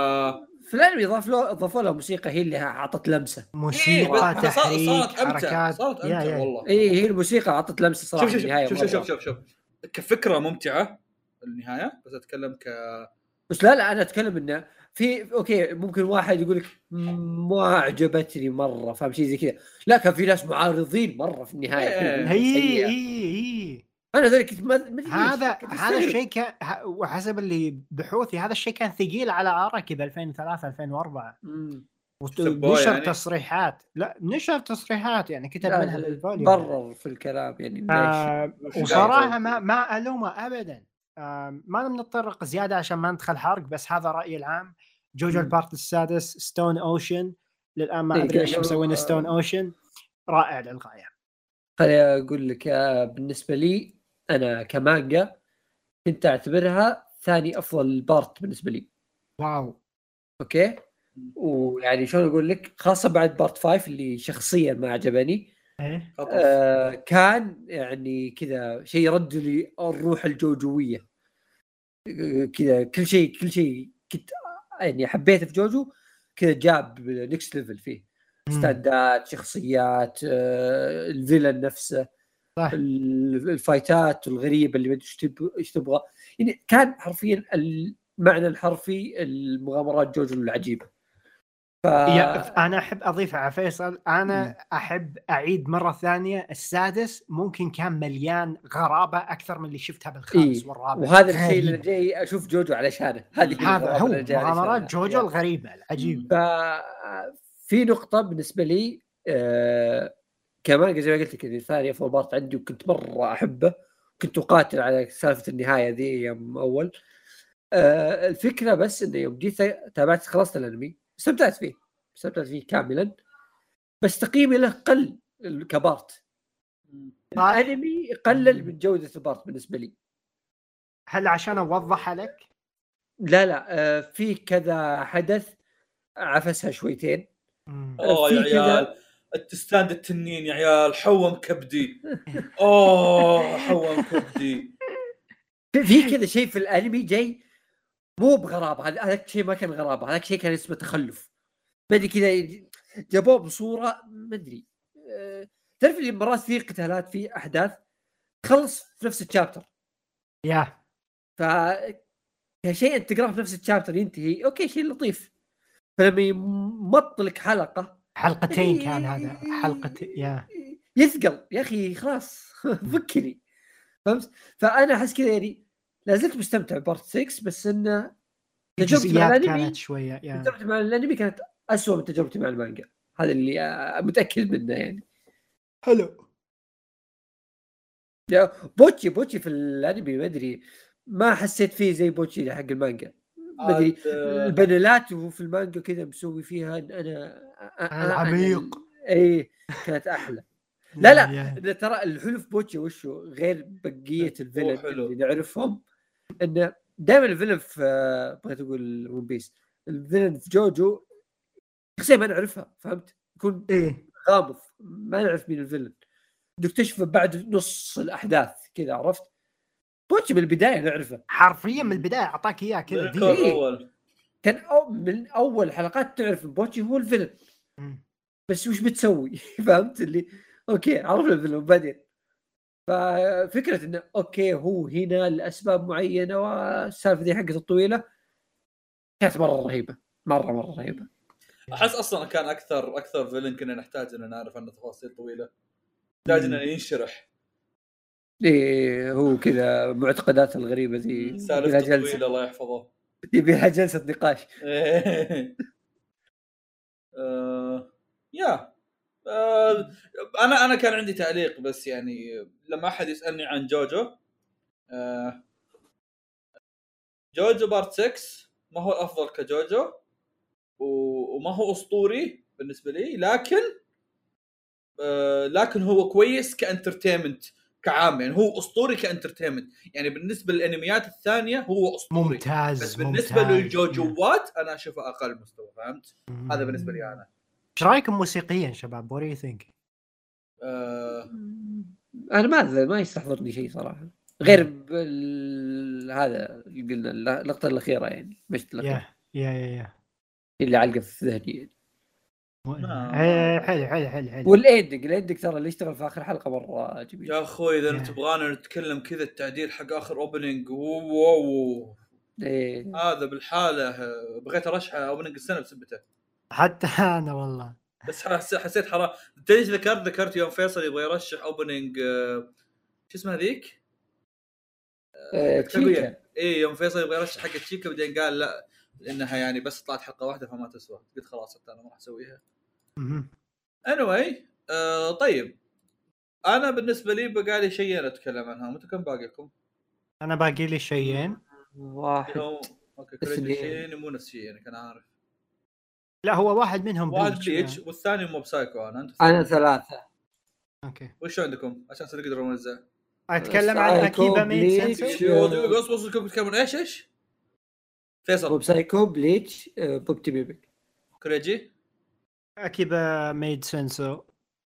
في الانمي ضاف له ضافوا له موسيقى هي اللي اعطت لمسه. موسيقى إيه تحريك صارت أمتع. حركات صارت امتع يا يا. والله. اي هي الموسيقى اعطت لمسه صراحه. شوف شوف النهايه شوف شوف, شوف شوف شوف كفكره ممتعه النهايه، بس اتكلم ك بس لا لا انا اتكلم انه في اوكي ممكن واحد يقول لك ما عجبتني مره، فاهم شيء زي كذا. لا كان في ناس معارضين مره في النهايه. إيه. هي هي انا ذلك ما هذا هذا الشيء كان وحسب اللي بحوثي هذا الشيء كان ثقيل على اراكي ب ألفين وثلاثة ألفين وأربعة. ونشر يعني. تصريحات لا نشر تصريحات يعني كتب منها بالفوليوم برر في الكلام يعني آه وصراحه ما ما الومه ابدا. آه ما نتطرق زياده عشان ما ندخل حرق، بس هذا رايي العام. جوجو البارت السادس ستون اوشن للان ما ادري ايش مسوين ستون اوشن، رائع للغايه. خليني اقول لك بالنسبه لي انا كمانجا كنت اعتبرها ثاني افضل بارت بالنسبه لي. واو اوكي. ويعني شلون اقول لك، خاصه بعد بارت خمسة اللي شخصيا ما عجبني. إيه؟ آه كان يعني كذا شيء رد لي الروح الجوجويه كذا. كل شيء كل شيء كنت يعني حبيته في جوجو كذا، جاب نكست ليفل فيه. ستاندات شخصيات آه الفيلن نفسه صح. الفايتات الغريبه اللي ما ايش تبغى يعني. كان حرفيا المعنى الحرفي المغامرات جوجو العجيبه. ف... أنا أحب أضيف على فيصل، أنا م. أحب أعيد مرة ثانية السادس ممكن كان مليان غرابة أكثر من اللي شفتها بالخامس إيه؟ والرابع. وهذا الشيء اللي جاي أشوف جوجو علشانه. هذه هذا هو مغامرات جوجو الغريبة العجيبة. ففي نقطة بالنسبة لي آه كمان زي ما قلت لك ثاني أفضل بارت عندي وكنت مرة أحبه، كنت أقاتل على سالفة النهاية ذي يوم أول. آه الفكرة بس إنه يوم جيت تابعت خلصت الأنمي استمتعت فيه استمتعت فيه كاملا، بس تقييمي له قل كبارت. الانمي قلل من جوده البارت بالنسبه لي. هل عشان اوضح لك؟ لا لا آه في كذا حدث عفسها شويتين. اوه يا عيال التستاند التنين يا عيال حوم كبدي. اوه حوم كبدي. في كذا شيء في الانمي جاي مو بغرابه، هذا شيء ما كان غرابه، هذا شيء كان اسمه تخلف. بدي كذا جابوه بصوره ما ادري. أه تعرف اللي مرات في قتالات في احداث تخلص في نفس الشابتر. يا ف شيء انت تقراه في نفس الشابتر ينتهي اوكي شيء لطيف، فلما يمط لك حلقه حلقتين كان هذا حلقه يا يثقل يا اخي خلاص فكني فهمت. فانا احس كذا يعني لازلت مستمتع بارت ستة، بس انه تجربتي مع الانمي كانت شويه يعني تجربتي مع الانمي كانت اسوء من تجربتي مع المانجا، هذا اللي متاكد منه يعني. حلو. يا بوتشي بوتشي في الانمي ما ادري ما حسيت فيه زي بوتشي حق المانجا، ما ادري البنلات وفي المانجا كذا مسوي فيها انا العميق اي كانت احلى. لا لا ترى الحلو في بوتشي وشو غير بقيه الفيلن اللي نعرفهم، انه دائما الفيلن في بغيت اقول ون بيس، الفيلن في جوجو شخصيه ما نعرفها فهمت، يكون ايه غامض ما نعرف مين الفيلن، تكتشفه بعد نص الاحداث كذا عرفت. بوتشي من البدايه نعرفه حرفيا من البدايه اعطاك اياه كذا اول كان أو من اول حلقات تعرف بوتشي هو الفيلن بس وش بتسوي فهمت اللي اوكي عرفنا الفيلن وبعدين ففكره انه اوكي هو هنا لاسباب معينه والسالفه دي حقت الطويله كانت مره رهيبه مره مره رهيبه. احس اصلا كان اكثر اكثر فيلن كنا نحتاج ان نعرف عنه تفاصيل طويله، نحتاج انه ينشرح. ايه هو كذا معتقدات الغريبه ذي سالفه طويله الله يحفظه يبي لها جلسه نقاش. آه يا آه انا انا كان عندي تعليق بس يعني لما احد يسالني عن جوجو آه جوجو بارت ستة ما هو الافضل كجوجو وما هو اسطوري بالنسبه لي، لكن آه لكن هو كويس كانترتينمنت كعام، يعني هو اسطوري كانترتينمنت، يعني بالنسبه للانميات الثانيه هو اسطوري ممتاز، بس بالنسبه ممتاز. للجوجوات انا اشوفه اقل مستوى فهمت. مم. هذا بالنسبه لي انا. ايش رايكم موسيقيا شباب؟ what do you think؟ آه... انا ما ما يستحضرني شيء صراحه غير بال... هذا قلنا اللقطه الاخيره يعني مش يا يا يا اللي علقه في ذهني يعني. حلو حلو حلو حلو. والاندنج الاندنج ترى اللي اشتغل في اخر حلقه مره جميل يا اخوي اذا تبغانا نتكلم كذا التعديل حق اخر اوبننج واو ايه هذا بالحاله بغيت ارشحه اوبننج السنه بسبته حتى انا والله بس حسيت حرام. تدري ذكرت ذكرت يوم فيصل يبغى يرشح اوبننج شو اسمها ذيك آه، تشيكا. ايه يوم فيصل يبغى يرشح حق تشيكا بعدين قال لا لانها يعني بس طلعت حلقه واحده فما تسوى، قلت خلاص حتى انا ما راح اسويها. anyway آه طيب انا بالنسبه لي بقى لي شيئين اتكلم عنها، متى كم باقي لكم؟ انا باقي لي شيئين واحد اوكي كل شيئين مو نفس شيء يعني كان عارف. لا هو واحد منهم واحد بليتش يعني. والثاني مو بسايكو. انا انت انا ثلاثه. اوكي وش عندكم عشان نقدر نوزع؟ اتكلم عن اكيبا ميد سنسو. قص قص كم تكلمون ايش ايش فيصل؟ بوب سايكو بليتش بوب تي بيبك كريجي اكيبا ميد سنسو.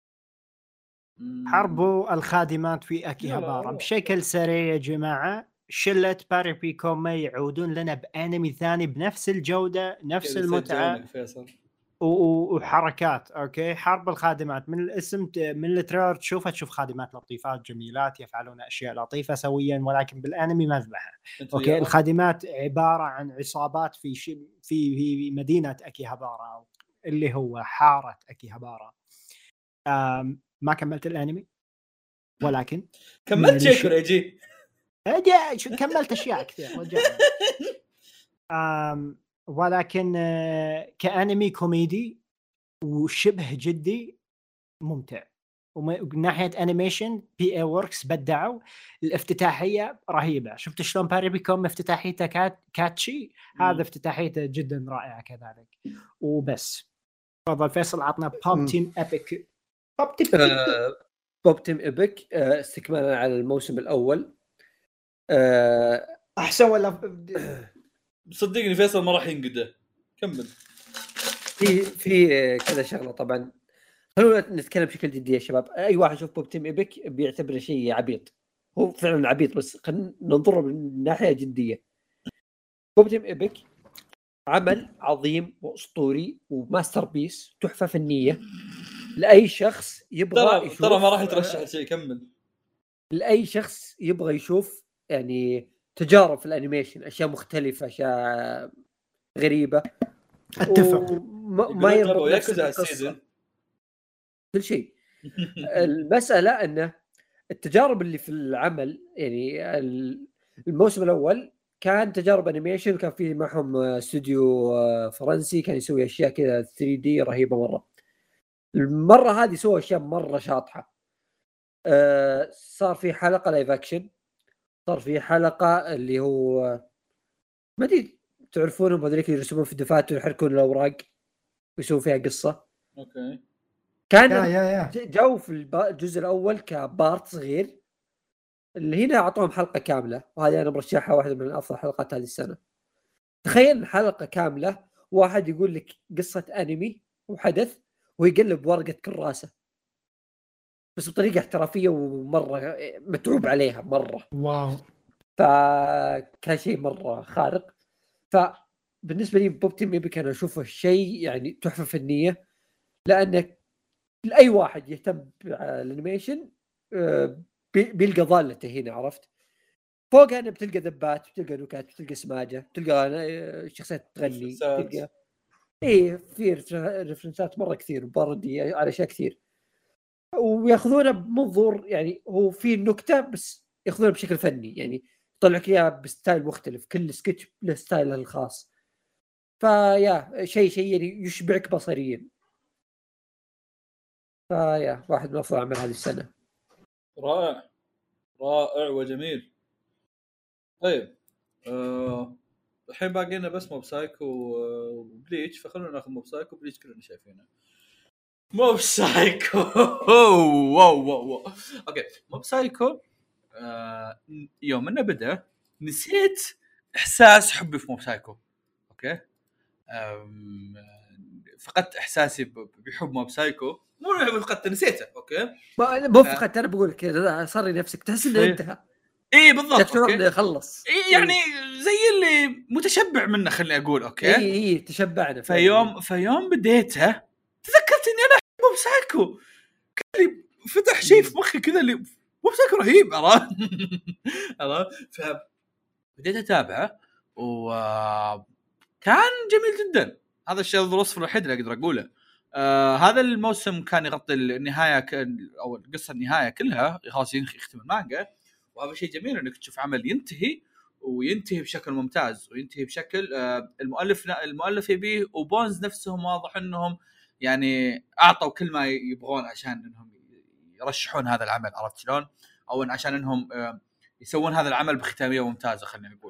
حربوا الخادمات في اكيهابارا بشكل سريع يا جماعه. شلة باريبي كوما يعودون لنا بانمي ثاني بنفس الجوده نفس المتعه وحركات. اوكي حرب الخادمات من الاسم من التريلر تشوفها تشوف خادمات لطيفات جميلات يفعلون اشياء لطيفه سويا، ولكن بالانمي مذبحه. اوكي الخادمات عباره عن عصابات في ش... في في مدينه اكيهابارا اللي هو حاره اكيهابارا. أم... ما كملت الانمي ولكن كملت شيء كريجي اجي شو كملت اشياء كثير رجال. أم... ولكن كأنمي كوميدي وشبه جدي ممتع. ومن ناحية أنيميشن بي اي ووركس بدعوا. الافتتاحية رهيبة. شفت شلون باريبيكوم افتتاحيته كات كاتشي؟ هذا افتتاحيته جدا رائعة كذلك. وبس تفضل فيصل، عطنا بوب تيم ايبك. بوب تيم آه بوب تيم ايبك آه استكمالا على الموسم الاول. آه احسن ولا صدقني فيصل ما راح ينقده. كمل. في في كذا شغله طبعا. خلونا نتكلم بشكل جدي يا شباب. اي واحد يشوف بوب تيم ايبك بيعتبره شيء عبيط، هو فعلا عبيط، بس خلينا ننظره من ناحيه جديه. بوب تيم ايبك عمل عظيم واسطوري وماستر بيس، تحفه فنيه لاي شخص يبغى ترى يشوف. ترى ما راح يترشح شيء. كمل. لاي شخص يبغى يشوف يعني تجارب في الانيميشن، اشياء مختلفه، اشياء غريبه. اتفق. وما ما يربط نفسه بالقصه كل شيء. المساله انه التجارب اللي في العمل، يعني الموسم الاول كان تجارب انيميشن، كان في معهم استوديو فرنسي كان يسوي اشياء كذا ثري دي رهيبه مره. المره هذه سووا اشياء مره شاطحه. أه صار في حلقه لايف اكشن، صار في حلقه اللي هو ما ادري تعرفونهم هذوليك اللي يرسمون في دفاتر ويحركون الاوراق ويسوون فيها قصه. اوكي. كان يا يا يا. جو في الجزء الاول كبارت صغير، اللي هنا اعطوهم حلقه كامله، وهذه انا برشحها واحده من افضل حلقات هذه السنه. تخيل حلقه كامله واحد يقول لك قصه انمي وحدث ويقلب ورقه كراسه بس بطريقه احترافيه ومره متعوب عليها مره. واو. فكان شيء مره خارق. فبالنسبه لي بوب تيم ايبك انا اشوفه شيء يعني تحفه فنيه، لانك لاي واحد يهتم بالانيميشن بيلقى ضالته هنا. عرفت؟ فوق انا بتلقى ذبات، بتلقى نكات، بتلقى سماجه، بتلقى شخصيات تغني، بتلقى ايه في ريفرنسات مره كثير وباردي على اشياء كثير، وياخذونه بمنظور يعني هو في نكته بس ياخذونه بشكل فني، يعني يطلع لك اياه بستايل مختلف، كل سكتش له ستايله الخاص. فيا شيء شيء يعني يشبعك بصريا. فيا واحد من افضل اعمال هذه السنه. رائع رائع وجميل. طيب آه... الحين باقي لنا بس موب سايكو وبليتش، فخلونا ناخذ موب سايكو وبليتش كلنا شايفينه. موب سايكو واو واو واو اوكي. موب سايكو آه... يوم انه بدا نسيت احساس حبي في موب سايكو. اوكي. أم... فقدت احساسي بحب موب سايكو، مو فقدت نسيته. اوكي مو فقدت، انا بقول كذا صار لي نفسك تحس انه انتهى. اي بالضبط. اوكي خلص. إيه يعني إيه. زي اللي متشبع منه خليني اقول. اوكي اي اي تشبعنا. في يوم في يوم بديته تذكرت اني انا احب موب سايكو، كذا فتح شيء في مخي كذا اللي موب سايكو رهيب. عرفت؟ عرفت؟ فبديت اتابعه وكان جميل جدا. هذا الشيء الوصف الوحيد اللي اقدر اقوله. آه هذا الموسم كان يغطي النهايه ك... او القصه النهايه كلها، خلاص يختم المانجا. وهذا شيء جميل انك تشوف عمل ينتهي وينتهي بشكل ممتاز وينتهي بشكل آه المؤلف المؤلف يبيه، وبونز نفسهم واضح انهم يعني اعطوا كل ما يبغون عشان انهم يرشحون هذا العمل. عرفت شلون؟ او إن عشان انهم آه يسوون هذا العمل بختاميه ممتازه خلينا نقول.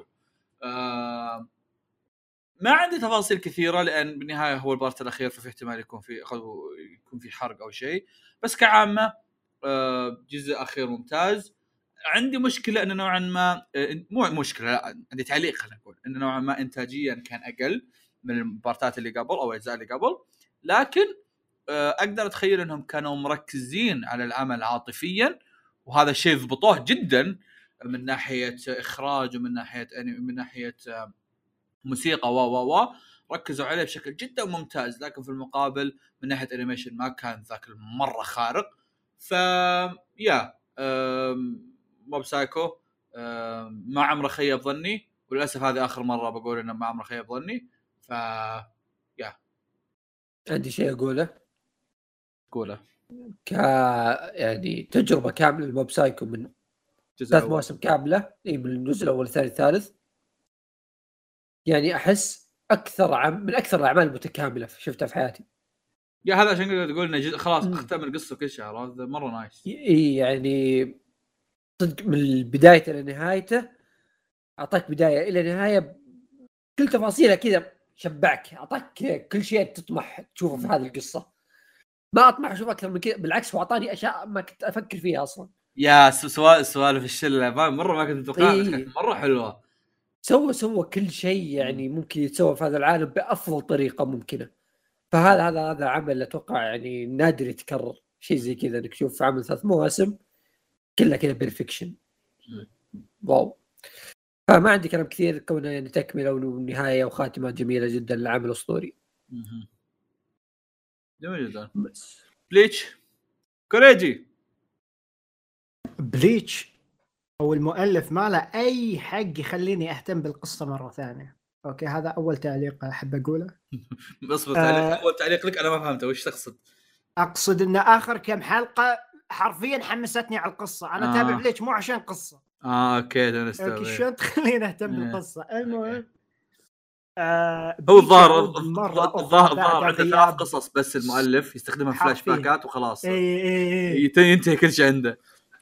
آه ما عندي تفاصيل كثيره لان بالنهايه هو البارت الاخير، ففي احتمال يكون في يكون في حرق او شيء، بس كعامه آه جزء اخير ممتاز. عندي مشكله انه نوعا ما مو مشكله، لا عندي تعليق خلينا نقول انه نوعا ما انتاجيا كان اقل من البارتات اللي قبل او الاجزاء اللي قبل، لكن اقدر اتخيل انهم كانوا مركزين على العمل عاطفيا، وهذا الشيء ضبطوه جدا من ناحيه اخراج ومن ناحيه من ناحيه موسيقى و و و ركزوا عليه بشكل جدا ممتاز. لكن في المقابل من ناحيه انيميشن ما كان ذاك المره خارق. ف يا موب سايكو ما عمره خيب ظني، وللاسف هذه اخر مره بقول انه ما عمره خيب ظني. ف يا عندي شيء اقوله قوله ك يعني تجربه كامله الموب سايكو من ثلاث مواسم كامله، اي من الجزء الاول الثاني الثالث، يعني احس اكثر عم من اكثر الاعمال المتكامله شفتها في حياتي. يا هذا عشان تقول انه خلاص اختم القصه كل شيء. هذا مره نايس. اي يعني صدق من بدايته الى نهايته اعطاك بدايه الى نهايه كل تفاصيلها كذا شبعك، اعطاك كل شيء تطمح تشوفه في هذه القصه. ما اطمح اشوف اكثر من كذا، بالعكس هو اعطاني اشياء ما كنت افكر فيها اصلا. يا سؤال سوالف الشله مره ما كنت متوقع. إيه. مره حلوه. سوى سوى كل شيء يعني ممكن يتسوى في هذا العالم بافضل طريقه ممكنه. فهذا هذا هذا عمل اتوقع يعني نادر يتكرر شيء زي كذا، انك تشوف عمل ثلاث مواسم كلها كذا بيرفكشن. واو. فما عندي كلام كثير، كونه يعني تكمله ونهايه وخاتمه جميله جدا للعمل الاسطوري. جميل جدا. بليتش كوريجي. بليتش او المؤلف ما له اي حق يخليني اهتم بالقصه مره ثانيه. اوكي هذا اول تعليق احب اقوله. اصبر تعليق آه اول تعليق لك انا ما فهمته وش تقصد. اقصد ان اخر كم حلقه حرفيا حمستني على القصه. انا آه. تابع بليتش مو عشان قصه. اه اوكي انا استوعب. اوكي شلون تخليني اهتم آه. بالقصه. المهم آه هو الظاهر الظاهر الظاهر عنده ثلاث قصص بس المؤلف يستخدمها فلاش باكات وخلاص. اي اي اي. ينتهي كل شيء عنده.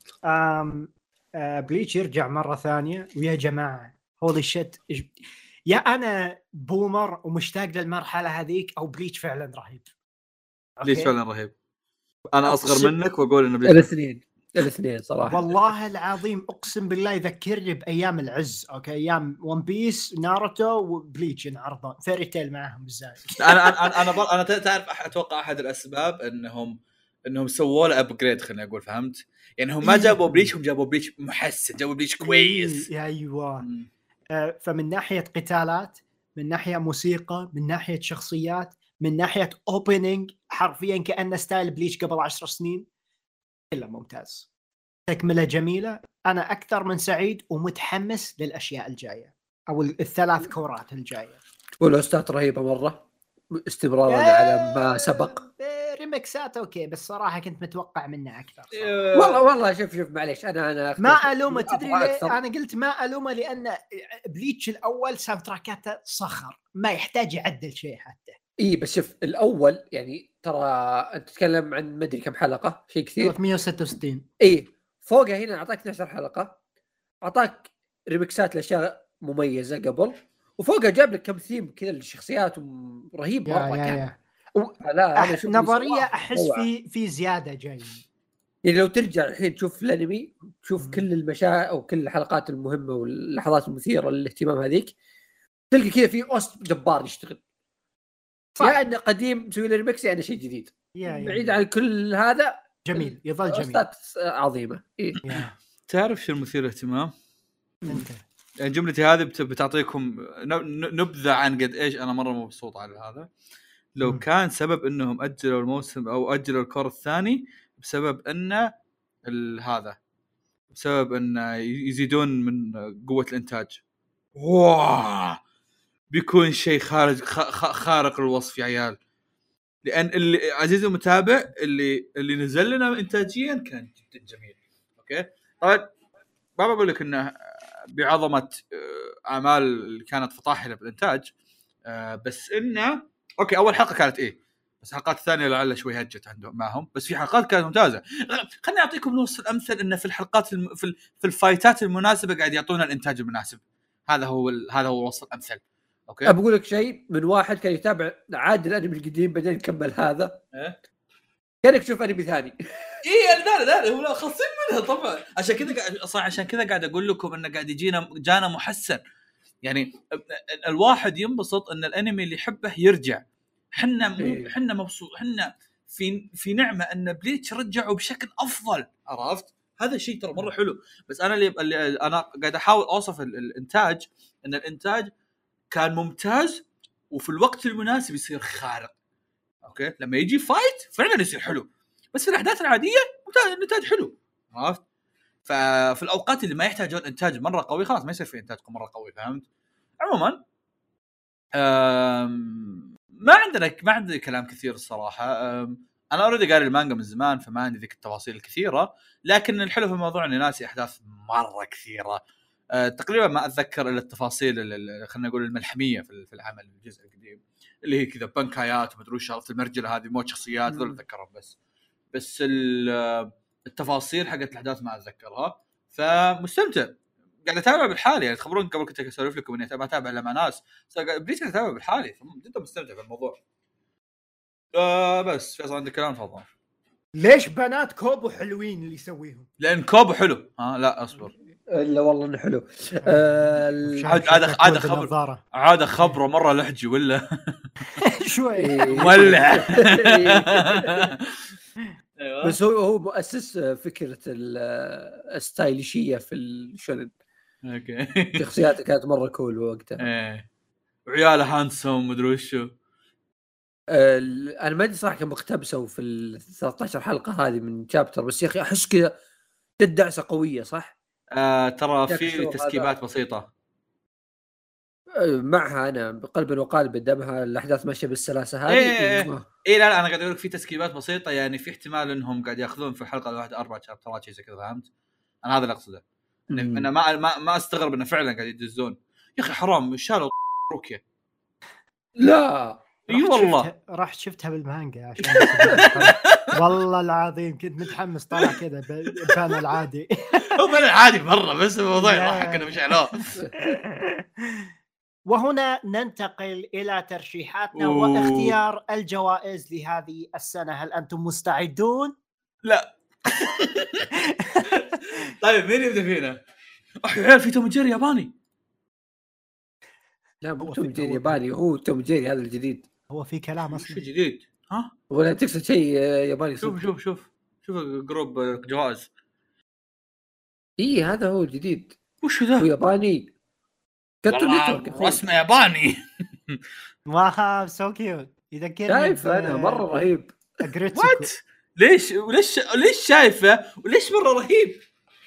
آم آه بليتش يرجع مره ثانيه ويا جماعه هولي شيت. يا انا بومر ومشتاق للمرحله هذيك او بليتش فعلا رهيب. ليش فعلا رهيب؟ انا اصغر منك واقول انه بليتش الاثنين الاثنين صراحه والله العظيم اقسم بالله يذكرني بايام العز. اوكي ايام ون بيس ناروتو وبليتش ينعرضون فيري تيل معهم بالزايد. انا انا انا بر... انا تعرف اتوقع احد الاسباب انهم انهم سووا له ابجريد خلينا نقول فهمت يعني هم ما جابوا بليتش هم جابوا بليتش محسن جابوا بليتش كويس. ايوه آه فمن ناحيه قتالات من ناحيه موسيقى من ناحيه شخصيات من ناحيه اوبننج حرفيا كأنه ستايل بليتش قبل عشر سنين كله ممتاز. تكمله جميله. انا اكثر من سعيد ومتحمس للاشياء الجايه او الثلاث كورات الجايه. والاستاذ رهيبه مره استمرارا على ما سبق. ريمكسات اوكي بس صراحه كنت متوقع منه اكثر. والله والله شوف شوف معليش انا انا ما الومه تدري ليه؟ انا قلت ما الومه لان بليتش الاول ساوند تراكاته صخر ما يحتاج يعدل شيء حتى. اي بس شوف الاول يعني ترى انت تتكلم عن مدري كم حلقه شيء كثير ثلاثمية وستة وستين. اي فوقها هنا اعطاك اثنتي عشرة حلقه اعطاك ريمكسات لاشياء مميزه قبل وفوقها جاب لك كم ثيم كذا للشخصيات رهيب مره كان. لا انا أح... نظريه احس في في زياده جاي يعني لو ترجع الحين تشوف الانمي تشوف كل المشاهد او كل الحلقات المهمه واللحظات المثيره للاهتمام هذيك تلقى كذا في اوست جبار يشتغل يا يعني انه قديم مسوي له ريمكس يعني شيء جديد بعيد عن كل هذا جميل يظل جميل عظيمه. إيه؟ تعرف شو المثير للاهتمام انت يعني جملتي هذه بتعطيكم نبذه عن قد ايش انا مره مبسوط على هذا. لو م. كان سبب انهم اجلوا الموسم او اجلوا الكور الثاني بسبب ان هذا بسبب ان يزيدون من قوه الانتاج واه بيكون شيء خارج خارق للوصف يا عيال. لان اللي عزيزي المتابع اللي اللي نزل لنا انتاجيا كان جدا جميل. اوكي طيب ما بقول لك انه بعظمه اعمال اللي كانت فطاحله بالانتاج بس انه اوكي اول حلقه كانت ايه بس الحلقات الثانيه لعل شوي هجت عندهم معهم بس في حلقات كانت ممتازه. خليني اعطيكم نص الامثل انه في الحلقات الم... في, ال... في الفايتات المناسبه قاعد يعطونا الانتاج المناسب. هذا هو ال... هذا هو وصف الامثل. اوكي ابغى اقول لك شيء من واحد كان يتابع عاد الانمي القديم بعدين كمل هذا إيه؟ كانك تشوف انمي ثاني. ايه لا لا هو خاصين منها طبعا عشان كذا صح عشان كذا قاعد اقول لكم انه قاعد يجينا جانا محسن يعني الواحد ينبسط ان الانمي اللي يحبه يرجع. حنا مو حنا مبسوط حنا في في نعمه ان بليتش رجعوا بشكل افضل عرفت. هذا الشيء ترى مره حلو بس انا اللي, اللي انا قاعد احاول اوصف الانتاج ان الانتاج كان ممتاز وفي الوقت المناسب يصير خارق. اوكي لما يجي فايت فعلا يصير حلو بس في الاحداث العاديه الانتاج حلو عرفت. ففي الاوقات اللي ما يحتاجون انتاج مره قوي خلاص ما يصير في انتاجكم مره قوي فهمت. عموما ما عندنا ما عندي كلام كثير الصراحه. انا اوريدي قاري المانجا من زمان فما عندي ذيك التفاصيل الكثيره لكن الحلو في الموضوع اني ناسي احداث مره كثيره تقريبا ما اتذكر الا التفاصيل خلينا نقول الملحميه في العمل الجزء القديم اللي هي كذا بنكايات وما ادري شغله المرجله هذه موت شخصيات ذول اتذكرهم بس بس التفاصيل حقت الاحداث ما اتذكرها. فمستمتع قاعد اتابع بالحالي يعني تخبرون قبل كنت اسولف لكم اني اتابع الا مع ناس بديت اتابع بالحالي جدا مستمتع بالموضوع. آه بس فيصل عندك كلام تفضل. ليش بنات كوبو حلوين اللي يسويهم؟ لان كوبو حلو. ها لا اصبر الا والله انه حلو. آه عاد عاد عاد خبر عاد خبره مره لحجي ولا شوي مولع. بس هو هو مؤسس فكره الستايليشيه في الشونن. اوكي شخصياته كانت مره كول وقتها. ايه وعياله هانسوم مدري وشو. انا ما ادري صراحه كم اقتبسوا في ال ثلاثة عشر حلقه هذه من شابتر، بس يا اخي احس كذا تدعسه قويه صح. آه ترى في تسكيبات بسيطه معها انا بقلب وقالب دمها الاحداث ماشيه بالسلاسه هذه. ايه, إيه. إيه لا لا انا قاعد اقول لك في تسكيبات بسيطه يعني في احتمال انهم قاعد ياخذون في الحلقه الواحده اربع شابترات شيء زي كذا فهمت. انا هذا اللي اقصده. انا ما ما, ما استغرب انه فعلا قاعد يدزون يا اخي حرام شالوا روكيا. لا اي والله رحت شفتها بالمانجا عشان والله العظيم كنت متحمس طالع كذا بان العادي هو بان العادي مره بس الموضوع يضحك انه مش عليه. وهنا ننتقل الى ترشيحاتنا واختيار الجوائز لهذه السنه. هل انتم مستعدون؟ لا. طيب مين يبدا فينا؟ عيال في توم جيري ياباني. لا مو توم جيري ياباني، هو توم جيري هذا الجديد. هو في كلام اصلا شو جديد ها ولا تقصد شيء ياباني؟ شوف شوف شوف شوف جروب جوائز. اي هذا هو الجديد. وش ذا؟ هو ياباني اسمه ياباني. واو سو كيوت يذكرني. شايف انا مره رهيب. وات ليش وليش ليش شايفه وليش مره رهيب؟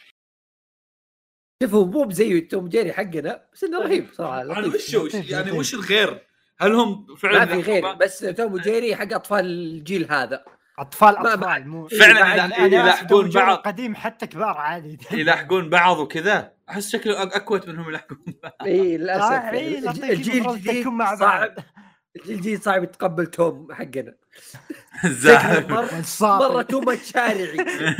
شوفوا مو زي توم جيري حقنا بس انه رهيب صراحه. يعني وش يعني وش الغير؟ هل هم فعلا ما في غير بس توم جيري حق اطفال الجيل هذا. اطفال اطفال مو فعلا يلاحقون بعض قديم حتى كبار عادي يلاحقون بعض وكذا. احس شكله اكوت منهم يلاحقون بعض. اي للاسف الجيل الجديد مع صعب. الجيل الجديد صعب يتقبل توم حقنا. الزاحف مره توم شارعي.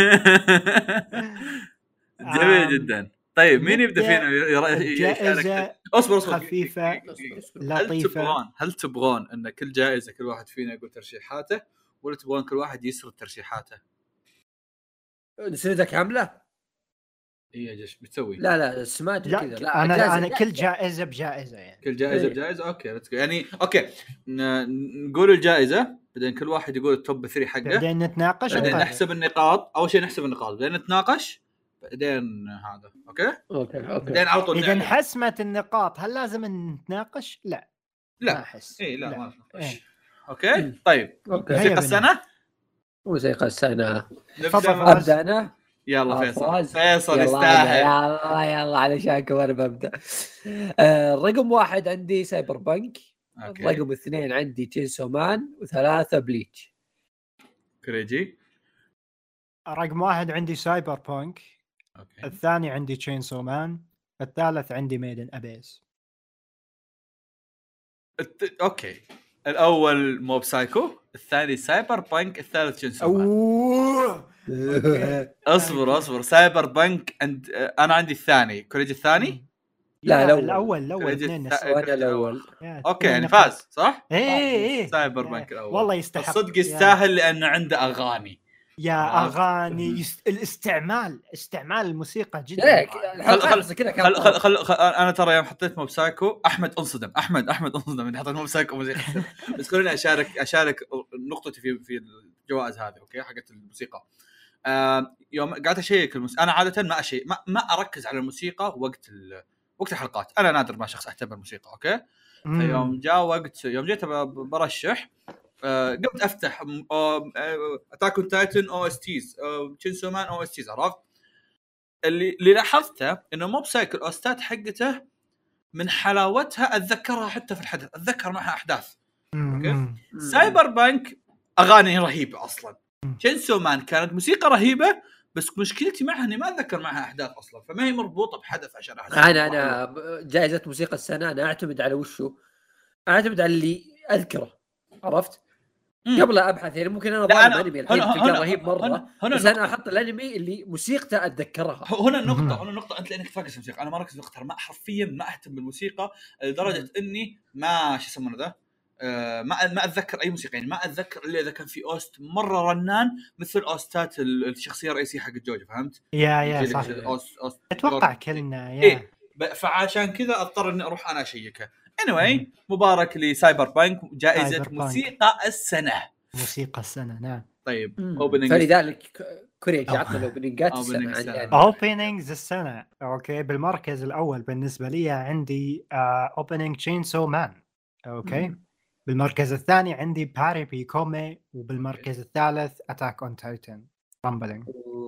جميل جدا. طيب مين يبدا فينا جائزة اصبر اصبر خفيفة لطيفة؟ هل تبغون هل تبغون ان كل جائزة كل واحد فينا يقول ترشيحاته ولا تبغون كل واحد يسرد ترشيحاته؟ نسردها كاملة؟ ايه ايش بتسوي؟ لا لا سمعت كذا. لا انا انا كل جائزة بجائزة يعني. كل جائزة إيه؟ بجائزة اوكي يعني اوكي نقول الجائزة بعدين كل واحد يقول التوب ثلاثة حقه بعدين نتناقش بعدين نحسب النقاط. اول شيء نحسب النقاط بعدين نتناقش بعدين هذا اوكي اوكي اوكي بعدين على طول اذا انحسمت النقاط هل لازم نتناقش؟ لا لا ما احس اي لا, لا. ما نتناقش إيه. اوكي طيب موسيقى السنه موسيقى السنه ابدا انا يلا فيصل فيصل يستاهل. يلا يلا علشانكم انا ببدا. آه رقم واحد عندي سايبر بانك. أوكي. رقم اثنين عندي تشينسو مان وثلاثة بليتش. كريجي رقم واحد عندي سايبر بانك. أوكي. الثاني عندي تشينسو مان. الثالث عندي ميدن أبيس. الت... اوكي الاول موب سايكو الثاني سايبر بانك الثالث تشينسو مان. اصبر اصبر سايبر بانك عند انا عندي الثاني كريجي الثاني. لا لا الاول الاول اثنين وانا الاول. اوكي يعني فاز صح؟ ايه ايه سايبر بانك الاول والله يستحق. الصدق يستاهل لانه عنده اغاني يا اغاني يست... الاستعمال استعمال الموسيقى جدا. خل خل كذا خل خل خل خل انا ترى يوم حطيت موب سايكو احمد انصدم احمد احمد انصدم اني حطيت موب سايكو موسيقى. بس خلوني اشارك اشارك نقطتي في في الجوائز هذه اوكي حقت الموسيقى. آه يوم قاعد اشيك الموسيقى انا عاده ما اشيك ما, ما اركز على الموسيقى وقت وقت الحلقات. انا نادر ما شخص اهتم بالموسيقى اوكي. فيوم جاء وقت يوم جيت برشح أه قمت افتح اتاك اون تايتن او اس تيز تشينسو مان او اس تيز. عرفت اللي اللي لاحظته انه موب سايكل اوستات حقته من حلاوتها اتذكرها حتى في الحدث اتذكر معها احداث. اوكي سايبر بانك اغاني رهيبه اصلا. تشينسو مان كانت موسيقى رهيبه بس مشكلتي معها اني ما اتذكر معها احداث اصلا فما هي مربوطه بحدث عشان احس. انا انا جائزه موسيقى السنه انا اعتمد على وشو اعتمد على اللي اذكره. عرفت مم. قبل ابحث يعني ممكن انا ظالم انمي الحين تلقى رهيب مره هنا هنا بس انا احط الانمي اللي موسيقته اتذكرها. هنا النقطه هنا النقطه انت لانك فاكس الموسيقى، انا ما ركز باختار، ما حرفيا ما اهتم بالموسيقى لدرجه مم. اني ما شو يسمونه ذا آه ما ما اتذكر اي موسيقى، يعني ما اتذكر الا اذا كان في اوست مره رنان مثل اوستات الشخصيه الرئيسيه حق جوجو، فهمت؟ يا يا صح أوست أوست اتوقع كلنا يا إيه. فعشان كذا اضطر اني اروح انا اشيكها. anyway مبارك لسايبر بانك جائزه سايبر موسيقى بانك. السنه موسيقى السنه نعم. طيب فلذلك كوريجي عطنا الاوبننجات السنه. اوبننجز السنه اوكي. بالمركز الاول بالنسبه لي عندي اوبننج تشينسو مان اوكي. مم. بالمركز الثاني عندي باري بي كومي، وبالمركز الثالث اتاك اون تايتن رامبلينج.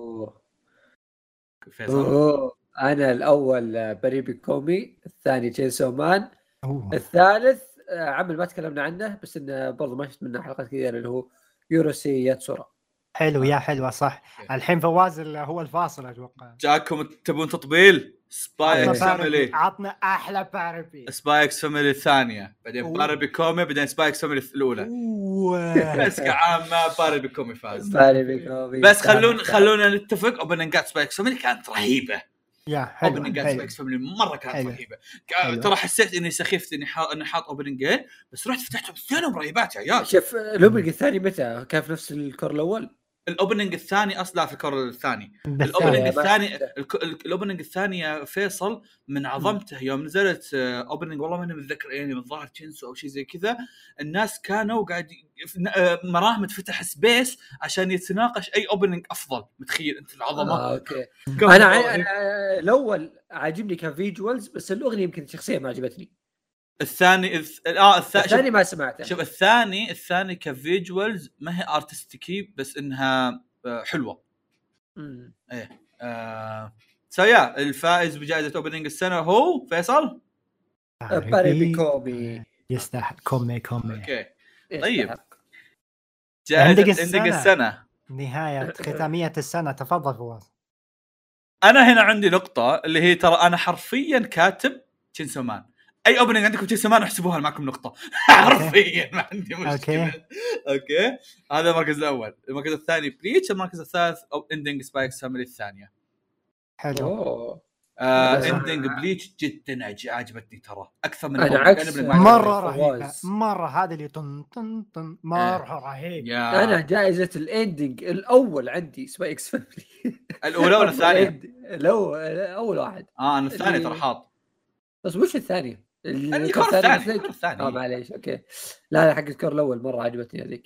انا الاول باري بي كومي، الثاني تشينسو مان، أوه. الثالث عمل ما تكلمنا عنه بس انه برضه ما شفت منه حلقات كثيره اللي هو يوروسي ياتسورا. حلو يا حلوه صح. الحين فواز هو الفاصل اتوقع. جاكم تبون تطبيل سبايكس فاميلي، عطنا احلى باربي سبايكس فاميلي الثانيه، بعدين باربي كومي، بعدين سبايكس فاميلي الاولى. بس كعامه باربي كومي فاز. باربي كومي بس خلونا خلونا نتفق اوبننجات سبايكس فاميلي كانت رهيبه. يا حلو اوبننجات سبايكس فاميلي مره كانت حلو. رهيبه. ترى حسيت اني سخيفت اني حاط اني حاط اوبننجين بس رحت فتحتهم اثنينهم رهيبات يا عيال. شوف الاوبننج الثاني متى كان في نفس الكور الاول؟ الاوبننج الثاني اصلا في الكور الثاني. الاوبننج الثاني الاوبننج الثاني يا فيصل من عظمته يوم نزلت اوبننج والله ما انا متذكر يعني من ظاهر تشينسو او شيء زي كذا، الناس كانوا قاعد مراهم تفتح سبيس عشان يتناقش اي اوبننج افضل. متخيل انت العظمه؟ آه، اوكي. انا الاول عاجبني كفيجوالز بس الاغنيه يمكن شخصيا ما عجبتني. الثاني اه الثاني, الثاني ما سمعته. شوف الثاني الثاني كفيجوالز ما هي ارتستيكي بس انها حلوه. امم ايه آه سويا الفائز بجائزه اوبننج السنه هو فيصل باربي كومي. يستحق كومي كومي. اوكي طيب جائزه اوبننج السنه نهايه ختاميه السنه. تفضل فواز. انا هنا عندي نقطه اللي هي ترى انا حرفيا كاتب تشينسو مان. اي اوبننج عندكم تشينسو مان احسبوها معكم نقطه حرفيا ما عندي مشكله. اوكي اوكي هذا المركز الاول. المركز الثاني بليتش. المركز الثالث او اندنج سبايكس فاميلي الثانيه. حلو. آه اندنج بليتش جدا عجبتني ترى اكثر من انا عكس مره رهيبه مره. هذا اللي طن طن طن مره رهيب. انا جائزه الاندنج الاول عندي سبايكس فاميلي. الاولى ولا الثانيه؟ الاول اول واحد. اه انا الثاني ترى حاط. بس وش الثاني؟ الكور الثاني. اه معليش اوكي. لا لا حق الكور الاول مره عجبتني هذيك.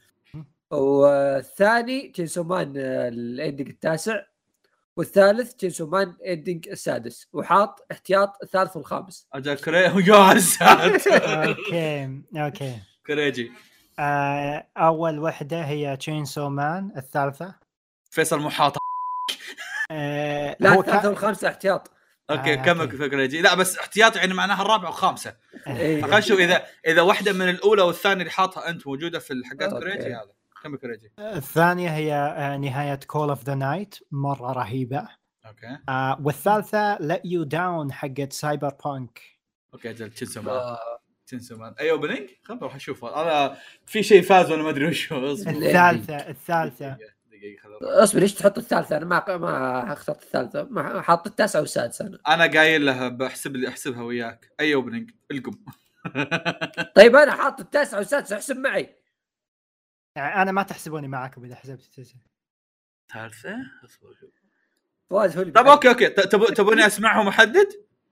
والثاني تشينسو مان الاندنج التاسع، والثالث تشينسو مان اندنج السادس، وحاط احتياط الثالث والخامس. اجل كري يا ساتر. اوكي اوكي كريجي. آه اول وحده هي تشينسو مان، الثالثه فيصل محاط. آه لا الثالثه والخامسه احتياط. اوكي آه كمل كريجي. لا بس احتياط يعني معناها الرابعه وخامسه. خلينا نشوف اذا اذا واحده من الاولى والثانيه اللي حاطها انت موجوده في الحاجات كريجي. هذا كمل كريجي. الثانية هي نهاية كول اوف ذا نايت مرة رهيبة. اوكي. آه والثالثة let you down حقت سايبر بانك. اوكي جل تشينسو مان. تشينسو مان اي اوبننج خلنا نروح نشوفها. انا في شيء فاز وانا ما ادري وش هو. الثالثة الثالثة دقيقة خلنا اصبر. ليش تحط الثالثة؟ انا ما ما اخترت الثالثة، ما حاط التاسعة والسادسة. انا انا قايل لها بحسب لي احسبها وياك اي اوبننج القم. طيب انا حاط التاسعة والسادسة احسب معي. يعني انا ما تحسبوني معاكم اذا حسبت التسعة. ثالثة فواز هو. طب اوكي اوكي تبوني اسمعهم احدد.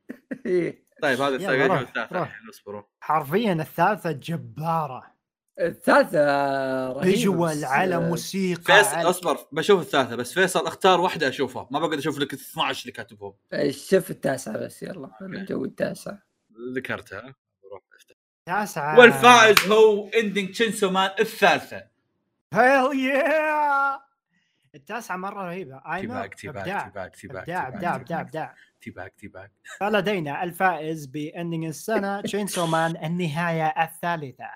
طيب هذا الثالثة اصبروا. حرفيا الثالثة جبارة. الثالثة رهيبة فيجوال على موسيقى. فيصل على... اصبر بشوف الثالثة بس فيصل اختار واحدة اشوفها ما بقدر اشوف لك اثناشر اللي كاتبهم. شوف التاسعة بس يلا. انا جو التاسعة ذكرتها. تاسعة. والفائز هو اندنج تشينسو مان الثالثة. هيل يا التاسعة مرة رهيبة. تيباك تيباك تيباك تيباك ابداع ابداع ابداع ابداع. تيباك تيباك. فلدينا الفائز باندنج السنة تشينسو مان النهاية الثالثة.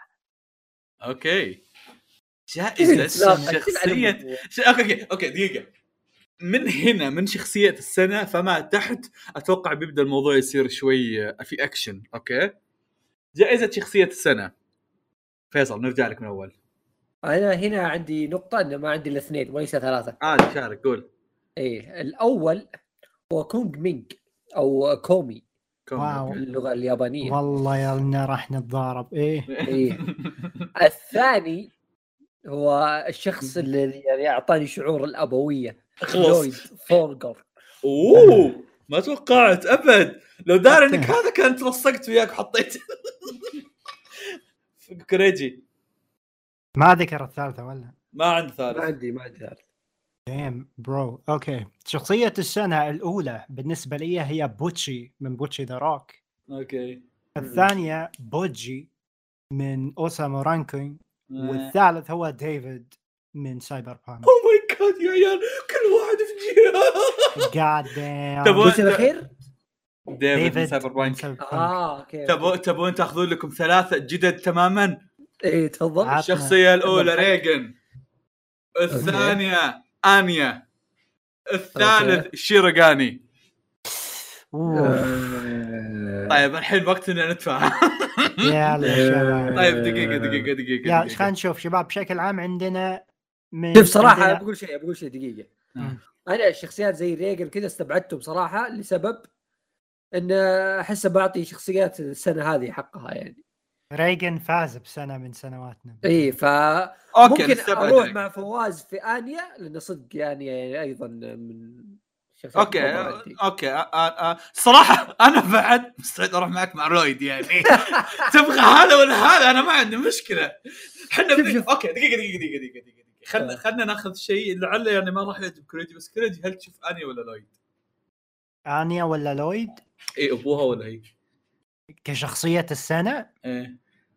اوكي جائزة شخصية. اوكي اوكي دقيقة. من هنا من شخصية السنة فما تحت اتوقع بيبدأ الموضوع يصير شوي في اكشن. اوكي جائزة شخصية السنة فيصل نرجع لك من اول. انا هنا عندي نقطه ان ما عندي الاثنين وليس ثلاثه. عادي شارك قول. ايه الاول هو كونغ مينغ او كومي واو. اللغه اليابانيه. والله يا لنا راح نتضارب. ايه ايه الثاني هو الشخص اللي يعني اعطاني شعور الابويه، لويد فورجر. اوه ما توقعت ابد، لو دار أوكي. انك هذا كنت لصقت وياك وحطيت كريجي. ما ذكر الثالثة ولا ما عندي ما ثالث. عندي ما عندي ثالث. ديم برو. اوكي، شخصية السنة الأولى بالنسبة لي هي بوتشي من بوتشي ذا روك. اوكي. الثانية بوجي من اوسامو رانكينج. آه. والثالث هو ديفيد من سايبر بانك. اوه ماي جاد يا عيال كل واحد في جهه. جاد دام. تبون وش الاخير؟ ديفيد من سايبر بانك. اه اوكي. تبون تبون تاخذون لكم ثلاثه جدد تماما. ايه تفضل. عطنا. الشخصيه الاولى تفضل. ريغن، الثانيه انيا، الثالث أوكي. شيروغاني. أوه. آه. طيب الحين وقتنا ندفع. يلا شباب. طيب دقيقه دقيقه دقيقه يا دقيقة. خلينا نشوف شباب بشكل عام عندنا من شوف صراحه عندنا... انا بقول شيء بقول شيء دقيقه. آه. انا الشخصيات زي ريجن كذا استبعدته بصراحه لسبب ان احس بعطي شخصيات السنه هذه حقها يعني. ريغن فاز بسنة من سنواتنا. اي ف اوكي ممكن نستبعد اروح ريغن. مع فواز في انيا لانه صدق يعني, يعني ايضا من الشخصيات اوكي المفضلة عندي. اوكي آه آه. صراحه انا بعد مستعد اروح معك مع رويد يعني. تبغى هذا ولا هذا انا ما عندي مشكله. احنا شوف بدي... شوف. اوكي دقيقه دقيقه دقيقه دقيقه دقيقه خلنا آه. خلنا ناخذ شيء لعله يعني ما راح يعجب كريجي، بس كريجي هل تشوف اني ولا لويد؟ انيا ولا لويد اي ابوها ولا هي؟ كشخصية السنة؟ ايه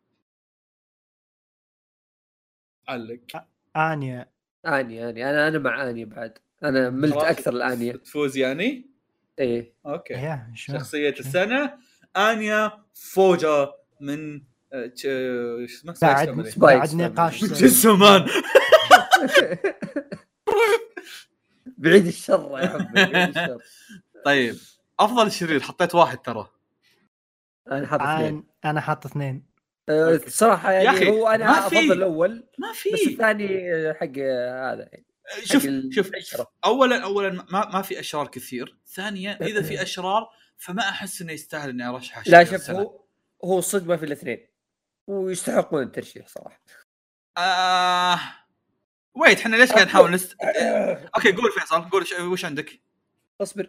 علق. انيا. اني اني انا انا مع اني بعد انا ملت خلاص اكثر الانيا. تفوز يعني. ايه اوكي يا شو شخصيه شو. السنه انيا فوجا من آه، ش آه، اسمه بعد سبايس بعد سبايس نقاش فاميلي. سريع. جسمان. بعيد الشر يا حبي بعيد الشر. طيب افضل شرير حطيت واحد ترى. انا حاط اثنين. انا انا حاط اثنين. أه، أوكي. الصراحه يا يعني أخي، هو ما انا في. افضل الاول ما بس في. الثاني حق هذا يعني شوف حق شوف العشرة. اولا اولا ما ما في اشرار كثير. ثانيا اذا في اشرار فما احس انه يستاهل اني ارشح لا الشرير شوف السنة. هو هو صدمه في الاثنين ويستحقون الترشيح صراحه. آه... ويت احنا ليش قاعد نحاول نست... اوكي قول فيصل قول ش... وش عندك؟ اصبر.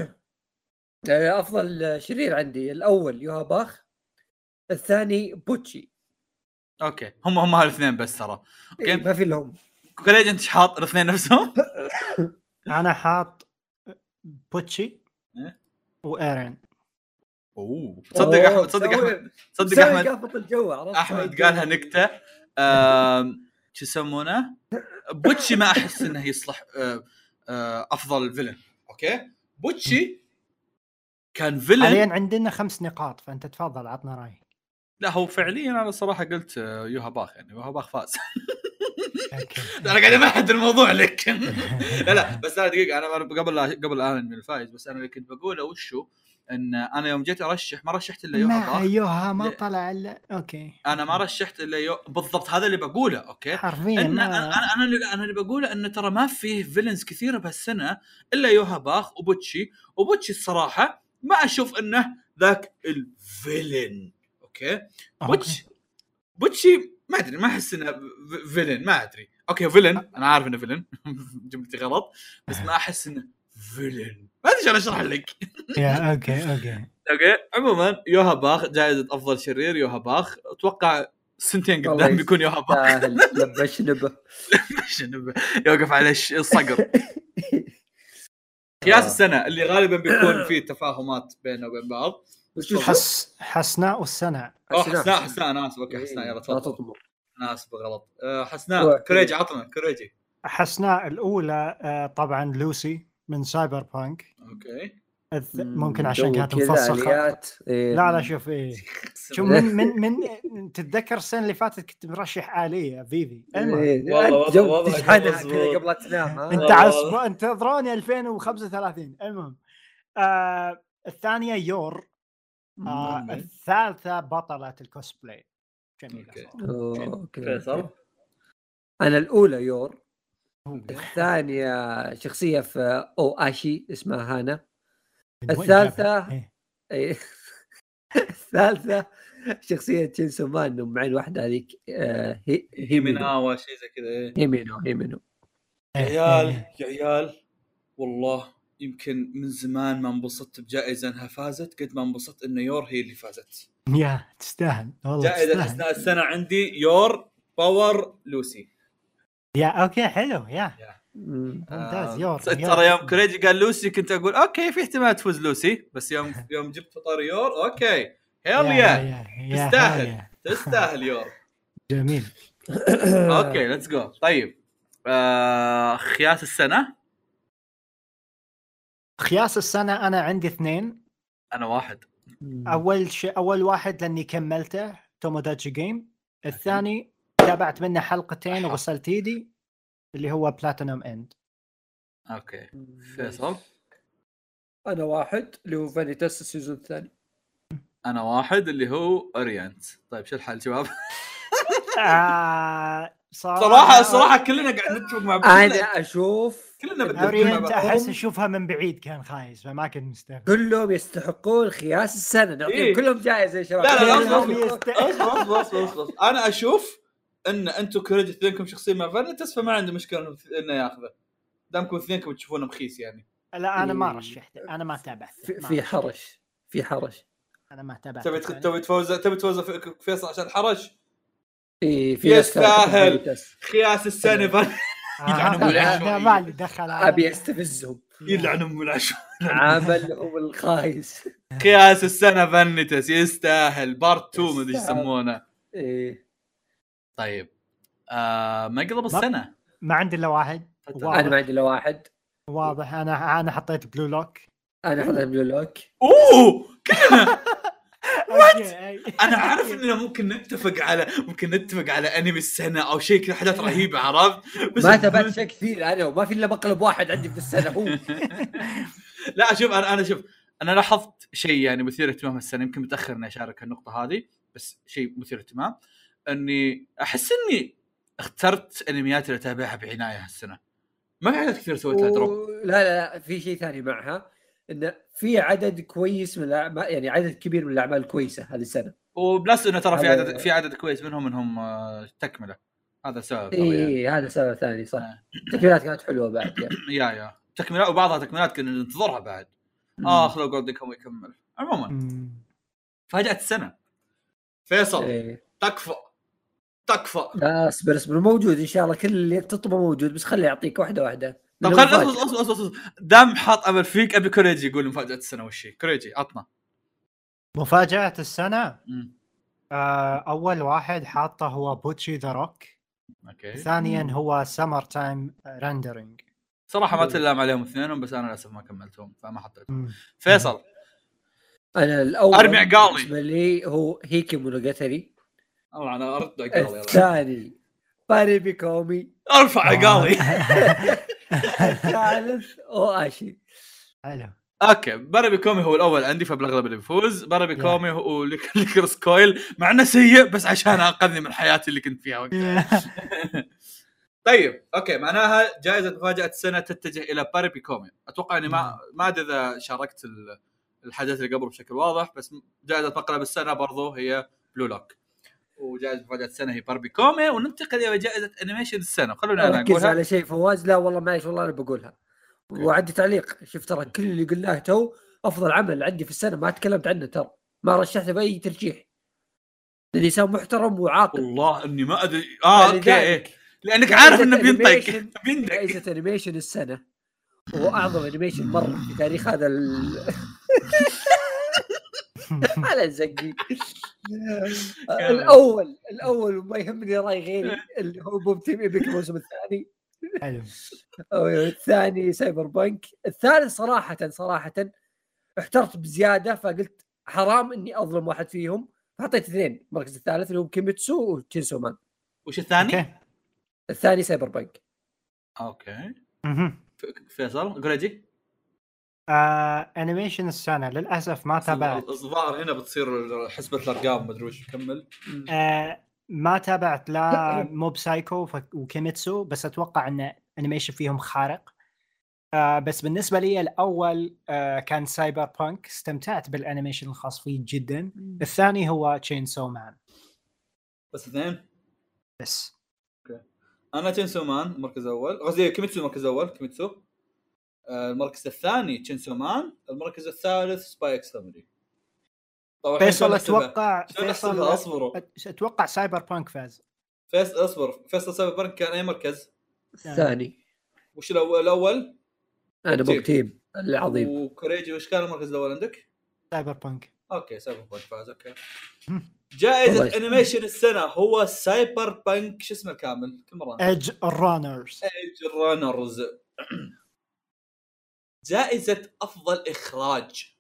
افضل شرير عندي الاول يوها باخ، الثاني بوتشي. اوكي هم هم هالاثنين بس ترى. اوكي اوكي ما في لهم. كوليج انت حاط الاثنين نفسهم؟ انا حاط بوتشي إيه؟ وايرين. اوه تصدق احمد تصدق احمد تصدق احمد قافط الجو عرفت. احمد قالها نكته. آم... شو يسمونه بوتشي ما احس انه يصلح آه... آه... افضل فيلن. اوكي بوتشي كان فيلن. حاليا عندنا خمس نقاط فانت تفضل عطنا رايك. لا هو فعليا انا صراحه قلت آه، يوها باخ يعني يوها باخ فاز. اوكي. انا قاعد امهد الموضوع لك. لا لا بس لا دقيقه انا قبل قبل الان من الفايز بس انا اللي كنت بقوله وشو ان انا يوم جيت ارشح ما رشحت الا يوها ما باخ. يوها ما لا. طلع الا اوكي. انا ما رشحت الا يو... بالضبط هذا اللي بقوله. اوكي حرفيا ان ما... انا انا اللي انا اللي بقوله ان ترى ما فيه فيلنز كثيره بهالسنه الا يوها باخ وبوتشي. وبوتشي الصراحه ما اشوف انه ذاك الفيلن. اوكي بوتشي بوتشي ما ادري ما احس انه فيلن ما ادري. اوكي فيلن انا عارف انه فيلن. جملتي غلط بس ما احس انه فيلن. ما ادري شلون اشرح لك. يا اوكي اوكي اوكي عموما يوها باخ جائزه افضل شرير. يوها باخ اتوقع سنتين قدام بيكون يوها باخ. لبش نبه يوقف على الصقر. قياس السنه اللي غالبا بيكون فيه تفاهمات بيننا وبين بعض. حس حسناء والسنة. اه حسناء حسناء انا اسف. اوكي حسناء يلا تفضل. انا اسف غلط. أه حسناء كريجي عطنا كريجي. حسناء الاولى آه طبعا لوسي من سايبر بانك. اوكي الث... ممكن عشان كانت مفصخه. إيه. لا لا شوف ايه شوف من من من تتذكر السنه اللي فاتت كنت مرشح آلية فيفي. إيه. والله والله تشحنها كذا قبل تنام. انت عصب انتظروني ألفين وخمسة وثلاثين. المهم آه الثانيه يور. آه الثالثه بطله الكوسبلاي جميله. اوكي فيصل انا الاولى يور، الثانيه شخصيه في او اشي اسمها هانا، الثالثه اي الثالثه شخصيه تشينسو مان ام عين واحده هذيك آه هي هيميناوا شيء زي كذا. هيمينو هيمينو يا عيال يا عيال والله يمكن من زمان ما انبسطت بجائزة انها فازت قد ما انبسطت انه يور هي اللي فازت. يا تستاهل والله. جائزة اثناء السنة عندي يور باور لوسي. يا اوكي حلو يا ممتاز. آه يور ترى يوم كريجي قال لوسي كنت اقول اوكي في احتمال تفوز لوسي، بس يوم يوم جبت فطار يور اوكي هيل يا تستاهل تستاهل يور. جميل. اوكي ليتس جو. طيب آه خياس السنة. خياس السنة أنا عندي اثنين. أنا واحد. أول شيء أول واحد لأني كملته توموداتشي جيم. الثاني تابعت منه حلقتين وغسلت ايدي اللي هو بلاتينوم اند. اوكي فيصل. انا واحد اللي هو فانيتاس السيزون الثاني. انا واحد اللي هو اورينت. طيب شو الحل شباب؟ آه صراحة صراحة الصراحة كلنا قاعد نتفق مع بعض. انا اشوف كلنا اورينت احس اشوفها من بعيد كان خايس فما كنت مستوعب. كلهم يستحقون خياس السنة نعطيهم إيه؟ كلهم جائزة يا شباب. لا لا لا بس بس بس انا اشوف ان انتم كريدت اثنينكم شخصيا مع فانيتاس فما عندي مشكلة انه ياخذه دامكم اثنينكم تشوفونه مخيس يعني. لا انا ما رشحت انا ما تابعت. في, في حرش في حرش انا ما تابعت. تبي تبي تفوز تبي تفوز فيصل عشان حرش. ايه في يستاهل خياس السنة فن يلعنهم العشوائية. ما لي دخل. ابي استفزهم يلعنهم العشوائية. عملهم الخايس. خياس السنة فانيتاس يستاهل بارت تو ما ادري يسمونه. ايه طيب آه ما قلب السنة ما عندي الا واحد. انا ما عندي الا واحد واضح. انا انا حطيت بلو لوك. انا حطيت بلو لوك. اوه كلنا انا عارف اننا ممكن نتفق على ممكن نتفق على انمي السنه او شيء كذا حاجات رهيبه عرفت بس ما تبعت شيء كثير انا وما في الا مقلب واحد عندي في السنه هو. لا شوف انا انا شوف انا لاحظت شيء يعني مثير اهتمام السنه يمكن متاخر اني اشارك النقطه هذه بس شيء مثير اهتمام اني احس اني اخترت انميات اللي اتابعها بعنايه هالسنه. ما في حاجات كثير سويت لها دروب. لا لا لا في شيء ثاني معها انه في عدد كويس من الأعمال يعني عدد كبير من الاعمال الكويسه هذه السنه وبلس انه ترى في عدد في عدد كويس منهم منهم تكمله. هذا سبب اي يعني. هذا سبب ثاني صح. التكملات كانت حلوه بعد يعني. يا يا تكملات وبعضها تكملات كنا ننتظرها بعد. اخ لو جولدن كم يكمل. عموما فاجأة السنه فيصل. إيه. تكفى تكفى. لا اصبر اصبر موجود ان شاء الله كل اللي تطلبه موجود بس خلي يعطيك واحده واحده. طب خل اصبر اصبر اصبر اصبر دام حاط امل فيك ابي كوريجي يقول مفاجاه السنه وش هي. كوريجي عطنا مفاجاه السنه. آه اول واحد حاطه هو بوتشي ذا روك. اوكي. ثانيا هو سمر تايم رندرينج. صراحه ما تلام عليهم اثنينهم بس انا للاسف ما كملتهم فما حطيتهم. فيصل. انا الاول ارمي عقالي بالنسبه لي هو هيكي مونوجاتري. والله انا ارد عقالي. الثاني باري بيكومي. ارفع عقالي. الثالث او اشي. حلو. اوكي باري بيكومي هو الاول عندي فبالاغلب اللي بيفوز. باري بيكومي هو ليكرس كويل مع انه سيء بس عشان انقذني من حياتي اللي كنت فيها وقتها. طيب اوكي معناها جائزه مفاجاه السنه تتجه الى باري بيكومي. اتوقع اني ما ما ادري اذا شاركت الحدث اللي قبل بشكل واضح بس جائزه مقلب السنه برضو هي بلو لوك وجائزه مفاجاه السنه هي باربي كومي. وننتقل الى جائزه انيميشن السنه. خلونا انا اقولها على شيء فواز. لا والله معليش والله انا بقولها وعندي تعليق. شوف ترى كل اللي قلناه تو افضل عمل عندي في السنه ما تكلمت عنه ترى ما رشحته باي ترشيح لاني انسان محترم وعاقل. والله اني ما ادري اه اوكي لانك عارف انه بينطق بيندق. جائزه انيميشن السنه هو اعظم انيميشن مر في تاريخ هذا ال... على زقي. الاول الاول وما يهمني راي غيري اللي هو بوم تيم ايبك الموسم الثاني. حلو. الثاني سايبر بانك. الثالث صراحه صراحه احترت بزياده فقلت حرام اني اظلم واحد فيهم فحطيت اثنين. المركز الثالث اللي هو كيميتسو وتشينسو مان. وش الثاني؟ أوكي. الثاني سايبر بانك. اوكي. اها فيصل قريجي. آه، انيميشن السنه للاسف ما تابعت. الظاهر هنا بتصير حسبة الارقام ما ادري وش. كمل. آه، ما تابعت لا موب سايكو وكيميتسو، بس اتوقع ان انيميشن فيهم خارق. آه بس بالنسبه لي الاول آه كان سايبر بانك، استمتعت بالانيميشن الخاص فيه جدا. الثاني هو تشين سو مان. بس اثنين بس اوكي. انا تشين سو مان المركز الاول، قصدي كيميتسو المركز الاول كيميتسو. آه المركز الثاني تشين سو مان، المركز الثالث سباي اكس فاميلي. طبعا فيصل اتوقع فيصل فيصل اصبروا اتوقع سايبر بانك فاز. فيصل اصبر فيصل سايبر بانك كان اي مركز؟ الثاني. وش الاول؟ الاول انا بوكتيم العظيم. وكوريجي وش كان المركز الاول عندك؟ سايبر بانك. اوكي سايبر بانك فاز. اوكي جائزة انيميشن السنة هو سايبر بانك، شو اسمه الكامل كم مرة؟ ايدج رانرز. ايدج رانرز. جائزة افضل اخراج.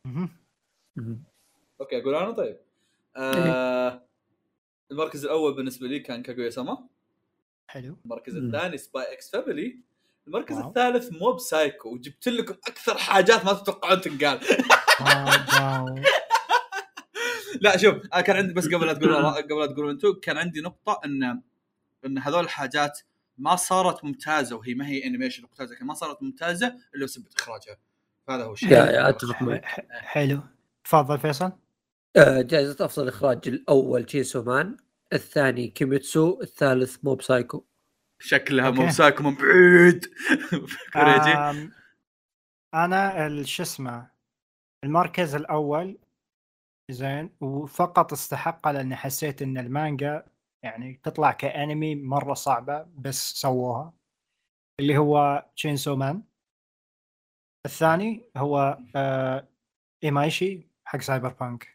اوكي اقول انا طيب. آه المركز الاول بالنسبة لي كان كاغويا ساما. حلو. المركز الثاني سباي اكس فاميلي. المركز واو. الثالث موب سايكو. وجبت لكم اكثر حاجات ما تتوقعون تنقال. واو. لا شوف انا كان عندي بس قبل لا تقولوا قبل لا تقولوا انتم كان عندي نقطه ان ان هذول الحاجات ما صارت ممتازه، وهي ما هي انيميشن ممتازه، كان ما صارت ممتازه الا بسبب اخراجها. هذا هو الشيء. يا اتفق معك. حلو تفضل فيصل. آه جائزة افضل اخراج الاول تشينسو مان، الثاني كيميتسو، الثالث موب سايكو. شكلها موب سايكو من بعيد. كوريجي. انا الش اسمه المركز الاول زين، وفقط استحقه لأن حسيت إن المانجا يعني تطلع كأنمي مرة صعبة بس سووها، اللي هو تشينسو مان. الثاني هو آه إيمايشي حق سايبر بانك.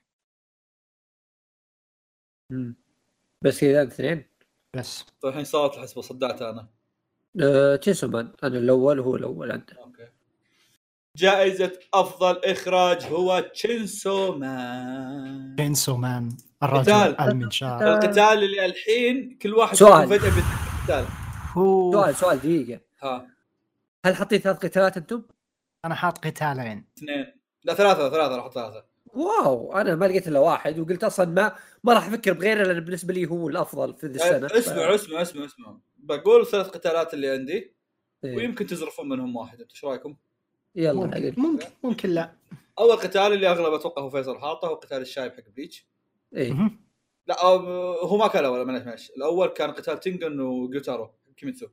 مم. بس كذا اثنين بس طيب الحين صارت الحسبة صدعت أنا. أه تشينسو مان أنا الأول هو الأول عنده. أوكي. جائزة أفضل إخراج هو تشينسو مان. تشينسو مان الرجل المنشار. القتال اللي الحين كل واحد سؤال فجأة بالقتال. سؤال سؤال دقيقة. ها هل حطيت ثلاث قتالات أنتم؟ أنا حاط قتالين. اثنين لا ثلاثة ثلاثة راح أحط ثلاثة. واو أنا ما لقيت إلا واحد، وقلت أصلا ما ما راح أفكر بغيره لأن بالنسبة لي هو الأفضل في ذي السنة. اسمع ف... اسمع اسمع اسمع بقول ثلاث قتالات اللي عندي. إيه. ويمكن تزرفون منهم واحد. انتوا ايش رايكم؟ يلا ممكن ممكن, ممكن لا. اول قتال اللي اغلب اتوقع هو فيصل حاطه هو قتال الشايب حق بليتش. ايه لا هو ما كان الاول معلش معلش الاول كان قتال تينجن وجوتارو كيميتسو.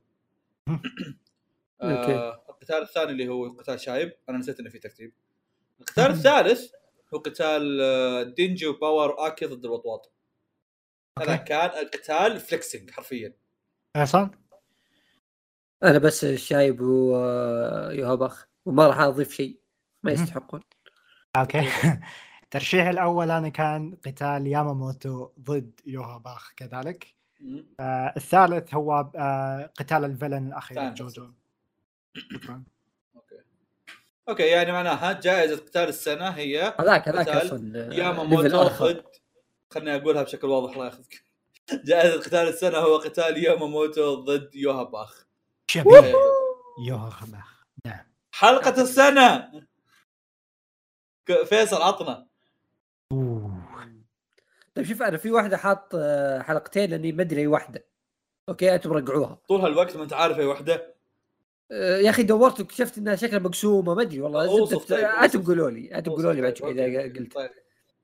آه القتال الثاني اللي هو قتال شايب انا نسيت انه في ترتيب. القتال الثالث هو قتال دينجي وباور اكي ضد الوطواط. هذا كان القتال فليكسنج حرفيا. فيصل انا بس الشايب ويوهبخ وما راح اضيف شيء ما يستحقون. اوكي. ترشيح الاول انا كان قتال ياماموتو ضد يوهاباخ كذلك. آه الثالث هو آه قتال الفيلن الاخير جوجو. شكرا. اوكي اوكي يعني معناها جائزة قتال السنة هي هذاك هذاك اصلا ياماموتو ضد، خلني اقولها بشكل واضح الله ياخذك. جائزة قتال السنة هو قتال ياماموتو ضد يوهاباخ. شبيه يوهاباخ. نعم. حلقة السنة فيصل عطنا. طيب شوف انا في واحدة حاط حلقتين لاني ما ادري اي واحدة. اوكي انتم رجعوها طول هالوقت ما انت عارف اي واحدة. يا اخي دورت واكتشفت انها شكلها مقسومه ما ادري والله. انتم قولوا لي انتم قولوا لي بعد شوي اذا قلت. طيب.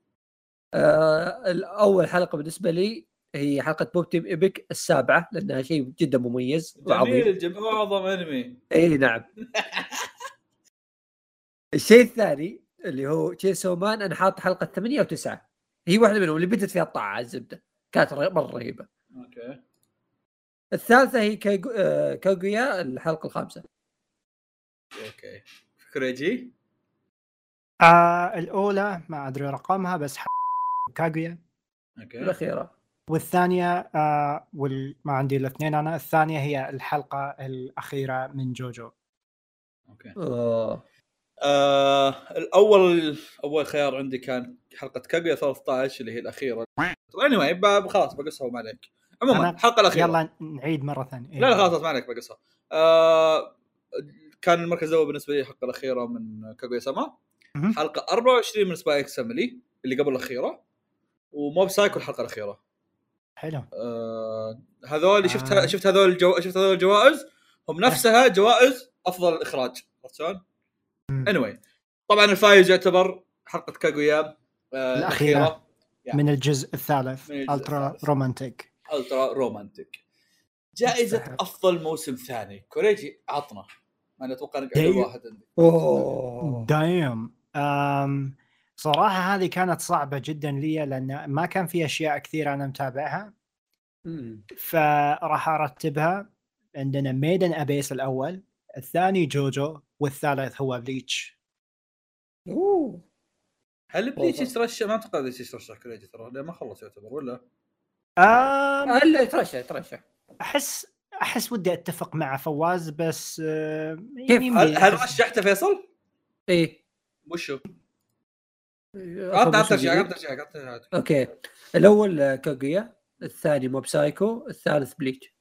آه الاول حلقه بالنسبه لي هي حلقه بوب تيم ايبك السابعه لانها شيء جدا مميز وعظيم. جميل جميل اعظم انمي. اي نعم. الشيء الثاني اللي هو تشينسو مان انا حاط حلقه ثمانية وتسعة هي واحده منهم اللي بدت فيها الطاعه الزبده كانت مره رهيبه. اوكي. الثالثه هي كاغو... آه... كاغويا الحلقه الخامسه. اوكي كوريجي. آه الاولى ما ادري رقمها بس ح... كاغويا. اوكي. الاخيره. والثانيه آه وال... ما عندي الاثنين انا. الثانيه هي الحلقه الاخيره من جوجو. اوكي. أوه. آه الاول اول خيار عندي كان حلقه كاغويا ثلاثة عشر اللي هي الاخيره. طيب anyway خلاص بقصها ما عليك. عموما الحلقه الاخيره يلا نعيد مره ثانيه. لا لا خلاص ما عليك بقصها. آه كان المركز الاول بالنسبه لي الحلقه الاخيره من كاغويا ساما. حلقه أربعة وعشرين من سباي اكس فاميلي اللي قبل الاخيره. وموب سايكو الحلقه الاخيره. حلو. آه هذول شفت آه. شفت هذول الجو... شفت هذول الجوائز هم نفسها جوائز افضل الاخراج. عرفت شلون؟ anyway طبعا الفايز يعتبر حلقه كاغويا آه الأخيرة يعني. من الجزء الثالث من الجزء الترا الثالث. رومانتيك. الترا رومانتيك. جائزه يستحق. افضل موسم ثاني كوريجي عطنا. انا اتوقع نقعد دايم. واحد عندي. اوه دايم. أم صراحة هذه كانت صعبة جدا لي لأن ما كان في أشياء كثيرة أنا متابعها، مم. فراح أرتبها. عندنا ميدن أبيس الأول، الثاني جوجو، والثالث هو بليتش. اوه هل بليتش والله. يترشح؟ ما اعتقد يترشح كوريجي ترى لأن ما خلص يعتبر ولا أم هلا يترشح يترشح أحس أحس ودي أتفق مع فواز بس أه، كيف؟ يمدي هل, هل أحس- رشحته فيصل؟ ايه وشو؟ أفضل عطنا موسم ترشيح جديد. عطنا ترشيح عطنا ترشيح. اوكي الاول آه، كاغويا، الثاني موب سايكو، الثالث بليتش.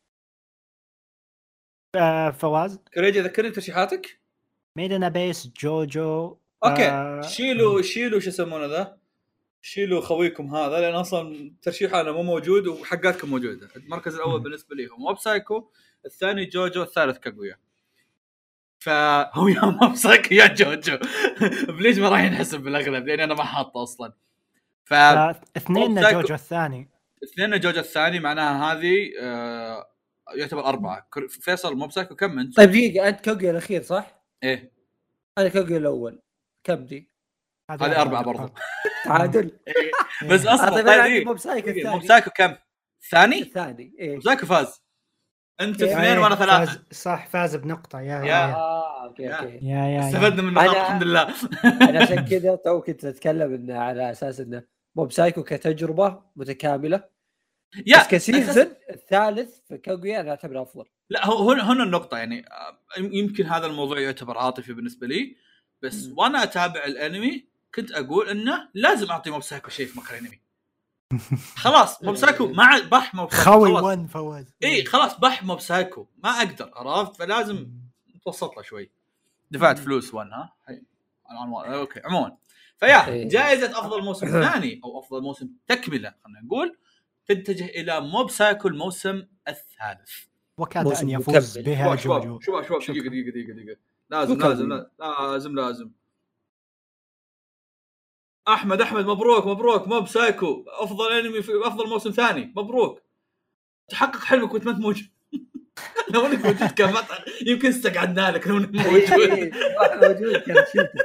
أه، فواز كوريجي ذكرني ترشيحاتك. ميدن أبيس، جوجو. اوكي أه، شيلوا شيلوا شو يسمونه ذا، شيلوا خويكم هذا لان اصلا ترشيحه انا مو موجود وحقاتكم موجوده. المركز الاول مم. بالنسبه لي هو موب سايكو، الثاني جوجو، الثالث كاغويا. فهو يا موب سايكو يا جوجو. بليش ما راح ينحسب بالاغلب لان انا ما حاطه اصلا. ف اثنين موب سايكو- جوجو الثاني. اثنين جوجو الثاني معناها هذه آه يعتبر اربعه. كر- فيصل موب سايكو كم انت؟ طيب دقيقه انت كاغويا الاخير صح؟ ايه انا كاغويا الاول. كم دي؟ هذه اربعه برضو. تعادل. بس اصلا طيب انا عندي طيب موب سايكو موب الثاني. سايكو كم؟ ثاني؟ الثاني ايه موب سايكو فاز. انت إيه. اثنين وانا ثلاثه. فاز صح، فاز بنقطة. يا يا- يا اه اوكي يا. اوكي يا يا استفدنا من أنا- النقاط الحمد لله. انا عشان كذا تو كنت اتكلم انه على اساس انه موب سايكو كتجربه متكامله يا بس كسيزن الثالث في كاغويا انا اعتبره افضل. لا هو هنا هنا النقطه يعني آه، يمكن هذا الموضوع يعتبر عاطفي بالنسبه لي بس مم. وانا اتابع الانمي كنت اقول انه لازم اعطي موب سايكو شيء في مقهى الانمي. خلاص موب سايكو مع بح موب سايكو خوي خلاص. ون فواز. اي خلاص بح موب سايكو ما اقدر عرفت فلازم نتوسط له شوي. دفعت فلوس ون ها هي. العنوان اوكي عموما فيا إيه. جائزه افضل موسم ثاني او افضل موسم تكمله خلينا نقول تتجه الى موب سايكو الموسم الثالث. وكاد موسم ان يفوز مكمل. بها شباب جوجو. شباب شباب شكراً. دقيقه دقيقه دقيقه دقيقه لازم مكمل. لازم لا- لازم لازم احمد احمد مبروك مبروك موب سايكو افضل انمي في افضل موسم ثاني. مبروك تحقق حلمك وانت ما انت موجود. لو انك موجود كان ما يمكن استقعدنا لك لو انك موجود. إيه، موجود كان شلته.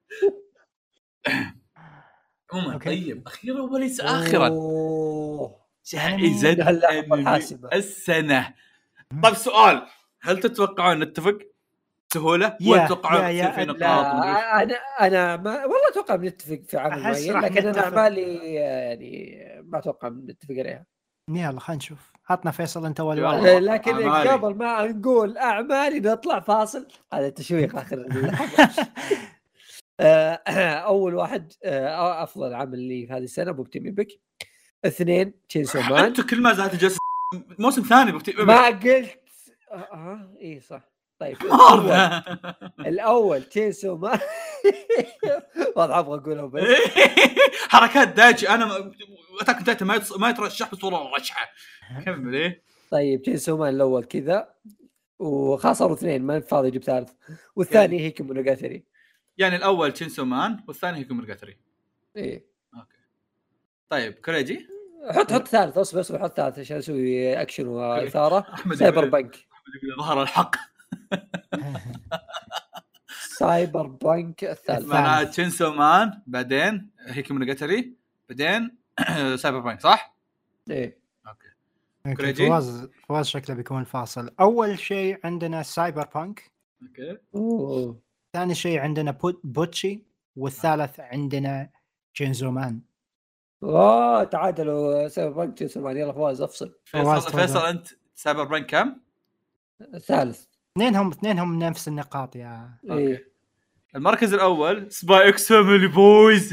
عموما أوكي. طيب اخيرا وليس اخرا أوه. جائزة هلا أنمي الحاسبة. السنة. طيب سؤال هل تتوقعون نتفق سهولة يا- ولا تتوقعون يا- يصير في يا- نقاط؟ لا انا انا ما والله اتوقع بنتفق في عمل أحس معين راح لكن انا نتفق. اعمالي يعني ما اتوقع بنتفق عليها. يلا خلينا نشوف. عطنا فيصل انت اول يلا. واحد. لكن أعمالي. قبل ما نقول اعمالي نطلع فاصل هذا تشويق اخر اللحظة. آه، اول واحد آه، افضل عمل لي في هذه السنه بوكتيمي بك. اثنين تشينسو مان. انتوا كل ما زادت جلسة موسم ثاني بكتب ما قلت اه, آه اي صح. طيب الأول, الاول تشينسو مان. والله ابغى اقوله بس حركات داجي انا اتاك تايتن ما يتص... ما يترشح بصوره رشحه. كمل ايه طيب تشينسو مان الاول كذا وخسروا اثنين ما فاضي يجيب ثالث والثاني هيك مونوغاتري. يعني الاول تشينسو مان والثاني هيكو مرغاتري. ايه اوكي طيب كوريجي حط حط ثالث اصبر اصبر حط ثالث عشان اسوي اكشن واثاره. أحمد سايبر يقول- بانك. احمد يقول ظهر الحق. سايبر بانك الثالث. معناها تشينسو مان بعدين هيكو مرغاتري بعدين سايبر بانك صح؟ ايه اوكي أوكي، كريجي؟ فواز فواز شكله بيكون فاصل. اول شيء عندنا سايبر بانك، اوكي اوه ثاني شيء عندنا بوت بوتشي، والثالث عندنا جينزو مان. اوه تعادلوا سايبر بانك تشينسو مان. يلا فواز افصل. فواز فيصل تفضل. فيصل انت سايبر بانك كم؟ الثالث. اثنينهم اثنينهم نفس النقاط يا ايه المركز الاول سباي اكس فاميلي بويز.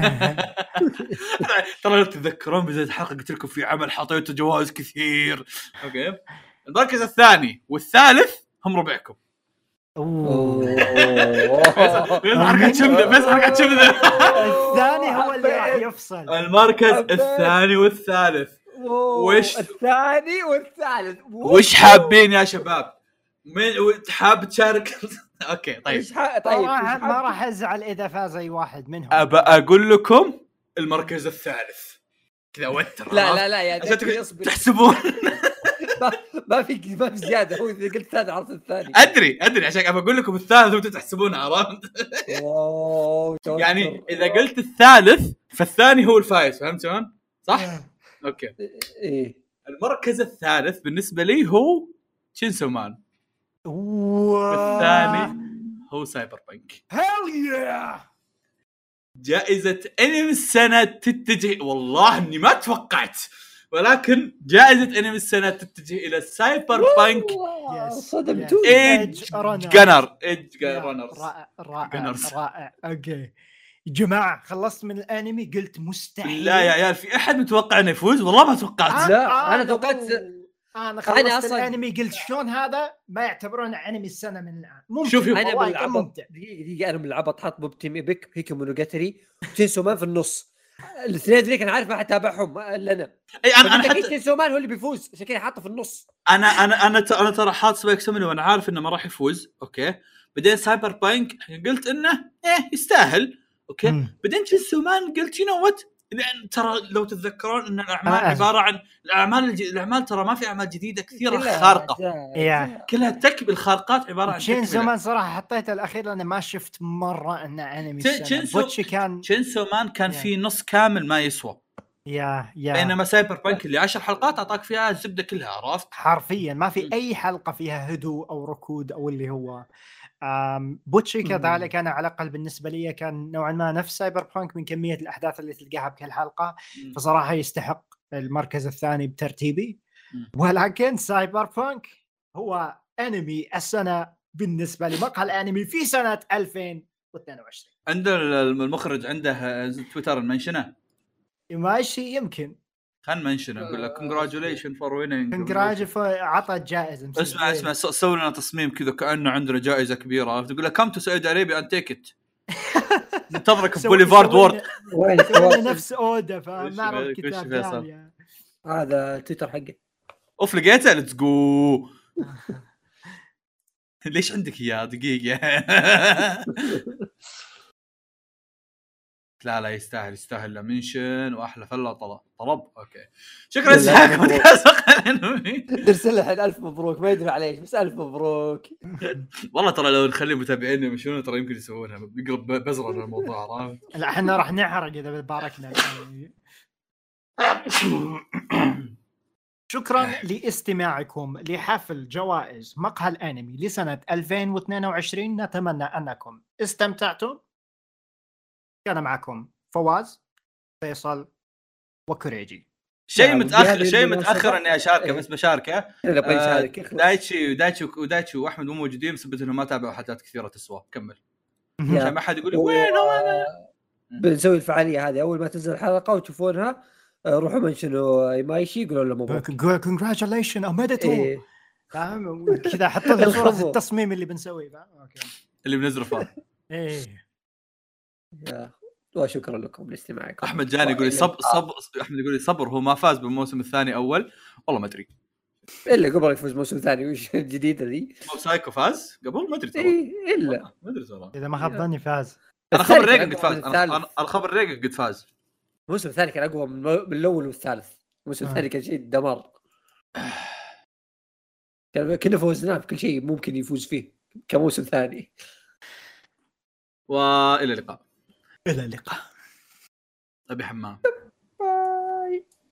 ترى لو تتذكرون بداية الحلقه قلت لكم في عمل حطيته جوائز كثير. اوكي المركز الثاني والثالث هم ربعكم. اوه بس حركه شمله بس حركه شمله. الثاني هو اللي راح يفصل. المركز الثاني والثالث وش الثاني والثالث وش حابين يا شباب؟ من حاب تشارك؟ اوكي طيب وش ح... طيب وش صراحة حاب... ما راح ازعل اذا فاز اي واحد منهم. ابى اقول لكم المركز الثالث كذا وتر. لا لا لا يا عشان ذكي تحسبون. ما ما في ما في زياده. هو اذا قلت ثالث عرفت الثاني. ادري ادري عشان ابى اقول لكم الثالث وانتم تحسبونها، عرفت؟ واو توتر. يعني اذا قلت الثالث فالثاني هو الفايز، فهمتون صح؟ اوكي ايه المركز الثالث بالنسبه لي هو تشينسو مان، والثاني هو سايبر بانك. هل يا جائزة انمي السنة تتجه، والله اني ما توقعت، ولكن جائزة انمي السنة تتجه الى سايبر بانك صدمتوني. ايدج جنر ايدج رانرز. رائع رائع رائع. اوكي يا جماعة خلصت من الانمي قلت مستحيل. لا يا عيال في احد متوقع انه يفوز؟ والله ما توقعت. لا انا توقعت. انا خلصت أنا الانمي قلت شلون هذا ما يعتبرونه انمي السنه من الان. ممكن شوف انا بالعبط دقيقه دقيقه انا بالعبط حاط بوب تيم ايبك هيك مونوجاتري تشينسو مان في النص. الاثنين ذيك انا عارف ما حتابعهم الا انا. اي انا انا حتى تشينسو مان هو اللي بيفوز عشان كذا حاطه في النص. انا انا انا انا ترى حاط سبايك سمني وانا عارف انه ما راح يفوز. اوكي بعدين سايبر بانك قلت انه ايه يستاهل. اوكي م. بعدين تشينسو مان قلت يو نو وات، لأن ترى لو تتذكرون ان الاعمال عباره عن الاعمال الج... الاعمال ترى ما في اعمال جديده كثيره خارقه yeah. كلها تك بالخارقات عباره عن تشينسو مان صراحه حطيته الاخير لانه ما شفت مره انه انمي تشينسو بوتشي كان تشينسو مان كان yeah. في نص كامل ما يسوى يا yeah, يا yeah. بينما سايبر بانك اللي عشر حلقات اعطاك فيها الزبده كلها، عرفت حرفيا ما في اي حلقه فيها هدوء او ركود او اللي هو بوتشي. كذلك أنا على الأقل بالنسبة لي كان نوعا ما نفس سايبر بانك من كمية الأحداث اللي تلقاها بكل حلقة، فصراحة يستحق المركز الثاني بترتيبي. ولكن سايبر بانك هو أنمي السنة بالنسبة لي، مقهى الأنمي في سنة ألفين واثنين وعشرين. عند المخرج عنده تويتر منشنه ماشي يمكن خل منشن اقول لك congratulations for winning congratulations عطى جائزة. اسمع اسمع سوي لنا تصميم كذا كأنه عندنا جائزة كبيرة، تقول لك come to Saudi Arabia and take it ننتظرك في بوليفارد وورد نفس أودا فنعرف كتاب هذا تويتر حقه اوف لقيته ليتس جو. ليش عندك يا دقيقة؟ لا لا يستاهل يستاهل لا منشن واحلى فله طلب طلب. اوكي شكرا لكم ترسل الحين الف مبروك ما يدري عليك بس الف مبروك. والله ترى لو نخلي متابعيننا يمشون ترى يمكن يسوونها بيقرب بزرنا الموضوع عرفت. لا احنا راح نحرق اذا باركنا. شكرا لاستماعكم لحفل جوائز مقهى الانمي لسنة ألفين واثنين وعشرين. نتمنى انكم استمتعتم. كان معكم فواز فيصل وكوريجي. شيء متاخر شيء متاخر اني اشاركه بس بشاركه. آه دايتشي ودايتشي ودايتشي واحمد مو موجودين بسبب انهم ما تابعوا حاجات كثيره تسوى. كمل عشان ما حد يقول وين هو. بنسوي الفعاليه هذه اول ما تنزل الحلقه وتشوفونها روحوا منشنوا ايمايشي يقولوا له مبروك كونجراتيوليشن امدتو فاهم كذا. حطوا لي صوره التصميم اللي بنسويه اوكي اللي بنزرفه. ايه وشكرا لكم لاستماعكم. احمد جاني يقول لي صبر صبر احمد يقول لي صبر هو ما فاز بالموسم الثاني اول. والله ما ادري الا قبل يفوز موسم ثاني وش الجديده ذي. مو سايكو فاز قبل ما ادري ترى إيه الا ما ادري صراحه اذا ما خاب ظني فاز. انا خبر ريق قد فاز. انا الخبر ريق قد فاز. الموسم الثاني كان اقوى من الاول والثالث. الموسم الثاني كان شيء دمار. كان كنا فوزنا بكل شيء ممكن يفوز فيه كموسم ثاني. والى اللقاء. إلى اللقاء. أبي حمام.